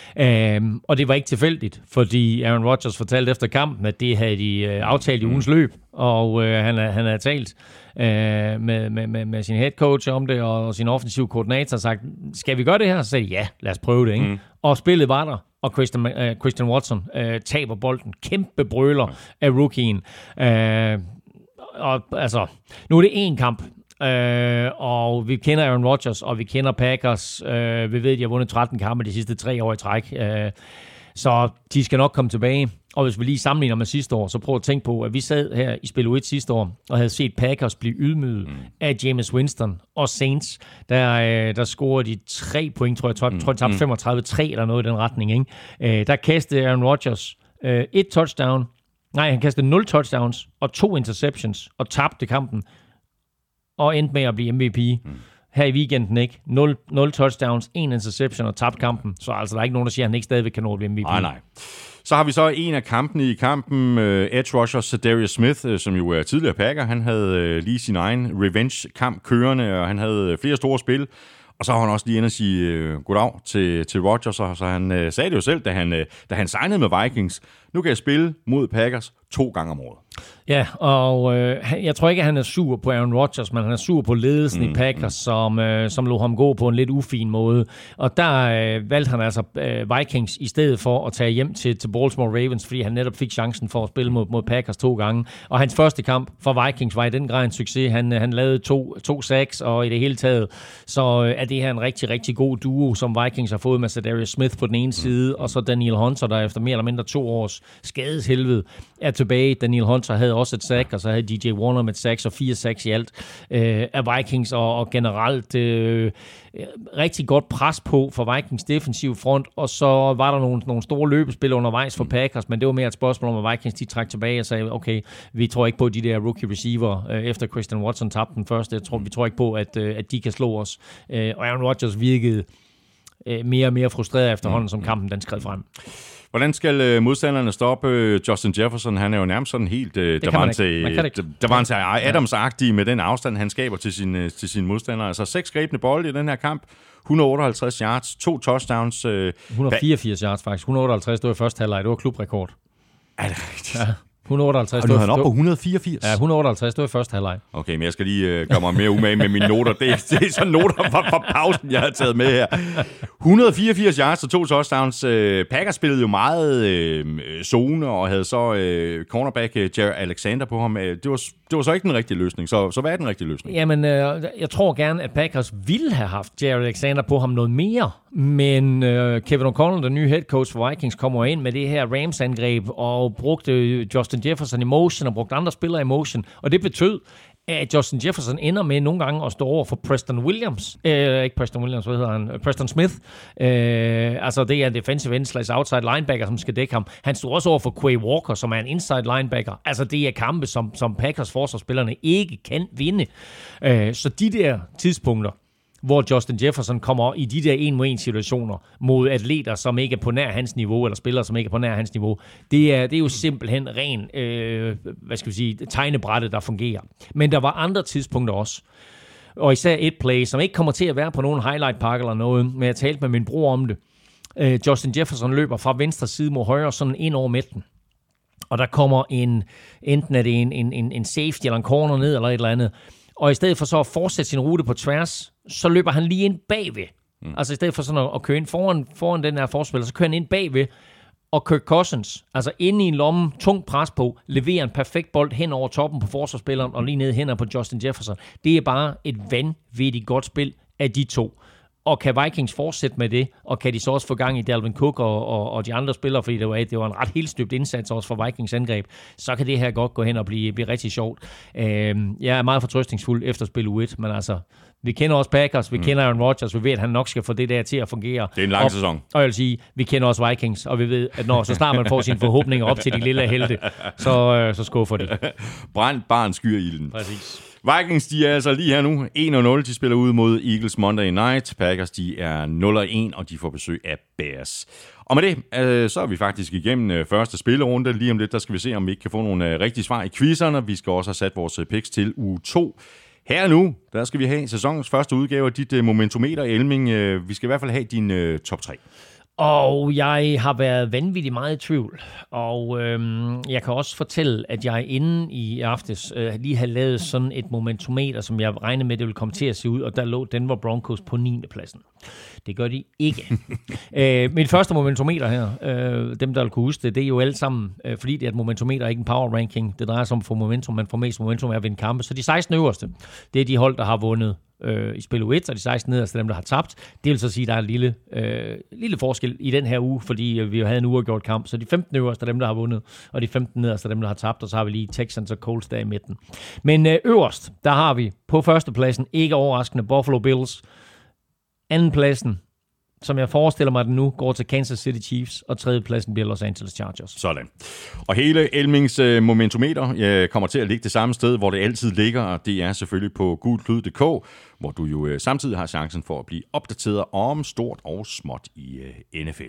Um, og det var ikke tilfældigt, fordi Aaron Rodgers fortalte efter kampen, at det havde de uh, aftalt i ugens løb, og uh, han, han havde talt uh, med, med, med sin head coach om det, og sin offensive koordinator og sagt, skal vi gøre det her? Så sagde de, ja, lad os prøve det. Ikke? Mm. Og spillet var der, og Christian, uh, Christian Watson uh, taber bolden, kæmpe brøler mm. af rookien. Uh, og altså, nu er det én kamp, Uh, og vi kender Aaron Rodgers, og vi kender Packers. Uh, vi ved, at de har vundet tretten kampe de sidste tre år i træk. Uh, så de skal nok komme tilbage. Og hvis vi lige sammenligner med sidste år, så prøv at tænke på, at vi sad her i spil et sidste år, og havde set Packers blive ydmyget mm. af Jameis Winston og Saints. Der, uh, der scorede de tre point, tror jeg. Jeg tror, de tabte femogtredive tre eller noget i den retning. Ikke? Uh, der kastede Aaron Rodgers uh, et touchdown. Nej, han kastede nul touchdowns og to interceptions og tabte kampen. Og endte med at blive M V P. Mm. Her i weekenden ikke. nul touchdowns, en interception og tabt kampen. Så altså, der er ikke nogen, der siger, at han ikke stadigvæk kan nå at blive M V P. Nej, nej. Så har vi så en af kampene i kampen. Uh, edge rusher Za'Darius Smith, uh, som jo er tidligere Packer. Han havde uh, lige sin egen revenge-kamp kørende, og han havde uh, flere store spil. Og så har han også lige inde at sige uh, goddag til, til Rodgers, så han uh, sagde det jo selv, da han, uh, da han signede med Vikings. Nu kan jeg spille mod Packers to gange om året. Ja, og øh, jeg tror ikke, at han er sur på Aaron Rodgers, men han er sur på ledelsen mm, i Packers, mm. som, øh, som lå ham gå på en lidt ufin måde. Og der øh, valgte han altså øh, Vikings i stedet for at tage hjem til, til Baltimore Ravens, fordi han netop fik chancen for at spille mod, mod Packers to gange. Og hans første kamp for Vikings var i den grad en succes. Han, han lavede to, to sacks, og i det hele taget, så øh, er det her en rigtig, rigtig god duo, som Vikings har fået med Za'Darius Smith på den ene side, og så Daniel Hunter, der efter mere eller mindre to års skadeshelvede er tilbage. Daniel Hunter havde også et sack, og så havde D J Warner med et sacks og fire sacks i alt øh, af Vikings, og, og generelt øh, rigtig godt pres på for Vikings defensiv front, og så var der nogle, nogle store løbespil undervejs for Packers, men det var mere et spørgsmål om, at Vikings de trak tilbage og sagde, okay, vi tror ikke på de der rookie receiver, øh, efter Christian Watson tabte den første. Jeg tror, vi tror ikke på, at, øh, at de kan slå os. Øh, og Aaron Rodgers virkede øh, mere og mere frustreret efterhånden, som kampen den skred frem. Hvordan skal øh, modstanderne stoppe øh, Justin Jefferson? Han er jo nærmest sådan helt øh, der var han til, der var han til Adams-agtig med den afstand, han skaber til sin, øh, til sine modstandere. Altså seks grebne bolde i den her kamp, et hundrede otteoghalvtreds yards, to touchdowns. Øh, et hundrede fireogfirs yards faktisk. et hundrede otteoghalvtreds, det var i første halvleg, det var klubrekord. Er det rigtigt? Ja. et hundrede otteoghalvtreds. Og nu er han oppe på et hundrede fireogfirs. Ja, et hundrede otteoghalvtreds, det var i første halvleg. Okay, men jeg skal lige øh, gøre mig mere umage med mine noter. Det, det er sådan noter fra, fra pausen, jeg har taget med her. et hundrede fireogfirs yards og to touchdowns. Øh, Packers spillede jo meget øh, zone og havde så øh, cornerback øh, Jaire Alexander på ham. Det var, det var så ikke den rigtige løsning. Så, så hvad er den rigtige løsning? Jamen, øh, jeg tror gerne, at Packers ville have haft Jaire Alexander på ham noget mere. Men øh, Kevin O'Connell, den nye head coach for Vikings, kommer ind med det her Rams-angreb og brugte Justin Jefferson i motion og brugte andre spillere i motion. Og det betød, at Justin Jefferson ender med nogle gange at stå over for Preston Williams. Øh, ikke Preston Williams, hvad hedder han? Preston Smith. Øh, altså det er en defensive end slash outside linebacker, som skal dække ham. Han stod også over for Quay Walker, som er en inside linebacker. Altså det er kampe, som, som Packers forsvarsspillerne ikke kan vinde. Øh, så de der tidspunkter, hvor Justin Jefferson kommer i de der en-mod-en situationer mod atleter, som ikke er på nær hans niveau, eller spillere, som ikke er på nær hans niveau, det er, det er jo simpelthen ren, øh, hvad skal vi sige, tegnebrættet, der fungerer. Men der var andre tidspunkter også, og især et play, som ikke kommer til at være på nogen highlight park eller noget, men jeg talte med min bror om det. Øh, Justin Jefferson løber fra venstre side mod højre, sådan ind over midten. Og der kommer en, enten er det en, en, en, en safety eller en corner ned, eller et eller andet, og i stedet for så at fortsætte sin rute på tværs, så løber han lige ind bagved. Mm. Altså i stedet for sådan at, at køre ind foran, foran den her forspiller, så kører han ind bagved, og Kirk Cousins, altså inde i en lomme, tung pres på, leverer en perfekt bold hen over toppen på forsvarsspilleren, og lige ned hen på Justin Jefferson. Det er bare et vanvittigt godt spil af de to. Og kan Vikings fortsætte med det, og kan de så også få gang i Dalvin Cook og, og, og de andre spillere, fordi det var, det var en ret helstøbt indsats også for Vikings angreb, så kan det her godt gå hen og blive, blive rigtig sjovt. Øh, jeg er meget fortrøstningsfuld efter spil U et, men altså, vi kender også Packers, vi mm. kender Aaron Rodgers, vi ved, at han nok skal få det der til at fungere. Det er en lang og, sæson. Og jeg vil sige, vi kender også Vikings, og vi ved, at når så snart man får sine forhåbninger op til de lille helte, så, øh, så skuffer de. Brændt barn skyer ilden. Præcis. Vikings, de er altså lige her nu en og nul. De spiller ud mod Eagles Monday Night. Packers, de er nul og en, og de får besøg af Bears. Og med det, øh, så er vi faktisk igennem øh, første spillerunde. Lige om lidt, der skal vi se, om vi ikke kan få nogle øh, rigtige svar i quizzerne. Vi skal også have sat vores øh, picks til uge to. Her nu, der skal vi have sæsonens første udgave af dit øh, momentometer, Elming. Øh, vi skal i hvert fald have din øh, top tre. Og jeg har været vanvittigt meget i tvivl, og øhm, jeg kan også fortælle, at jeg inden i aftes øh, lige har lavet sådan et momentometer, som jeg regnede med, det ville komme til at se ud, og der lå Denver Broncos på niende pladsen. Det gør de ikke. øh, mit første momentometer her, øh, dem der vil kunne huske det, det er jo alle sammen, øh, fordi det er et momentometer, ikke en power ranking. Det drejer sig om at få momentum, man får mest momentum af at vinde kampe. Så de seksten øverste, det er de hold, der har vundet øh, i spil U et, og de seksten nederste, dem der har tabt. Det vil så sige, at der er en lille, øh, lille forskel i den her uge, fordi øh, vi jo havde en uafgjort kamp. Så de femten øverste er dem, der har vundet, og de femten nederste er dem, der har tabt, og så har vi lige Texans og Colts der i midten. Men øh, øverst, der har vi på førstepladsen, ikke overraskende, Buffalo Bills. Andenpladsen, som jeg forestiller mig den nu, går til Kansas City Chiefs, og tredjepladsen bliver Los Angeles Chargers. Sådan. Og hele Elmings øh, momentometer øh, kommer til at ligge det samme sted, hvor det altid ligger, og det er selvfølgelig på gulklud punktum d k, hvor du jo øh, samtidig har chancen for at blive opdateret om stort og småt i øh, N F L.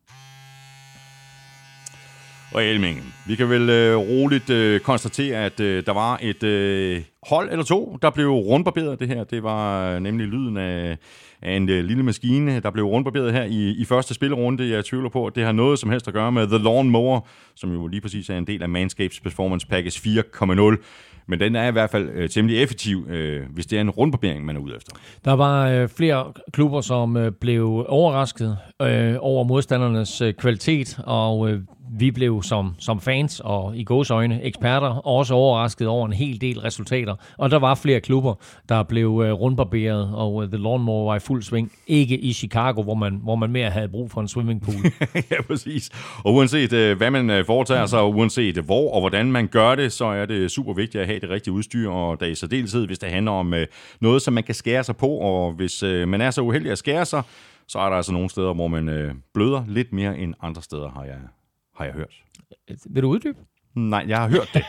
Og Elming, vi kan vel øh, roligt øh, konstatere, at øh, der var et øh, hold eller to, der blev rundbarberet det her. Det var øh, nemlig lyden af, af en øh, lille maskine, der blev rundbarberet her i, i første spillerunde. Jeg tvivler på, at det har noget som helst at gøre med The Lawnmower, som jo lige præcis er en del af Manscapes Performance Package fire punkt nul. Men den er i hvert fald øh, temmelig effektiv, øh, hvis det er en rundbarbering, man er ude efter. Der var øh, flere klubber, som øh, blev overrasket øh, over modstandernes øh, kvalitet, og øh, vi blev som, som fans og i gåseøjne eksperter også overrasket over en hel del resultater. Og der var flere klubber, der blev øh, rundbarberet, og øh, The Lawnmower var i fuld sving. Ikke i Chicago, hvor man, hvor man mere havde brug for en swimmingpool. Ja, præcis. Og uanset øh, hvad man øh, foretager sig, og uanset hvor og hvordan man gør det, så er det super vigtigt at have det rigtige udstyr, og der i særdeleshed, hvis det handler om øh, noget, som man kan skære sig på, og hvis øh, man er så uheldig at skære sig, så er der altså nogle steder, hvor man øh, bløder lidt mere end andre steder, har jeg, har jeg hørt. Vil du uddybe? Nej, jeg har hørt det.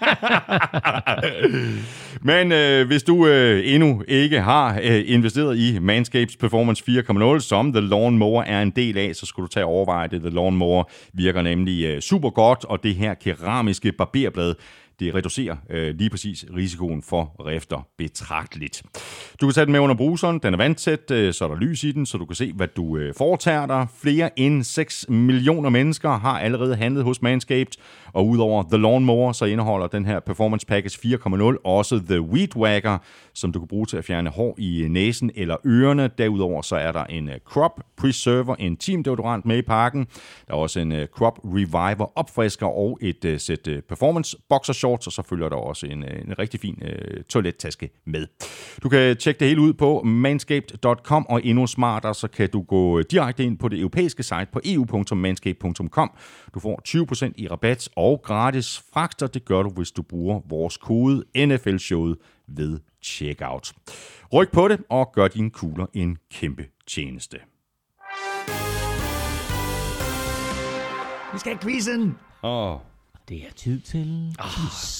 Men øh, hvis du øh, endnu ikke har øh, investeret i Manscapes Performance fire punkt nul, som The Lawn Mower er en del af, så skulle du tage og overveje det. The Lawn Mower virker nemlig øh, super godt, og det her keramiske barberblad, det reducerer øh, lige præcis risikoen for rifter betragteligt. Du kan tage den med under bruseren, den er vandtæt, øh, så er der lys i den, så du kan se, hvad du øh, foretager dig. Flere end seks millioner mennesker har allerede handlet hos Manscaped, og udover The Lawn Mower, så indeholder den her Performance Package fire punkt nul også The Weed Whacker, som du kan bruge til at fjerne hår i næsen eller ørerne. Derudover så er der en uh, Crop Preserver, en team deodorant med i pakken. Der er også en uh, Crop Reviver opfrisker og et uh, sæt uh, Performance Boxer Shorts, og så følger der også en, uh, en rigtig fin uh, toilettaske med. Du kan tjekke det hele ud på manscaped punktum com, og endnu smartere, så kan du gå direkte ind på det europæiske site på e u punktum manscaped punktum com. Du får tyve procent i rabat og gratis fragt, og det gør du, hvis du bruger vores kode N F L-showet ved checkout. Ryk på det og gør dine kugler en kæmpe tjeneste. Vi skal have quizzen. Åh. Det er tid til... Oh.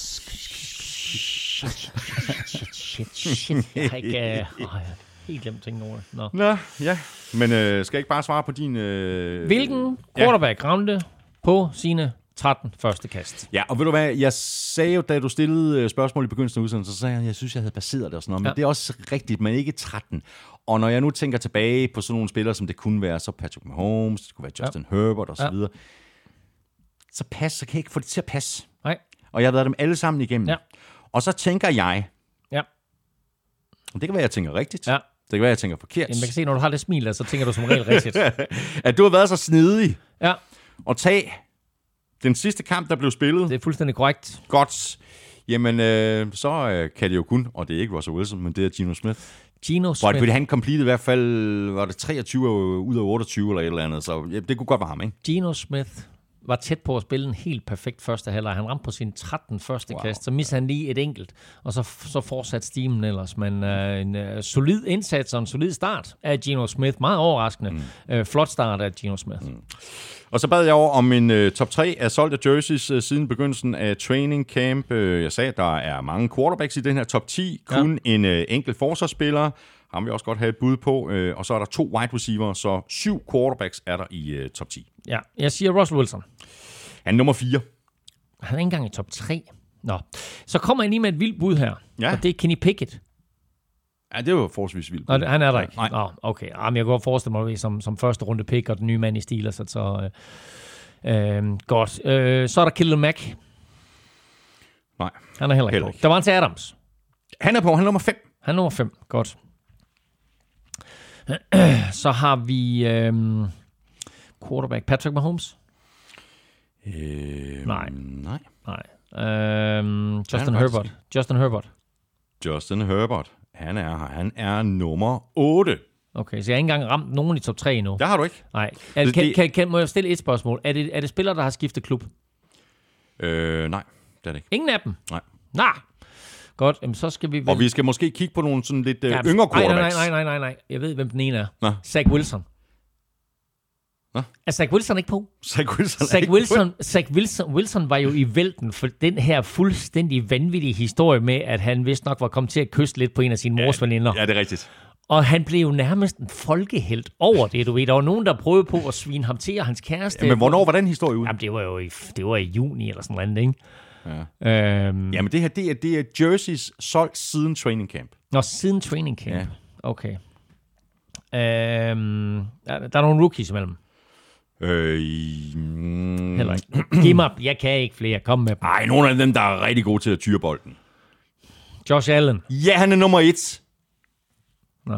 Shit, shit, shit. Jeg har ikke... Uh... Oh, jeg har helt glemt tingene over det. Nå. Nå, ja. Men øh, skal jeg ikke bare svare på din... Øh... Hvilken quarterback ja. ramte på sine tretten første kast? Ja, og ved du hvad, jeg sagde jo, da du stillede spørgsmål i begyndelsen af udsendelsen, så sagde jeg, at jeg synes, jeg havde baseret det og sådan noget, men ja. det er også rigtigt, men ikke tretten. Og når jeg nu tænker tilbage på sådan nogle spillere, som det kunne være, så Patrick Mahomes, det kunne være Justin ja. Herbert og så ja. videre, så pas, så kan jeg ikke få det til at passe. Nej. Og jeg har været dem alle sammen igennem. Ja. Og så tænker jeg, ja. det kan være, jeg tænker rigtigt. Ja. Det kan være, jeg tænker forkert. Jamen, man kan se, når du har det smil, så tænker du som regel rigtigt. At du har været så snedig ja. og tage den sidste kamp, der blev spillet. Det er fuldstændig korrekt. Godt. Jamen, øh, så øh, kan det jo kun, og det er ikke Russell Wilson, men det er Geno Smith. Geno Smith. Hvor han completed i hvert fald, var det treogtyve ud af otteogtyve eller et eller andet, så ja, det kunne godt være ham, ikke? Geno Smith var tæt på at spille en helt perfekt første halvleg. Han ramte på sin tretten første wow. kast, så missede han lige et enkelt, og så, så fortsatte stimen ellers. Men uh, en uh, solid indsats og en solid start af Geno Smith. Meget overraskende. Mm. Uh, flot start af Geno Smith. Mm. Og så bad jeg over om en uh, top tre af solgte jerseys uh, siden begyndelsen af training camp. Uh, jeg sagde, at der er mange quarterbacks i den her top ti. Kun ja. en uh, enkelt forsvarsspiller. Ham vil jeg også godt have et bud på. Uh, og så er der to wide receiver, så syv quarterbacks er der i uh, top ti. Ja, jeg siger Russell Wilson. Han er nummer fire. Han er ikke engang i top tre. Nå, så kommer jeg lige med et vildt bud her. Ja. Og det er Kenny Pickett. Ja, det var forholdsvis vildt. Og han er der ikke? Nej. Nå, okay. Jamen, jeg kan godt forestille mig, som, som første runde pick og den nye mand i Steelers. Så, så øh, øh, godt. Øh, så er der Khalil Mack. Nej. Han er heller ikke, heller ikke. Der var en til Adams. Han er på. Han er nummer fem. Han er nummer fem. Godt. Så har vi øh, quarterback Patrick Mahomes. Øh, nej. Nej. Nej. Øh, Justin Herbert. Justin Herbert. Justin Herbert. Han er han er nummer otte. Okay, så jeg har ikke engang ramt nogen i top tre endnu. Der har du ikke. Nej. Er, det, kan, kan, kan, må jeg stille et spørgsmål? Er det, er det spillere, der har skiftet klub? Øh, nej, det er det ikke. Ingen af dem? Nej. Nej. Godt, jamen så skal vi vel... Og vi skal måske kigge på nogle sådan lidt ja, øh, yngre quarterbacks. Nej, nej, nej, nej, nej. Jeg ved, hvem den ene er. Nå. Zach Wilson. Nå? Er Zach Wilson ikke på? Zach Wilson Zach Wilson, på? Zach Wilson, Wilson var jo i vælten for den her fuldstændig vanvittige historie med, at han vist nok var kommet til at kysse lidt på en af sine mors veninder. Ja, det er rigtigt. Og han blev jo nærmest en folkehelt over det, du ved. Der var nogen, der prøvede på at svine ham til, og hans kæreste... Ja, men hvornår var den historie ude? Jamen, det var jo i, det var i juni eller sådan noget, ikke? Ja. Øhm. Jamen, det her, det er, det er jerseys solgt siden training camp. Nå, siden training camp. Ja. Okay. Øhm, der, der er nogle rookies imellem. Øh, mm, Heller ikke. Giv mig, jeg kan ikke flere. Kom med dem. Ej, nogle af dem, der er rigtig gode til at tyre bolden. Josh Allen. Ja, han er nummer et. Nå.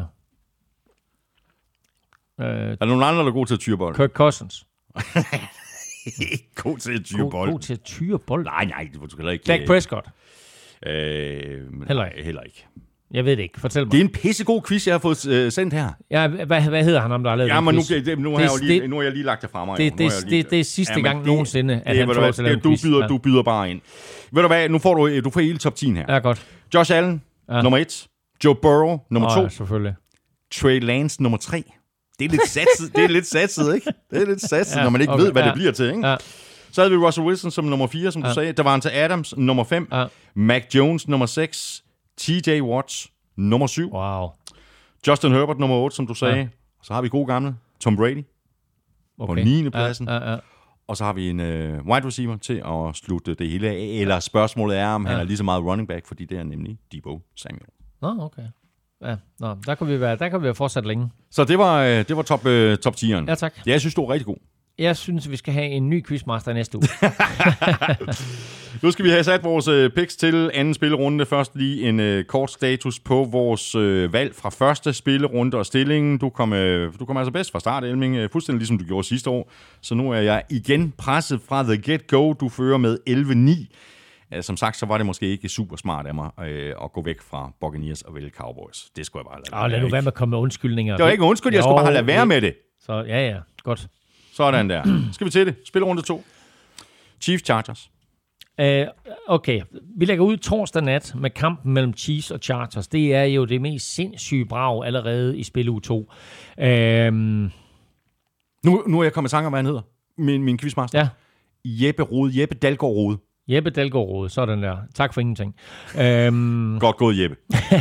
Øh, er der nogen andre, der er gode til at tyre bolden? Kirk Cousins. Ikke god til at tyre god, bolden. God til at tyre bolden? Nej, nej, det skal ikke. Dak Prescott. Øh, men heller ikke. Heller ikke. Jeg ved det ikke. Fortæl mig. Det er en pissegod quiz, jeg har fået øh, sendt her. Ja, hvad, hvad hedder han, om der har lavet ja, den men nu, quiz? det, nu, har jeg jo lige, nu har jeg lige lagt det fra mig. Det, det, det, lige, det, det er sidste ja, gang det, nogensinde, at det, han får lov til at lave en du quiz. byder, ja. du byder bare ind. Ved du hvad, nu får du, du får hele top ti her. Ja, godt. Josh Allen, ja. nummer et. Joe Burrow, nummer oh, to. Ja, selvfølgelig. Trey Lance, nummer tre. Det er lidt satset, det er lidt satset, ikke? Det er lidt satset, ja, når man ikke okay, ved, hvad ja. det bliver til, ikke? Ja. Så havde vi Russell Wilson som nummer fire, som Ja. du sagde. Davante Adams, nummer fem. Ja. Mac Jones, nummer seks. T J Watt, nummer syv. Wow. Justin Herbert, nummer otte, som du sagde. Ja. Så har vi gode gamle Tom Brady Okay. på niende pladsen. Ja, ja, ja. Og så har vi en uh, wide receiver til at slutte det hele af. Eller spørgsmålet er, om ja. han er lige så meget running back, fordi det er nemlig Deebo Samuel. Nå, okay. Ja, nå, der kan vi være, der kan vi være fortsat længe. Så det var, uh, det var top, uh, top tieren. Ja, tak. Ja, jeg synes, du var rigtig god. Jeg synes, vi skal have en ny quizmaster næste uge. Nu skal vi have sat vores øh, picks til anden spillerunde. Først lige en øh, kort status på vores øh, valg fra første spillerunde og stillingen. Du kom, øh, du kom altså bedst fra start, Elming, øh, fuldstændig ligesom du gjorde sidste år. Så nu er jeg igen presset fra the get-go. Du fører med elleve ni. Øh, som sagt, så var det måske ikke super smart af mig øh, at gå væk fra Buccaneers og vælge Cowboys. Det skulle jeg bare lade Åh, lad nu være med at komme med undskyldninger. Det var ikke undskyld, jeg skulle bare lade være med det. Så ja, ja, godt. Sådan der. Skal vi til det? Spillerunde to. Chiefs Chargers. Uh, okay, vi lægger ud torsdag nat med kampen mellem Chiefs og Chargers. Det er jo det mest sindssyge brag allerede i spil uge to. Uh, Nu, nu er jeg kommet i tanke om, hvad han hedder. Min, min quizmaster. Ja. Jeppe Rode. Jeppe Dalgaard Rode. Jeppe Dalgaard Rode, sådan der. Tak for ingenting. Um, Godt gået, Jeppe.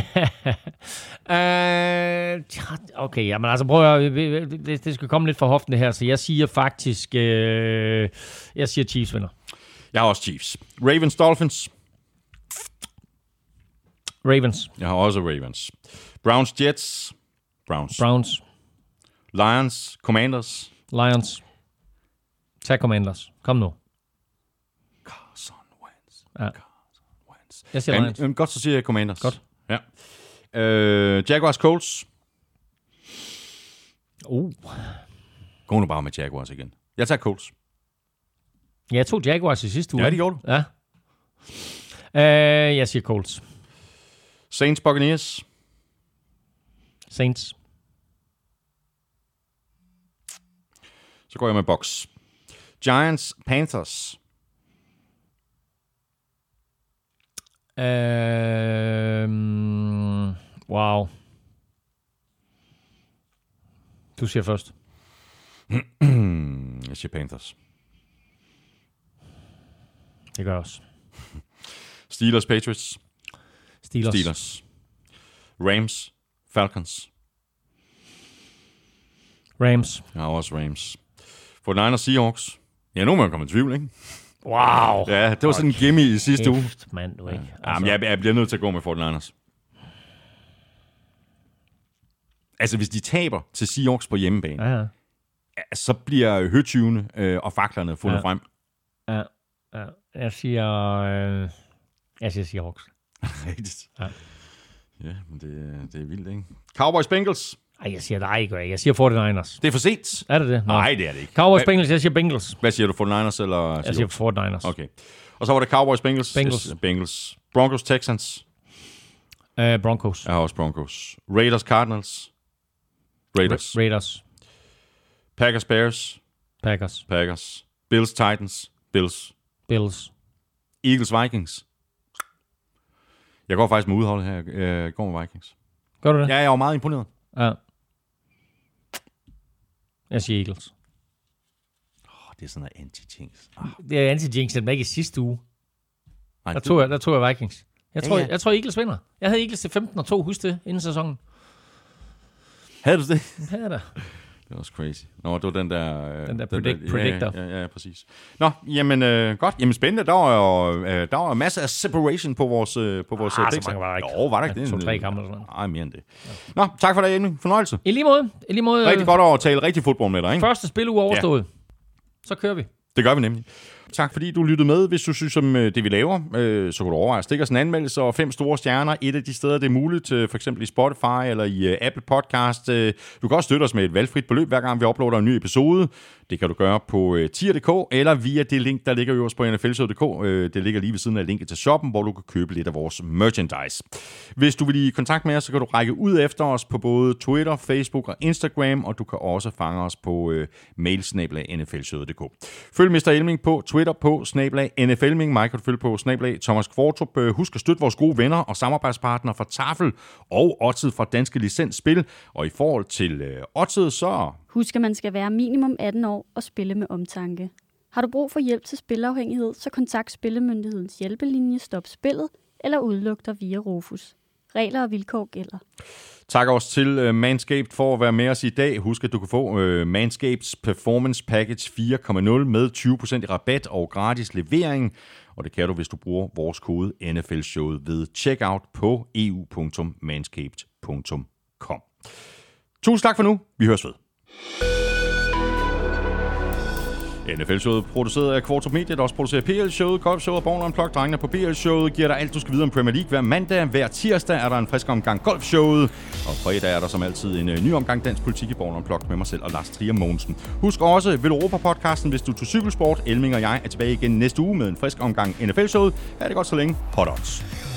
uh, okay, jamen altså prøv at, det, det skal komme lidt fra hoften det her, så jeg siger faktisk, uh, jeg siger Chiefs vinder. Jeg har også Chiefs. Ravens Dolphins. Ravens. Jeg har også Ravens. Browns Jets. Browns. Browns. Lions Commanders. Lions. Tag Commanders. Kom nu. Carson Wentz. Ja. Carson Wentz. Jeg siger Lions. Men, godt, så siger jeg Commanders. Godt. Ja. Øh, Jaguars Colts. Uh. Gå nu bare med Jaguars igen. Jeg tager Colts. Ja, jeg tog Jaguars i sidste uge. Ja, det gjorde du. Ja. Uh, jeg siger Colts. Saints Buccaneers. Saints. Så går jeg med Bucks. Giants Panthers. Uh, wow. Du siger først. Jeg siger Panthers. Det gør jeg også. Steelers Patriots. Steelers. Steelers. Rams Falcons. Rams. Jeg har også Rams. forty-niners Seahawks. Ja, nu må man komme i tvivl, ikke? Wow. Ja, det var sådan en gimme i sidste uge. Kæft, mand, du ikke. Ja, altså. jeg, jeg bliver nødt til at gå med forty-niners. Altså, hvis de taber til Seahawks på hjemmebane, Ja, ja. så bliver høtyvene øh, og faklerne fundet Ja. frem. Ja, ja. Jeg siger... Øh, jeg siger Seahawks. Rigtigt. Ja. Ja, men det, det er vildt, ikke? Cowboys Bengals. Ej, jeg siger dig ikke. Jeg siger forty-niners. Det er for sent. Er det det? Nå. Nej, det er det ikke. Cowboys Hvad, Bengals. Jeg siger Bengals. hvad siger du, forty-niners eller Jeg Seahawks? siger forty-niners. Okay. Og så var det Cowboys Bengals. Bengals. Yes, Bengals. Broncos Texans. Uh, Broncos. Jeg har også Broncos. Raiders Cardinals. Raiders. Ra- Raiders. Packers Bears. Packers. Packers. Bills Titans. Bills. Bills. Eagles Vikings. Jeg går faktisk med udholdet her. Jeg går med Vikings. Gør du det? Ja, jeg var meget imponeret. Ja. Jeg siger Eagles. Oh, det er sådan noget anti-jinx. Ah, Det er anti-jinx, den var ikke i sidste uge. nej, Der du- tog jeg, der tog jeg Vikings. Jeg tror, Ja, ja, ja. jeg tror Eagles vinder. Jeg havde Eagles til femten og to, husk det, inden sæsonen. Havde du det? Ja, der. Det var også crazy. Nå, det var den der... øh, Den der predict- predictor. Ja, ja, ja, præcis. Nå, jamen øh, godt. Jamen spændende. Der var jo øh, der var masser af separation på vores øh, på vores Ah, øh, så picks. mange var der ikke. Jo, var der ikke Ja, det? to-tre kampe eller sådan noget. Nej, mere end det. Nå, tak for det, Emil. Fornøjelse. I lige måde. I lige måde. Rigtig godt at tale rigtig fodbold med dig, ikke? Første spiluge overstået. Så kører vi. Det gør vi nemlig. Tak fordi du lyttede med. Hvis du synes om det, vi laver, øh, så kan du overveje at stikke os en anmeldelse og fem store stjerner. Et af de steder, det er muligt, øh, for eksempel i Spotify eller i øh, Apple Podcast. Øh, du kan også støtte os med et valgfrit beløb, hver gang vi uploader en ny episode. Det kan du gøre på øh, tier punktum d k eller via det link, der ligger øverst på N F L punktum d k. Øh, det ligger lige ved siden af linket til shoppen, hvor du kan købe lidt af vores merchandise. Hvis du vil i kontakt med os, så kan du række ud efter os på både Twitter, Facebook og Instagram, og du kan også fange os på øh, mail snabel-a N F L punktum d k. Følg mister Elming på Twitter på snabel-a N F L Elming. Mig kan du følge på snabel-a Thomas Kvartrup. Øh, Husk at støtte vores gode venner og samarbejdspartnere fra Tafel og Odset fra Danske Licens Spil. Og i forhold til øh, Odset, så... Husk, at man skal være minimum atten år og spille med omtanke. Har du brug for hjælp til spilafhængighed, så kontakt Spillemyndighedens hjælpelinje Stop Spillet eller udluk dig via Rufus. Regler og vilkår gælder. Tak også til uh, Manscaped for at være med os i dag. Husk, at du kan få uh, Manscapeds Performance Package fire komma nul med tyve procent i rabat og gratis levering. Og det kan du, hvis du bruger vores kode N F L Showet ved checkout på e u punktum manscaped punktum com. Tusind tak for nu. Vi høres ved. N F L-showet produceret af Kvartrup Media, der også producerer P L-showet, Golf-showet og Born Unplugged. Drengene på P L-showet giver dig alt, du skal vide om Premier League hver mandag. Hver tirsdag er der en frisk omgang Golf-showet. Og fredag er der som altid en ny omgang dansk politik i Born Unplugged med mig selv og Lars Trier Mogensen. Husk også Veloropa-podcasten, hvis du er til cykelsport. Elming og jeg er tilbage igen næste uge med en frisk omgang N F L-showet. Er det godt så længe. Hot odds.